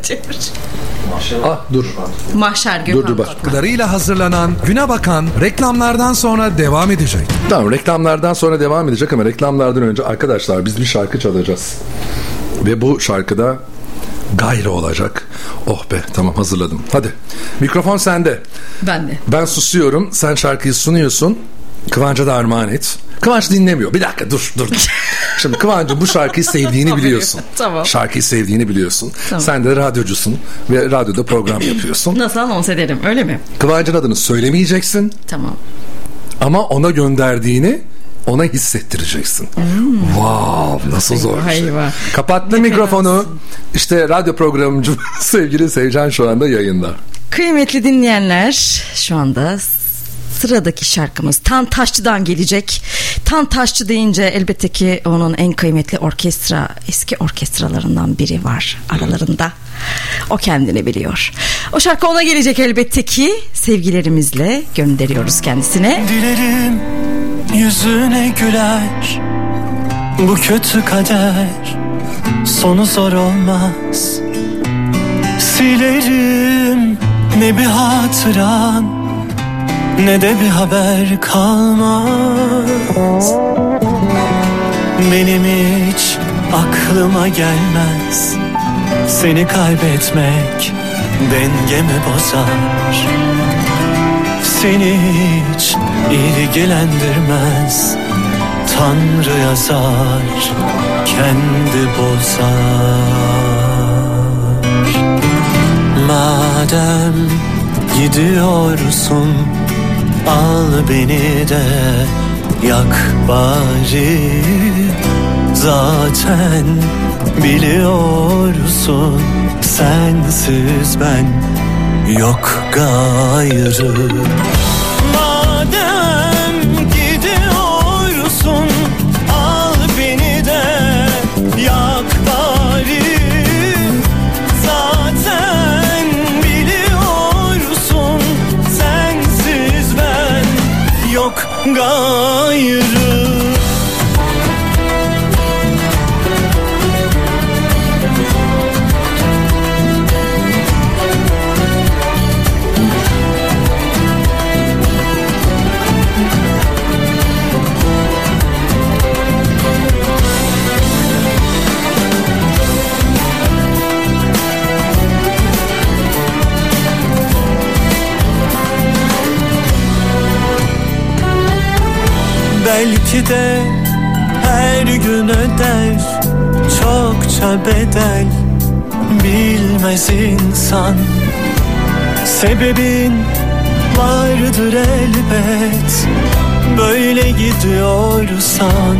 [SPEAKER 2] Ah dur.
[SPEAKER 3] Mahşer Gökhan
[SPEAKER 2] Dur dur bak.
[SPEAKER 4] Katkılarıyla hazırlanan Güne Bakan reklamlardan sonra devam edecek.
[SPEAKER 2] Tamam, reklamlardan sonra devam edecek ama reklamlardan önce arkadaşlar biz bir şarkı çalacağız. Ve bu şarkıda gayrı olacak. Oh be, tamam hazırladım. Hadi mikrofon sende.
[SPEAKER 3] Ben de.
[SPEAKER 2] Ben susuyorum, sen şarkıyı sunuyorsun. Kıvanç'a da armağan et. Kıvanç dinlemiyor. Bir dakika dur dur. Şimdi Kıvanç'ın bu şarkıyı sevdiğini biliyorsun.
[SPEAKER 3] Tamam.
[SPEAKER 2] Şarkıyı sevdiğini biliyorsun.
[SPEAKER 3] Tamam.
[SPEAKER 2] Sen de radyocusun ve radyoda program yapıyorsun.
[SPEAKER 3] Nasıl anons ederim, öyle mi?
[SPEAKER 2] Kıvanç'ın adını söylemeyeceksin.
[SPEAKER 3] Tamam.
[SPEAKER 2] Ama ona gönderdiğini ona hissettireceksin. Hmm. Wow, nasıl zor bir şey. Kapattı mikrofonu. İşte radyo programcı sevgili Sevcan şu anda yayında.
[SPEAKER 3] Kıymetli dinleyenler, şu anda sıradaki şarkımız Tantaşçı'dan gelecek. Tantaşçı deyince elbette ki onun en kıymetli orkestra, eski orkestralarından biri var aralarında. O kendini biliyor. O şarkı ona gelecek elbette ki. Sevgilerimizle gönderiyoruz kendisine.
[SPEAKER 16] Dilerim yüzüne güler bu kötü kader, sonu zor olmaz. Silerim ne bir hatıran ne de bir haber kalmaz. Benim hiç aklıma gelmez seni kaybetmek, dengemi bozar. Seni hiç ilgilendirmez, Tanrı yazar, kendi bozar. Madem gidiyorsun, al beni de yak bari. Zaten biliyorsun, sensiz ben yok gayrı. Madem gidiyorsun, al beni de yak bari. Zaten biliyorsun, sensiz ben yok gayrı. Belki de her gün öder çokça bedel, bilmez insan. Sebebin vardır elbet, böyle gidiyorsan.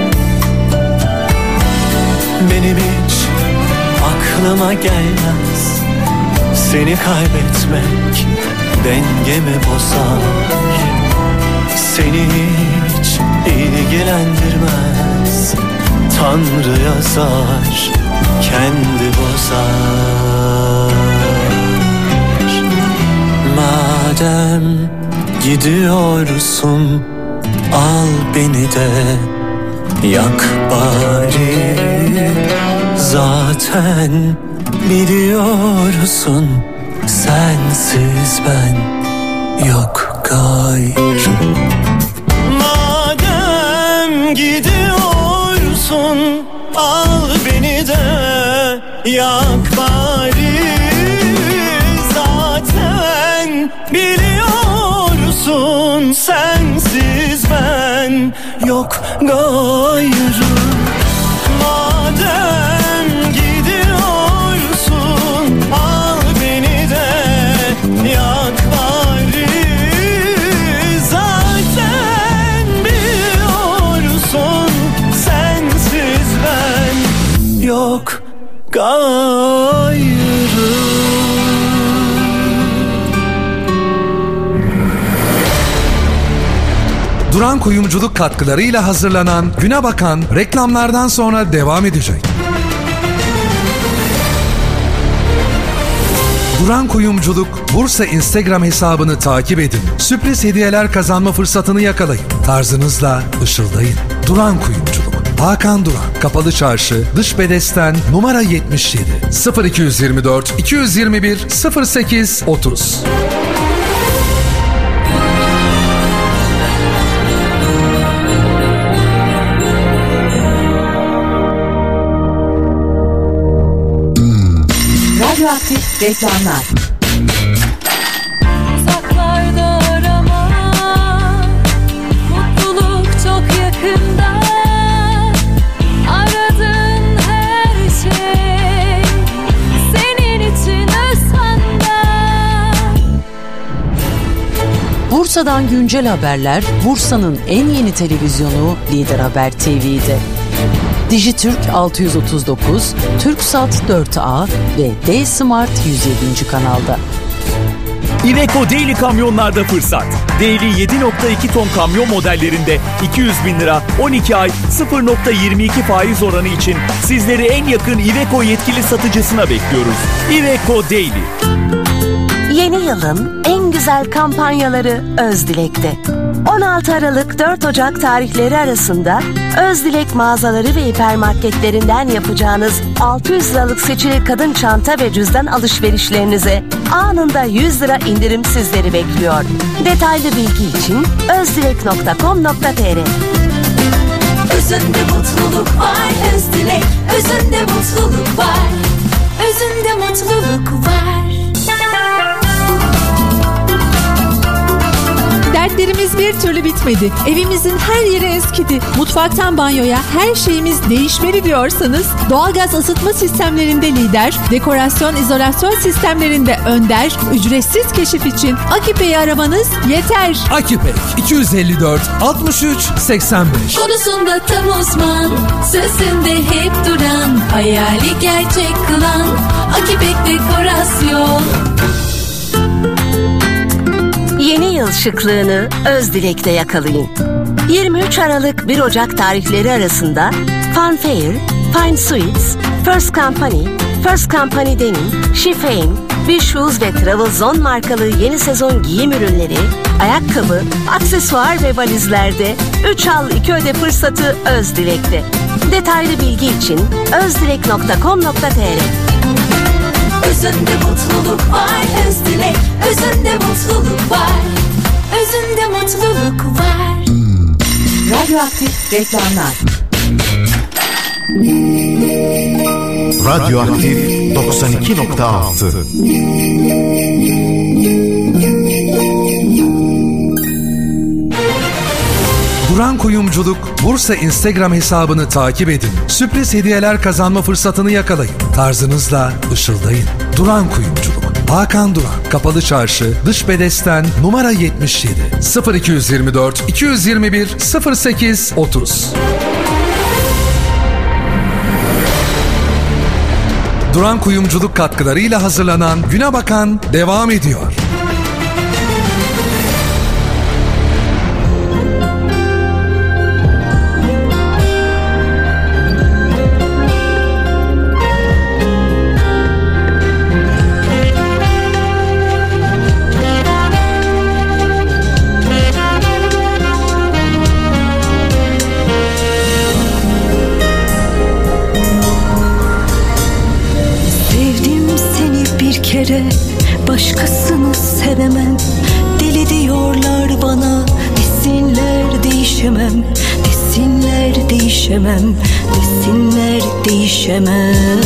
[SPEAKER 16] Benim hiç aklıma gelmez seni kaybetmek, dengemi bozar. Seni hiç ilgilendirmez, Tanrı yazar, kendi bozar. Madem gidiyorsun, al beni de yak bari. Zaten biliyorsun, sensiz ben yok gayrı. Madem gidiyorsun, al beni de yak bari. Zaten biliyorsun, sensiz ben yok gayrı. Madem gidiyorsun, al beni de yak bari. Zaten biliyorsun, sensiz ben yok gayrı.
[SPEAKER 4] Duran Kuyumculuk katkılarıyla hazırlanan Güne Bakan reklamlardan sonra devam edecek. Duran Kuyumculuk Bursa Instagram hesabını takip edin. Sürpriz hediyeler kazanma fırsatını yakalayın. Tarzınızla ışıldayın. Duran Kuyumculuk. Hakan Duran, Kapalı Çarşı, Dış Bedesten, numara yetmiş yedi, sıfır iki yirmi dört iki yüz yirmi bir sıfır sekiz otuz.
[SPEAKER 5] Radyoaktif reklamlar.
[SPEAKER 10] Uzaklarda arama, mutluluk çok yakında. Aradığın her şey senin için Özhan'da.
[SPEAKER 8] Bursa'dan güncel haberler, Bursa'nın en yeni televizyonu Lider Haber T V'de. Dijitürk altı yüz otuz dokuz, Türksat dört A ve D-Smart yüz yedinci kanalda.
[SPEAKER 7] Iveco Daily kamyonlarda fırsat. Daily yedi nokta iki ton kamyon modellerinde iki yüz bin lira, on iki ay sıfır nokta yirmi iki faiz oranı için sizleri en yakın Iveco yetkili satıcısına bekliyoruz. Iveco Daily.
[SPEAKER 17] Yeni yılın en güzel kampanyaları Özdilek'te. on altı Aralık dört Ocak tarihleri arasında Özdilek mağazaları ve hipermarketlerinden yapacağınız altı yüz liralık seçili kadın çanta ve cüzdan alışverişlerinize anında yüz lira indirim sizleri bekliyor. Detaylı bilgi için özdilek nokta com nokta tr.
[SPEAKER 10] Özünde mutluluk var Özdilek, özünde mutluluk var, özünde mutluluk var.
[SPEAKER 9] Dertlerimiz bir türlü bitmedi. Evimizin her yeri eskidi. Mutfaktan banyoya her şeyimiz değişmeli diyorsanız doğalgaz ısıtma sistemlerinde lider, dekorasyon izolasyon sistemlerinde önder, ücretsiz keşif için Akipek'i aramanız yeter.
[SPEAKER 4] Akipek iki yüz elli dört altmış üç seksen beş.
[SPEAKER 10] Konusunda tam uzman, sözünde hep duran, hayali gerçek kılan Akipek Dekorasyon.
[SPEAKER 17] Yeni yıl şıklığını Özdilek'te yakalayın. yirmi üç Aralık bir Ocak tarihleri arasında Funfair, Fine Suites, First Company, First Company Denim, Shifane, Shoes ve Travel Zone markalı yeni sezon giyim ürünleri, ayakkabı, aksesuar ve valizlerde üç al iki öde fırsatı Özdilek'te. Detaylı bilgi için özdilek nokta com nokta tr.
[SPEAKER 10] Özünde mutluluk var Özdilek, özünde mutluluk var, özünde mutluluk var.
[SPEAKER 5] Radyoaktif reklamlar.
[SPEAKER 18] Radyoaktif doksan iki nokta altı.
[SPEAKER 4] Duran Kuyumculuk Bursa Instagram hesabını takip edin. Sürpriz hediyeler kazanma fırsatını yakalayın. Tarzınızla ışıldayın. Duran Kuyumculuk. Hakan Duran, Kapalı Çarşı, Dış Bedesten, numara yetmiş yedi, sıfır iki yirmi dört iki yüz yirmi bir sıfır sekiz otuz. Duran Kuyumculuk katkılarıyla hazırlanan Güne Bakan devam ediyor.
[SPEAKER 1] Başkasını sevemem, deli diyorlar bana, desinler değişemem, desinler değişemem, desinler değişemem.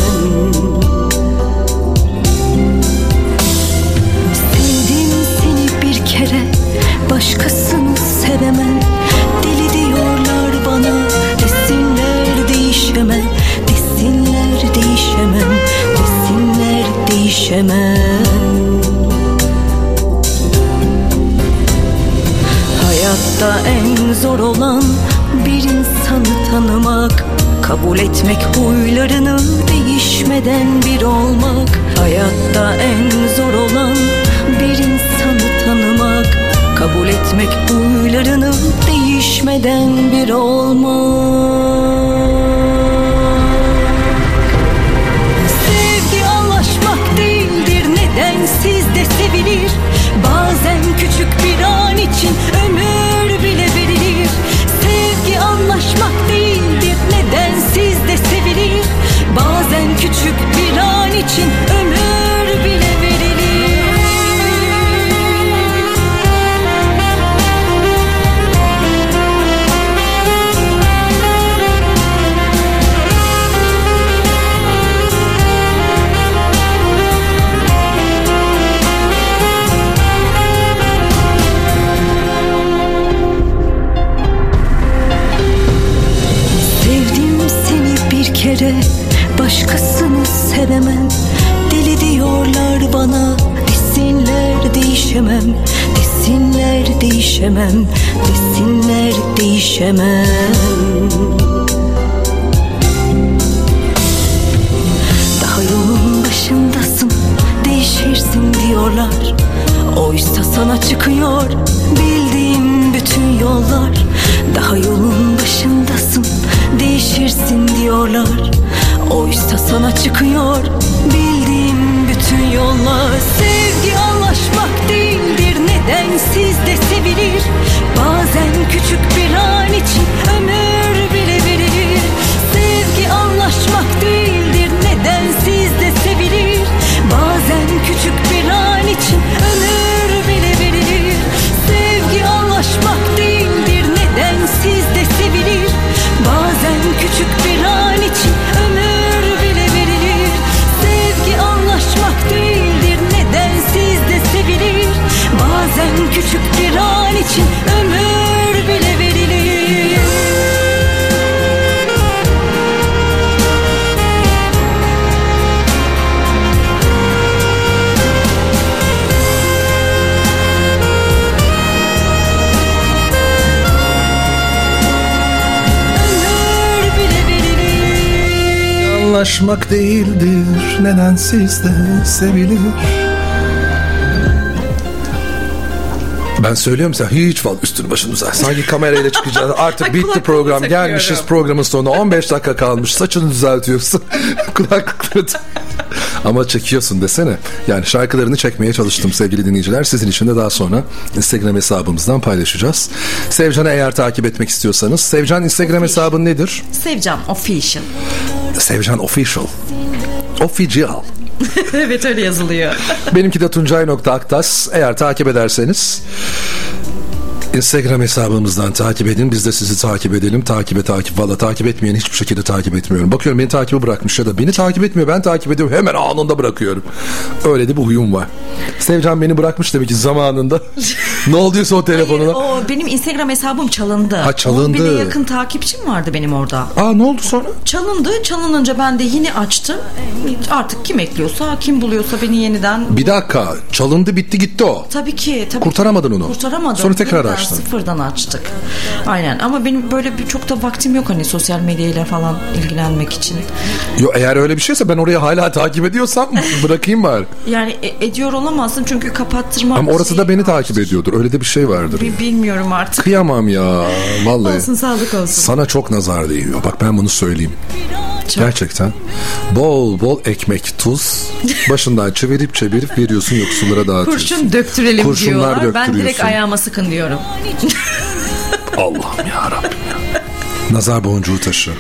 [SPEAKER 1] Sevdim seni bir kere, başkasını sevemem, deli diyorlar bana, desinler değişemem, desinler değişemem, desinler değişemem. Hayatta en zor olan bir insanı tanımak, kabul etmek huylarını, değişmeden bir olmak. Hayatta en zor olan bir insanı tanımak, kabul etmek huylarını, değişmeden bir olmak. Sevgi anlaşmak değildir, nedense değişemem, desinler değişemem. Daha yolun başındasın, değişirsin diyorlar. Oysa sana çıkıyor bildiğim bütün yollar. Daha yolun başındasın, değişirsin diyorlar. Oysa sana çıkıyor bildiğim bütün yollar. Sevgi anlaşmak değildir, nedensiz de sevilir. Bazen küçük bir an için ömür bile verilir. Sevgi anlaşmak değildir, nedensiz de sevilir. Bazen küçük bir an için ömür bile verilir. Sevgi anlaşmak değildir, nedensiz de sevilir. Bazen küçük bir an için ömür bile verilir. Sevgi anlaşmak değildir, nedensiz de sevilir. Bazen küçük bir an için ömür bile verilir.
[SPEAKER 2] Anlaşmak değildir, nedensiz de sevilir. Ben söylüyorum sen hiç val üstünü başını uzat. Sanki kamerayla çıkacağız. Artık bitti program. Gelmişiz programın sonuna. on beş dakika kalmış. Saçını düzeltiyorsun. Kulaklıkları. Ama çekiyorsun desene. Yani şarkılarını çekmeye çalıştım sevgili dinleyiciler. Sizin için de daha sonra Instagram hesabımızdan paylaşacağız. Sevcan'ı eğer takip etmek istiyorsanız. Sevcan Instagram hesabın nedir?
[SPEAKER 3] Sevcan Official.
[SPEAKER 2] Sevcan Official. Official.
[SPEAKER 3] Evet öyle yazılıyor.
[SPEAKER 2] Benimki de tuncay nokta aktas. Eğer takip ederseniz Instagram hesabımızdan takip edin. Biz de sizi takip edelim. Takibe takip. Valla takip etmeyen hiçbir şekilde takip etmiyorum. Bakıyorum beni takibi bırakmış ya da beni takip etmiyor. Ben takip ediyorum. Hemen anında bırakıyorum. Öyle de bir huyum var. Sevcan beni bırakmış demek ki zamanında. Ne olduysa o telefonuna.
[SPEAKER 3] Hayır, o benim Instagram hesabım çalındı.
[SPEAKER 2] Ha çalındı.
[SPEAKER 3] on bine yakın takipçim vardı benim orada.
[SPEAKER 2] Aa ne oldu sonra?
[SPEAKER 3] Çalındı. Çalınınca ben de yine açtım. Artık kim ekliyorsa, kim buluyorsa beni yeniden.
[SPEAKER 2] Bir dakika. Çalındı bitti gitti o.
[SPEAKER 3] Tabii ki. Tabii
[SPEAKER 2] Kurtaramadın onu.
[SPEAKER 3] Kurtaramadım.
[SPEAKER 2] Sonra tekrar
[SPEAKER 3] Yeniden
[SPEAKER 2] açtın.
[SPEAKER 3] Sıfırdan açtık. Aynen ama benim böyle bir çok da vaktim yok hani sosyal medyayla falan ilgilenmek için.
[SPEAKER 2] Yo eğer öyle bir şeyse ben orayı hala takip ediyorsam bırakayım bari.
[SPEAKER 3] Yani e- ediyor olamazsın çünkü kapattırma.
[SPEAKER 2] Ama orası da beni takip ediyordur. Öyle de bir şey vardır.
[SPEAKER 3] B- bilmiyorum artık.
[SPEAKER 2] Kıyamam ya. Vallahi.
[SPEAKER 3] Olsun sağlık olsun.
[SPEAKER 2] Sana çok nazar değiyor. Bak ben bunu söyleyeyim. Çok. Gerçekten. Bol bol ekmek, tuz. Başından çevirip çevirip veriyorsun yoksullara dağıtıyorsun.
[SPEAKER 3] Kurşun döktürelim
[SPEAKER 2] Kurşunlar
[SPEAKER 3] diyorlar.
[SPEAKER 2] döktürüyorsun.
[SPEAKER 3] Ben direkt ayağıma sıkın diyorum.
[SPEAKER 2] Allah'ım ya Rabbim ya. Nazar boncuğu taşı.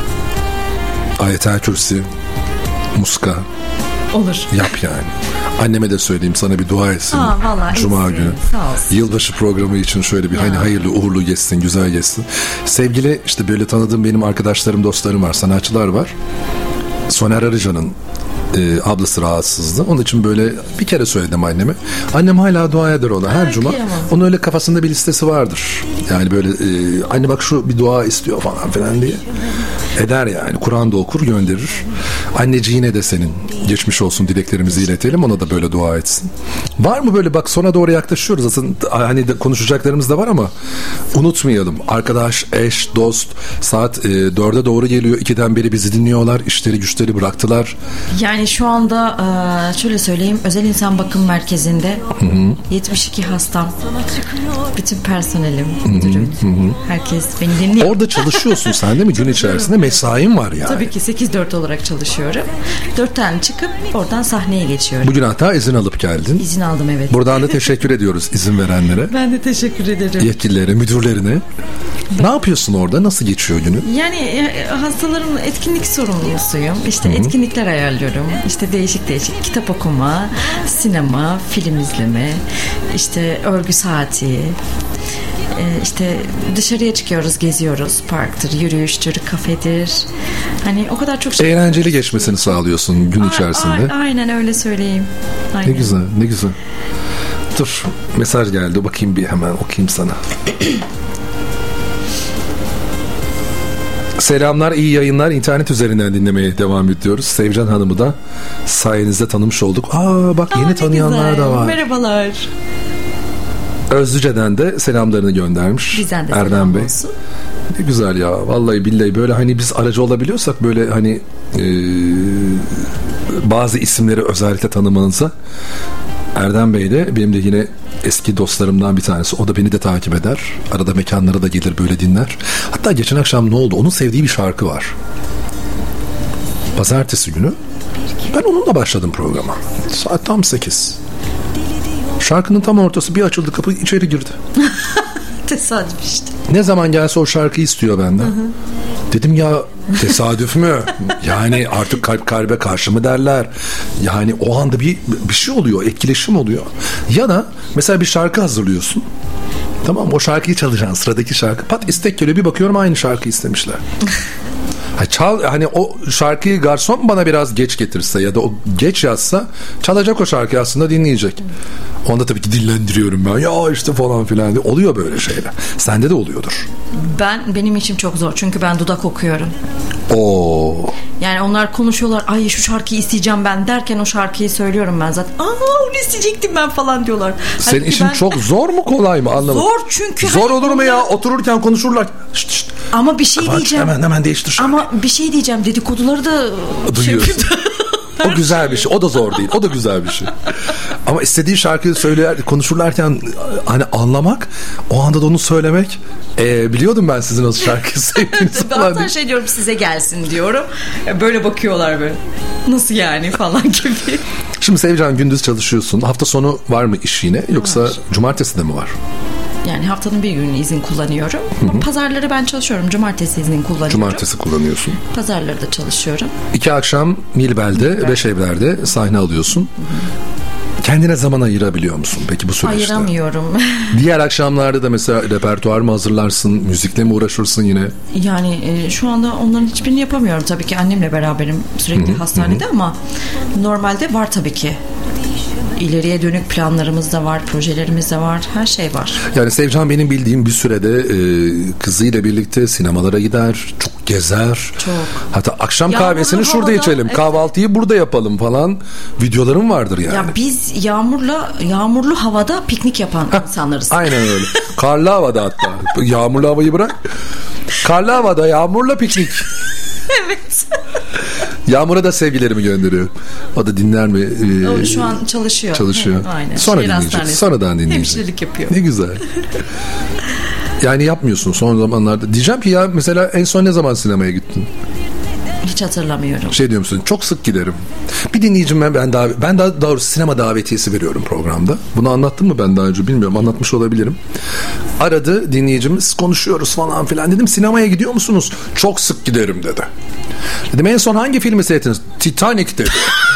[SPEAKER 2] Ayetel Kürsi. Muska.
[SPEAKER 3] Olur.
[SPEAKER 2] Yap yani. Anneme de söyleyeyim sana bir dua etsin.
[SPEAKER 3] Aa, vallahi
[SPEAKER 2] Cuma
[SPEAKER 3] etsin.
[SPEAKER 2] günü.
[SPEAKER 3] Sağ olsun.
[SPEAKER 2] Yılbaşı programı için şöyle bir ya. Hani hayırlı uğurlu geçsin, güzel geçsin. Sevgili işte böyle tanıdığım benim arkadaşlarım, dostlarım var, sanatçılar var. Soner Arıcan'ın e, ablası rahatsızdı. Onun için böyle bir kere söyledim anneme. Annem hala dua eder ona her cuma.
[SPEAKER 3] Kıyamam.
[SPEAKER 2] Onun öyle kafasında bir listesi vardır. Yani böyle e, anne bak şu bir dua istiyor falan filan diye. Eder yani. Kur'an da okur gönderir. Anneciğine de senin geçmiş olsun dileklerimizi iletelim. Ona da böyle dua etsin. Var mı böyle bak sona doğru yaklaşıyoruz. Aslında hani de konuşacaklarımız da var ama unutmayalım. Arkadaş, eş, dost saat e, dörde doğru geliyor. ikiden beri bizi dinliyorlar. İşleri güçleri bıraktılar.
[SPEAKER 3] Yani şu anda e, şöyle söyleyeyim. Özel İnsan Bakım Merkezi'nde hı hı. yetmiş iki hastam. Bütün personelim, müdürüm. Hı hı. Herkes beni dinliyor.
[SPEAKER 2] Orada çalışıyorsun sen değil mi? Gün içerisinde mesain var yani.
[SPEAKER 3] Tabii ki sekiz dört olarak çalışıyorum. dört tane çıkıp oradan sahneye geçiyorum.
[SPEAKER 2] Bugün hatta izin alıp geldin.
[SPEAKER 3] İzin aldım evet.
[SPEAKER 2] Buradan da teşekkür ediyoruz izin verenlere.
[SPEAKER 3] Ben de teşekkür ederim.
[SPEAKER 2] Yetkililere, müdürlerine. Ben... Ne yapıyorsun orada? Nasıl geçiyor günün?
[SPEAKER 3] Yani hastaların etkinlik sorumlusuyum. İşte Hı-hı. etkinlikler ayarlıyorum. İşte değişik değişik kitap okuma, sinema, film izleme, işte örgü saati. İşte dışarıya çıkıyoruz, geziyoruz. Parktır, yürüyüştür, kafedir. Hani o kadar çok şey.
[SPEAKER 2] Eğlenceli geçmesini sağlıyorsun gün içerisinde.
[SPEAKER 3] A- aynen öyle söyleyeyim. Aynen.
[SPEAKER 2] Ne güzel, ne güzel. Dur, mesaj geldi. Bakayım bir hemen okuyayım sana. Selamlar, iyi yayınlar. İnternet üzerinden dinlemeye devam ediyoruz. Sevcan Hanım'ı da sayenizde tanımış olduk. Aa bak yeni Aa, tanıyanlar güzel. Da var.
[SPEAKER 3] Merhabalar.
[SPEAKER 2] Özlüce'den de selamlarını göndermiş.
[SPEAKER 3] Bizden de
[SPEAKER 2] Erdem
[SPEAKER 3] selam
[SPEAKER 2] Bey.
[SPEAKER 3] olsun.
[SPEAKER 2] Ne güzel ya. Vallahi billahi böyle hani biz aracı olabiliyorsak böyle hani e, bazı isimleri özellikle tanımanıza, Erdem Bey de benim de yine eski dostlarımdan bir tanesi. O da beni de takip eder. Arada mekanlara da gelir böyle dinler. Hatta geçen akşam ne oldu? Onun sevdiği bir şarkı var. Pazartesi günü. Ben onunla başladım programa. Saat tam sekiz. Şarkının tam ortası, bir açıldı kapı, içeri girdi.
[SPEAKER 3] Tesadüf işte.
[SPEAKER 2] Ne zaman gelse o şarkıyı istiyor benden. Hı hı. Dedim ya tesadüf mü? Yani artık kalp kalbe karşı mı derler? Yani o anda bir bir şey oluyor, etkileşim oluyor. Ya da mesela bir şarkı hazırlıyorsun. Tamam, o şarkıyı çalacaksın, sıradaki şarkı. Pat istek geliyor, bir bakıyorum aynı şarkıyı istemişler. Ha, çal, hani o şarkıyı garson bana biraz geç getirse ya da o geç yazsa çalacak o şarkıyı, aslında dinleyecek. Onda tabii ki dillendiriyorum ben. Ya işte falan filan diye. Oluyor böyle şeyler. Sende de oluyordur.
[SPEAKER 3] Ben benim için çok zor çünkü ben dudak okuyorum.
[SPEAKER 2] Oo.
[SPEAKER 3] Yani onlar konuşuyorlar. Ay şu şarkıyı isteyeceğim ben derken o şarkıyı söylüyorum ben zaten. Aa onu isteyecektim ben falan diyorlar.
[SPEAKER 2] Senin
[SPEAKER 3] Halbuki
[SPEAKER 2] işin
[SPEAKER 3] ben...
[SPEAKER 2] çok zor mu kolay mı anlamadım.
[SPEAKER 3] Zor çünkü.
[SPEAKER 2] Zor
[SPEAKER 3] hani
[SPEAKER 2] olur mu
[SPEAKER 3] onlar...
[SPEAKER 2] ya? Otururken konuşurlar. Şşt, şşt.
[SPEAKER 3] Ama bir şey
[SPEAKER 2] Kapat,
[SPEAKER 3] diyeceğim.
[SPEAKER 2] Hemen hemen değiştir şarkıyı.
[SPEAKER 3] Ama bir şey diyeceğim. Dedikoduları da
[SPEAKER 2] duyuyorsun. Şey o güzel bir şey. O da zor değil. O da güzel bir şey. Ama istediği şarkıyı söyler, konuşurlarken hani anlamak, o anda da onu söylemek. E, biliyordum ben sizin o şarkıyı sevdiğinizi falan.
[SPEAKER 3] Hatta şey diyorum, size gelsin diyorum. Böyle bakıyorlar böyle. Nasıl yani falan gibi.
[SPEAKER 2] Şimdi Sevcan, gündüz çalışıyorsun. Hafta sonu var mı iş yine? Yoksa var. Cumartesi de mi var?
[SPEAKER 3] Yani haftanın bir günü izin kullanıyorum. Hı hı. Pazarları ben çalışıyorum. Cumartesi izin kullanıyorum.
[SPEAKER 2] Cumartesi kullanıyorsun.
[SPEAKER 3] Pazarları da çalışıyorum.
[SPEAKER 2] İki akşam Milbel'de, Milbel. Beş Evler'de sahne alıyorsun. Hı hı. Kendine zaman ayırabiliyor musun peki bu süreçte?
[SPEAKER 3] Ayıramıyorum.
[SPEAKER 2] Diğer akşamlarda da mesela repertuar mı hazırlarsın? Müzikle mi uğraşırsın yine?
[SPEAKER 3] Yani e, şu anda onların hiçbirini yapamıyorum. Tabii ki annemle beraberim sürekli hı hı. hastanede hı hı. ama normalde var tabii ki. İleriye dönük planlarımız da var, projelerimiz de var, her şey var.
[SPEAKER 2] Yani Sevcan benim bildiğim bir sürede e, kızıyla birlikte sinemalara gider, çok gezer.
[SPEAKER 3] Çok.
[SPEAKER 2] Hatta akşam
[SPEAKER 3] Yağmurlu
[SPEAKER 2] kahvesini şurada
[SPEAKER 3] havada,
[SPEAKER 2] içelim,
[SPEAKER 3] evet.
[SPEAKER 2] kahvaltıyı burada yapalım falan videolarım vardır yani.
[SPEAKER 3] Ya biz yağmurla yağmurlu havada piknik yapan Heh, insanlarız.
[SPEAKER 2] Aynen öyle. Karlı havada hatta. Yağmurlu havayı bırak. Karlı havada yağmurla piknik.
[SPEAKER 3] Evet.
[SPEAKER 2] Yağmur'a da sevgilerimi gönderiyorum. O da dinler mi? Ee,
[SPEAKER 3] o şu an çalışıyor.
[SPEAKER 2] Çalışıyor.
[SPEAKER 3] Evet, aynen.
[SPEAKER 2] Sonra
[SPEAKER 3] Şehir
[SPEAKER 2] dinleyecek. Sonradan dinleyecek.
[SPEAKER 3] Hemşirelik yapıyor.
[SPEAKER 2] Ne güzel. Yani yapmıyorsun son zamanlarda. Diyeceğim ki ya mesela en son ne zaman sinemaya gittin?
[SPEAKER 3] Hiç hatırlamıyorum.
[SPEAKER 2] Şey diyor musun? Çok sık giderim. Bir dinleyicim ben ben daha ben daha doğrusu sinema davetiyesi veriyorum programda. Bunu anlattım mı ben daha önce bilmiyorum. Anlatmış olabilirim. Aradı dinleyicimiz, konuşuyoruz falan filan. Dedim sinemaya gidiyor musunuz? Çok sık giderim dedi. Dedim en son hangi filmi seyrettiniz? Titanic dedi.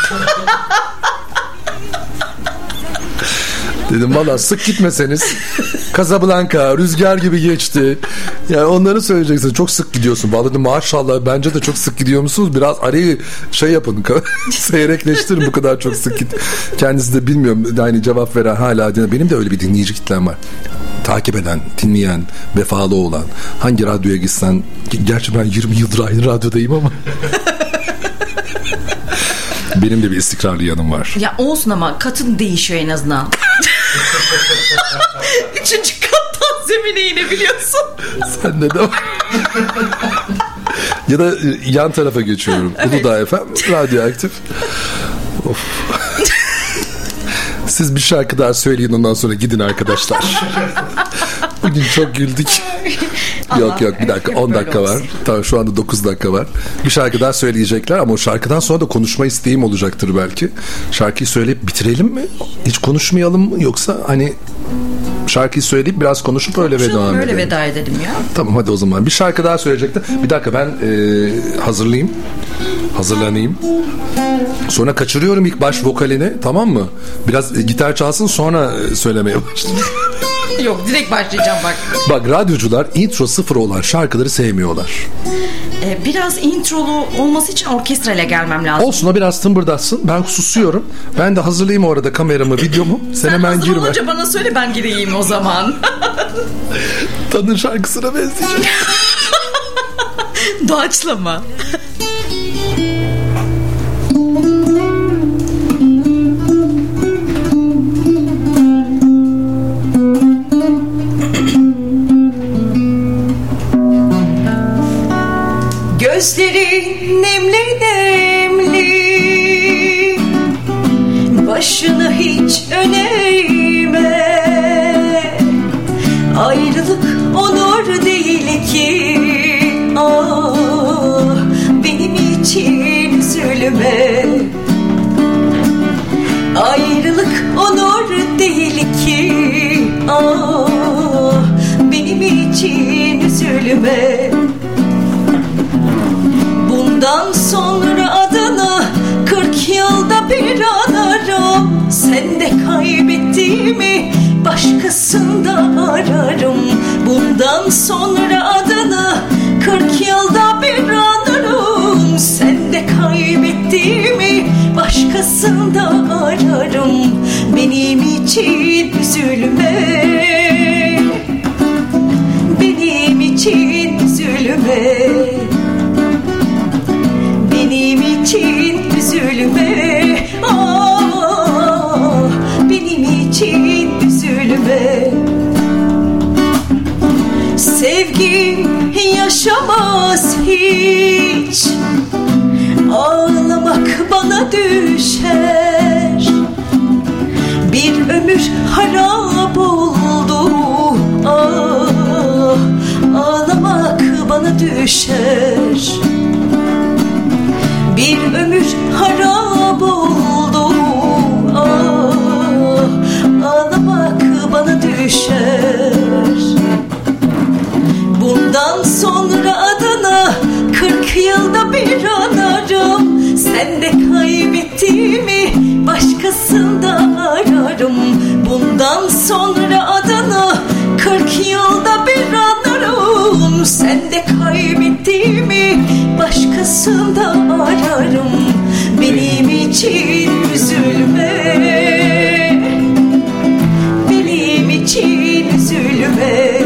[SPEAKER 2] Dedim valla sık gitmeseniz Casablanca rüzgar gibi geçti. Yani onları söyleyeceksin. Çok sık gidiyorsun. Vallahi dedim maşallah bence de çok sık gidiyor musunuz? Biraz arayı şey yapın. Seyrekleştirin bu kadar çok sık git. Kendisi de bilmiyorum. Yani cevap veren hala. Benim de öyle bir dinleyici kitlem var. Takip eden, dinleyen, vefalı olan. Hangi radyoya gitsen. Gerçi ben yirmi yıldır aynı radyodayım ama. Benim de bir istikrarlı yanım var.
[SPEAKER 3] Ya olsun ama katın değişiyor en azından. Üçüncü kattan zemine inebiliyorsun.
[SPEAKER 2] Sen de var. Ya da yan tarafa geçiyorum. Evet. Uludağ F M, radyoaktif. Of. Siz bir şarkı daha söyleyin, ondan sonra gidin arkadaşlar. Bugün çok güldük. Yok yok bir dakika, on dakika var. Tamam, şu anda dokuz dakika var. Bir şarkı daha söyleyecekler ama o şarkıdan sonra da konuşma isteğim olacaktır belki. Şarkıyı söyleyip bitirelim mi? Hiç konuşmayalım mı? Yoksa hani şarkıyı söyleyip biraz konuşup öyle veda edelim.
[SPEAKER 3] Öyle veda edelim ya.
[SPEAKER 2] Tamam hadi o zaman. Bir şarkı daha söyleyecektim. Bir dakika ben e, hazırlayayım. Hazırlanayım. Sonra kaçırıyorum ilk baş vokalini, tamam mı? Biraz e, gitar çalsın, sonra e, söylemeye başlayayım.
[SPEAKER 3] Yok, direkt başlayacağım bak.
[SPEAKER 2] Bak radyocular intro sıfır olan şarkıları sevmiyorlar.
[SPEAKER 3] Ee, biraz introlu olması için orkestrayla gelmem lazım.
[SPEAKER 2] Olsun, o biraz tımbırdatsın. Ben susuyorum. Ben de hazırlayayım o arada kameramı, videomu. Sen, Sen hemen girme. Sen
[SPEAKER 3] hazır olunca bana söyle, ben gireyim o zaman.
[SPEAKER 2] Tanrı şarkısına benzeyecek.
[SPEAKER 3] Doğaçlama.
[SPEAKER 1] Ah, benim için üzülme. Bundan sonra adını kırk yılda bir anarım. Sen de kaybettiğimi başkasında ararım. Bundan sonra adını kırk yılda bir anarım. Sen de kaybettiğimi başkasında ararım. Benim için üzülme. Benim için üzülme. Benim için üzülme. Ah, benim için üzülme. Sevgim yaşamaz hiç. Ağlamak bana düşer. Bir ömür harap oldu. Ah, ağlamak bana düşer. Bir ömür harap oldu. Ah, ağlamak bana düşer. Bundan sonra adını kırk yılda bir anarım. Sen de kaybettiğimi başkasında ararım. Bundan sonra adını kırk yılda bir anarım. Sen de kaybettiğimi başkasında ararım. Benim için üzülme. Benim için üzülme.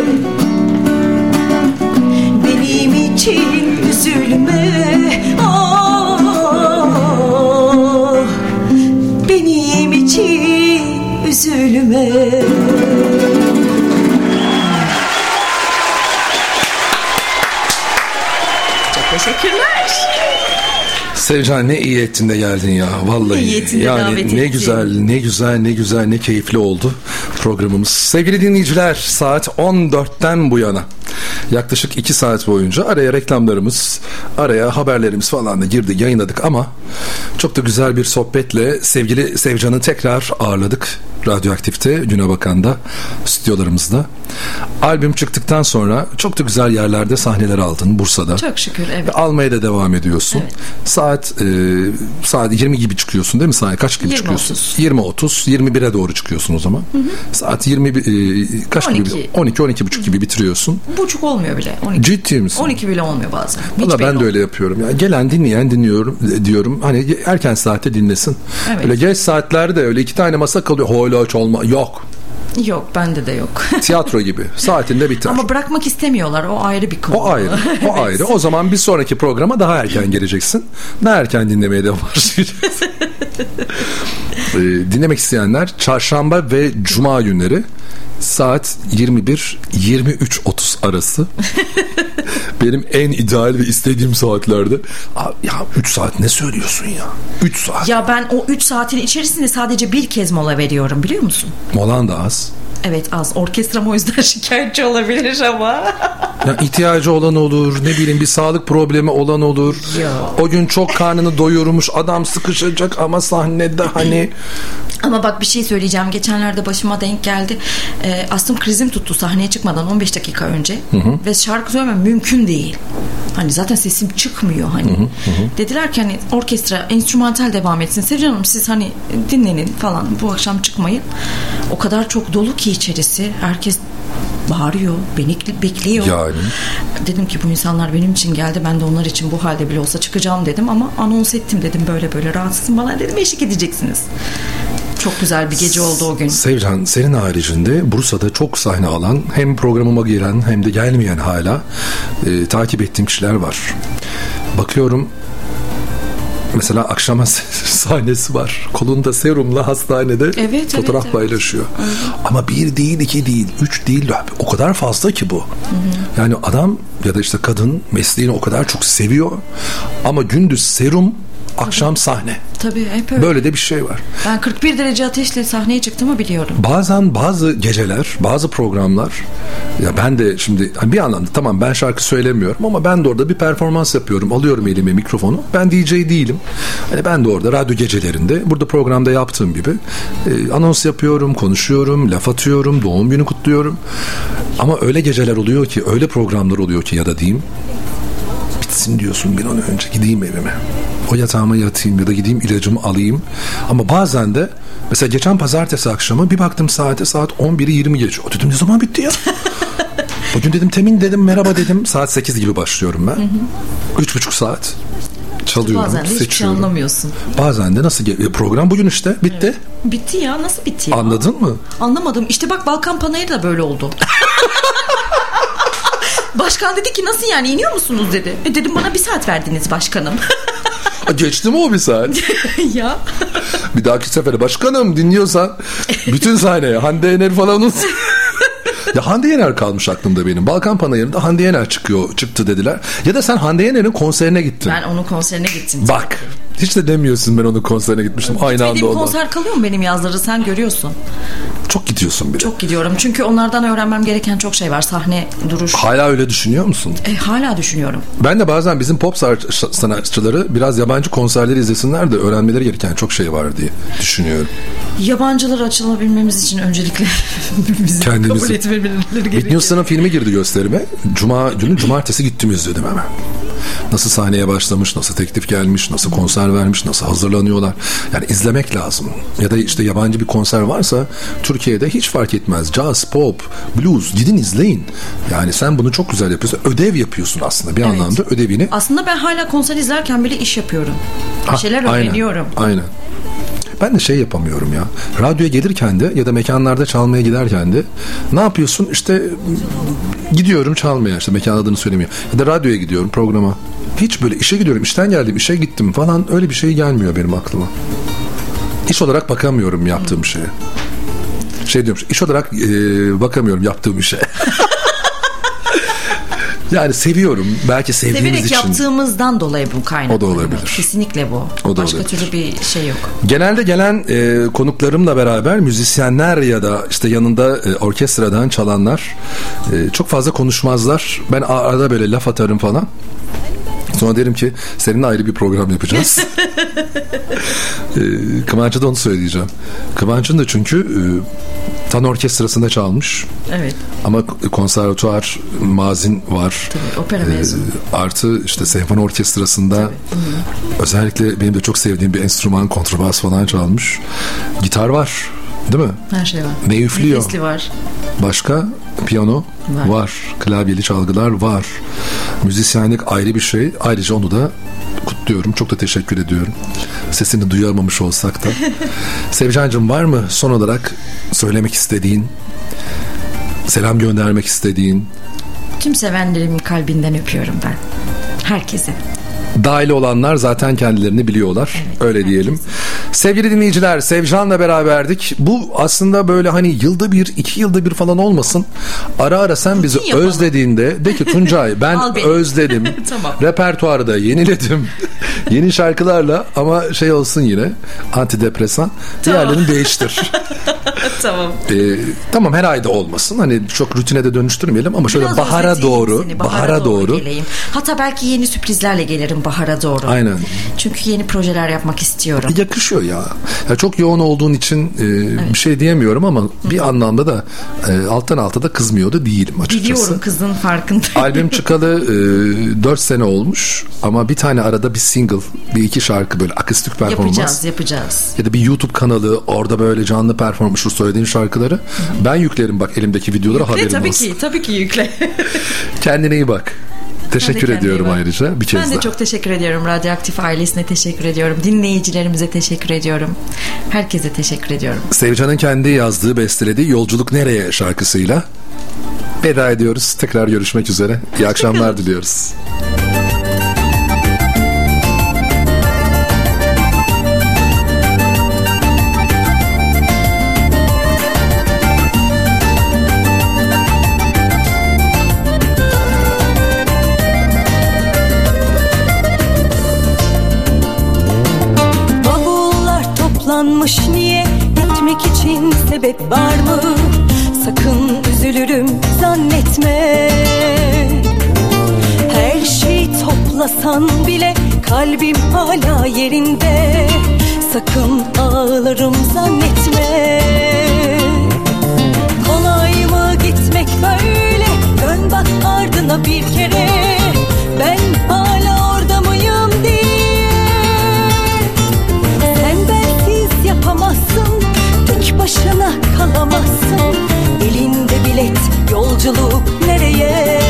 [SPEAKER 1] Benim için üzülme. Ah, benim için üzülme.
[SPEAKER 3] Teşekkürler.
[SPEAKER 2] Sevcan ne iyi ettin de geldin ya. Vallahi yani ne güzel, ne güzel, ne güzel, ne keyifli oldu programımız. Sevgili dinleyiciler, saat on dörtten bu yana yaklaşık iki saat boyunca araya reklamlarımız, araya haberlerimiz falan da girdi, yayınladık ama çok da güzel bir sohbetle sevgili Sevcan'ı tekrar ağırladık Radyoaktif'te, Güne Bakan'da, stüdyolarımızda. Albüm çıktıktan sonra çok da güzel yerlerde sahneler aldın Bursa'da.
[SPEAKER 3] Çok şükür, evet.
[SPEAKER 2] Ve almaya da devam ediyorsun.
[SPEAKER 3] Evet.
[SPEAKER 2] Saat e, saat yirmi gibi çıkıyorsun değil mi? Saat kaç gibi çıkıyorsun? yirmi otuz yirmi bire doğru çıkıyorsun o zaman. Hı hı. Saat yirmi e, kaç
[SPEAKER 3] on iki.
[SPEAKER 2] gibi? on iki on iki buçuk gibi bitiriyorsun.
[SPEAKER 3] Buçuk olmuyor bile. on iki.
[SPEAKER 2] Ciddi misin?
[SPEAKER 3] on iki bile olmuyor bazen.
[SPEAKER 2] Valla ben de öyle yapıyorum. Yani gelen dinleyen dinliyorum diyorum. Hani erken saatte dinlesin.
[SPEAKER 3] Evet.
[SPEAKER 2] Öyle geç saatlerde öyle iki tane masa kalıyor. Hala hiç olma. Yok.
[SPEAKER 3] Yok, bende de yok.
[SPEAKER 2] Tiyatro gibi. Saatinde biter.
[SPEAKER 3] Ama bırakmak istemiyorlar. O ayrı bir konu.
[SPEAKER 2] O ayrı. O evet. ayrı. O zaman bir sonraki programa daha erken geleceksin. Daha erken dinlemeye devam başlayacaksın. ee, dinlemek isteyenler çarşamba ve cuma günleri saat yirmi bir yirmi üç otuz arası benim en ideal ve istediğim saatlerde. Ya üç saat ne söylüyorsun ya? üç saat.
[SPEAKER 3] Ya ben o üç saatin içerisinde sadece bir kez mola veriyorum, biliyor musun?
[SPEAKER 2] Molan da az.
[SPEAKER 3] Evet, az. Orkestram o yüzden şikayetçi olabilir ama.
[SPEAKER 2] Ya ihtiyacı olan olur, ne bileyim bir sağlık problemi olan olur.
[SPEAKER 3] Yo.
[SPEAKER 2] O gün çok karnını doyurmuş, adam sıkışacak ama sahnede hani.
[SPEAKER 3] Ama bak bir şey söyleyeceğim. Geçenlerde başıma denk geldi. E, astım krizim tuttu sahneye çıkmadan on beş dakika önce. Hı hı. Ve şarkı söylemem mümkün değil. Hani zaten sesim çıkmıyor hani. Hı hı hı. Dediler ki hani orkestra enstrümantal devam etsin. Sevcan Hanım siz hani dinlenin falan. Bu akşam çıkmayın. O kadar çok dolu ki içerisi. Herkes bağırıyor, beni bekliyor.
[SPEAKER 2] Yani.
[SPEAKER 3] Dedim ki bu insanlar benim için geldi. Ben de onlar için bu halde bile olsa çıkacağım dedim ama anons ettim dedim, böyle böyle rahatsızım bana dedim, eşlik edeceksiniz. Çok güzel bir gece oldu o gün.
[SPEAKER 2] Sevcan, senin haricinde Bursa'da çok sahne alan, hem programıma giren hem de gelmeyen hala e, takip ettiğim kişiler var. Bakıyorum mesela akşama sahnesi var. Kolunda serumla hastanede
[SPEAKER 3] evet,
[SPEAKER 2] fotoğraf
[SPEAKER 3] evet,
[SPEAKER 2] paylaşıyor.
[SPEAKER 3] Evet.
[SPEAKER 2] Ama bir değil, iki değil, üç değil. O kadar fazla ki bu. Hı hı. Yani adam ya da işte kadın mesleğini o kadar çok seviyor. Ama gündüz serum, akşam sahne.
[SPEAKER 3] Tabii hep öyle.
[SPEAKER 2] Böyle de bir şey var.
[SPEAKER 3] Ben kırk bir derece ateşle sahneye çıktığımı biliyorum.
[SPEAKER 2] Bazen bazı geceler, bazı programlar, ya ben de şimdi bir anlamda tamam ben şarkı söylemiyorum ama ben de orada bir performans yapıyorum. Alıyorum elime mikrofonu. Ben D J değilim. Yani ben de orada radyo gecelerinde burada programda yaptığım gibi e, anons yapıyorum, konuşuyorum, laf atıyorum, doğum günü kutluyorum. Ama öyle geceler oluyor ki, öyle programlar oluyor ki ya da diyeyim bitsin diyorsun bir an önce gideyim evime. O yatağıma yatayım ya da gideyim ilacımı alayım. Ama bazen de mesela geçen pazartesi akşamı bir baktım saate, saat on biri yirmi geçiyor. Dedim ne zaman bitti ya? Bugün dedim temin dedim merhaba dedim. Saat sekiz gibi başlıyorum ben. Üç buçuk saat çalıyorum,
[SPEAKER 3] bazen de
[SPEAKER 2] seçiyorum.
[SPEAKER 3] hiçbir şey anlamıyorsun.
[SPEAKER 2] Bazen de nasıl geliyor? Program bugün işte bitti.
[SPEAKER 3] Evet. Bitti ya, nasıl bitti ya?
[SPEAKER 2] Anladın mı?
[SPEAKER 3] Anlamadım. İşte bak Balkan Panayırı da böyle oldu. Başkan dedi ki nasıl yani iniyor musunuz dedi. E dedim bana bir saat verdiniz başkanım.
[SPEAKER 2] Geçti mi o bir saat?
[SPEAKER 3] Ya.
[SPEAKER 2] Bir dahaki sefere başkanım dinliyorsan bütün sahneye Hande Yener falan unut. Ya Hande Yener kalmış aklımda benim. Balkan Panayırı'nda Hande Yener çıkıyor, çıktı dediler. Ya da sen Hande Yener'in konserine gittin.
[SPEAKER 3] Ben onun konserine gittim.
[SPEAKER 2] Bak. Hiç de demiyorsun ben onun konserine gitmiştim. Aynı anda oldu.
[SPEAKER 3] Konser kalıyor mu benim yazları sen görüyorsun.
[SPEAKER 2] Çok gidiyorsun bile.
[SPEAKER 3] Çok gidiyorum çünkü onlardan öğrenmem gereken çok şey var. Sahne, duruş.
[SPEAKER 2] Hala öyle düşünüyor musun?
[SPEAKER 3] E, hala düşünüyorum.
[SPEAKER 2] Ben de bazen bizim pop sanatçıları biraz yabancı konserleri izlesinler de öğrenmeleri gereken çok şey var diye düşünüyorum.
[SPEAKER 3] Yabancılara açılabilmemiz için öncelikle bizi
[SPEAKER 2] kendimizi
[SPEAKER 3] kabul etmemeleri gerekiyor.
[SPEAKER 2] Whitney Houston'ın filmi girdi gösterime. Cuma günü cumartesi gittim izledim hemen. Nasıl sahneye başlamış, nasıl teklif gelmiş, nasıl konser vermiş, nasıl hazırlanıyorlar. Yani izlemek lazım. Ya da işte yabancı bir konser varsa Türkiye'de hiç fark etmez. Jazz, pop, blues gidin izleyin. Yani sen bunu çok güzel yapıyorsun. Ödev yapıyorsun aslında bir evet. anlamda ödevini.
[SPEAKER 3] Aslında ben hala konser izlerken bile iş yapıyorum. Bir şeyler ha, öğreniyorum.
[SPEAKER 2] Aynen, aynen. Ben de şey yapamıyorum ya. Radyoya gelirken de ya da mekanlarda çalmaya giderken de ne yapıyorsun? İşte gidiyorum çalmaya, işte mekan adını söylemiyor. Ya da radyoya gidiyorum programa. Hiç böyle işe gidiyorum, işten geldim, işe gittim falan öyle bir şey gelmiyor benim aklıma. İş olarak bakamıyorum yaptığım şeye. Şey diyorum, iş olarak e, bakamıyorum yaptığım işe. Yani seviyorum. Belki sevdiğimiz
[SPEAKER 3] Severek
[SPEAKER 2] için.
[SPEAKER 3] Severek yaptığımızdan dolayı bu kaynak.
[SPEAKER 2] O da olabilir.
[SPEAKER 3] Kesinlikle bu.
[SPEAKER 2] O da
[SPEAKER 3] Başka
[SPEAKER 2] olabilir.
[SPEAKER 3] türlü bir şey yok.
[SPEAKER 2] Genelde gelen e, konuklarımla beraber müzisyenler ya da işte yanında e, orkestradan çalanlar e, çok fazla konuşmazlar. Ben arada böyle laf atarım falan. Sonra derim ki seninle ayrı bir program yapacağız. e, Kıvanç'a da onu söyleyeceğim. Kıvanç'ın da çünkü e, Tan orkestrasında çalmış.
[SPEAKER 3] Evet.
[SPEAKER 2] Ama konservatuar mazin var.
[SPEAKER 3] Tabii, opera mezunu.
[SPEAKER 2] E, artı işte senfoni orkestrasında tabii. Özellikle benim de çok sevdiğim bir enstrüman, kontrbas falan çalmış. Gitar var. Değil mi?
[SPEAKER 3] Her şey var.
[SPEAKER 2] Ne üflüyor?
[SPEAKER 3] Nefesli var.
[SPEAKER 2] Başka? Piyano var. var. Klavyeli çalgılar var. Müzisyenlik ayrı bir şey. Ayrıca onu da kutluyorum. Çok da teşekkür ediyorum. Sesini duyamamış olsak da. Sevcancığım var mı son olarak söylemek istediğin, selam göndermek istediğin?
[SPEAKER 3] Tüm sevenlerimin kalbinden öpüyorum ben. Herkese.
[SPEAKER 2] Dahil olanlar zaten kendilerini biliyorlar. Evet, öyle herkes. Diyelim. Sevgili dinleyiciler, Sevcan'la beraberdik. Bu aslında böyle hani yılda bir, iki yılda bir falan olmasın. Ara ara sen rutin bizi yapalım. Özlediğinde de ki Tuncay ben özledim. Tamam. Repertuarı da yeniledim. Yeni şarkılarla ama şey olsun yine antidepresan. Tamam. Diğerlerini değiştir.
[SPEAKER 3] Tamam.
[SPEAKER 2] Ee, tamam her ayda olmasın. Hani çok rutine de dönüştürmeyelim ama şöyle biraz bahara doğru, seni, bahara, bahara doğru. doğru.
[SPEAKER 3] Geleyim. Hatta belki yeni sürprizlerle gelirim bahara doğru.
[SPEAKER 2] Aynen.
[SPEAKER 3] Çünkü yeni projeler yapmak istiyorum.
[SPEAKER 2] Yakışıyor ya. ya çok yoğun olduğun için e, evet. bir şey diyemiyorum ama Hı-hı. bir anlamda da e, alttan alta da kızmıyordu değilim açıkçası.
[SPEAKER 3] Biliyorum kızın farkındayım.
[SPEAKER 2] Albüm çıkalı e, dört sene olmuş ama bir tane arada bir single, bir iki şarkı böyle akustik performans.
[SPEAKER 3] Yapacağız, yapacağız.
[SPEAKER 2] Ya da bir YouTube kanalı orada böyle canlı performans şu söylediğin şarkıları. Hı-hı. Ben yüklerim bak elimdeki videoları
[SPEAKER 3] yükle,
[SPEAKER 2] haberim
[SPEAKER 3] tabii
[SPEAKER 2] olsun.
[SPEAKER 3] Tabii ki, tabii ki yükle.
[SPEAKER 2] Kendine iyi bak. Teşekkür ediyorum ayrıca bir kez daha.
[SPEAKER 3] Ben de çok teşekkür ediyorum. Radyoaktif ailesine teşekkür ediyorum. Dinleyicilerimize teşekkür ediyorum. Herkese teşekkür ediyorum.
[SPEAKER 2] Sevcan'ın kendi yazdığı, bestelediği Yolculuk Nereye şarkısıyla veda ediyoruz. Tekrar görüşmek üzere. İyi akşamlar diliyoruz.
[SPEAKER 1] Ayrılmış niye? Gitmek için sebep var mı? Sakın üzülürüm zannetme. Her şeyi toplasan bile kalbim hala yerinde. Sakın ağlarım zannetme. Kolay mı gitmek böyle? Dön bak ardına bir kere. Ben hala orada mıyım diye. Sen bensiz yapamazsın, tek başına kalamazsın. Elinde bilet, yolculuk nereye?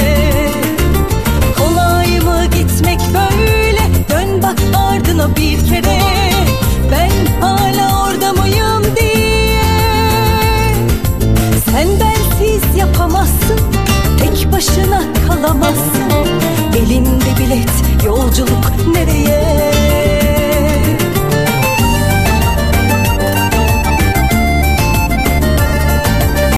[SPEAKER 1] Kolay mı gitmek böyle? Dön bak ardına bir kere. Ben hala orada mıyım diye. Sen bensiz yapamazsın, tek başına kalamazsın.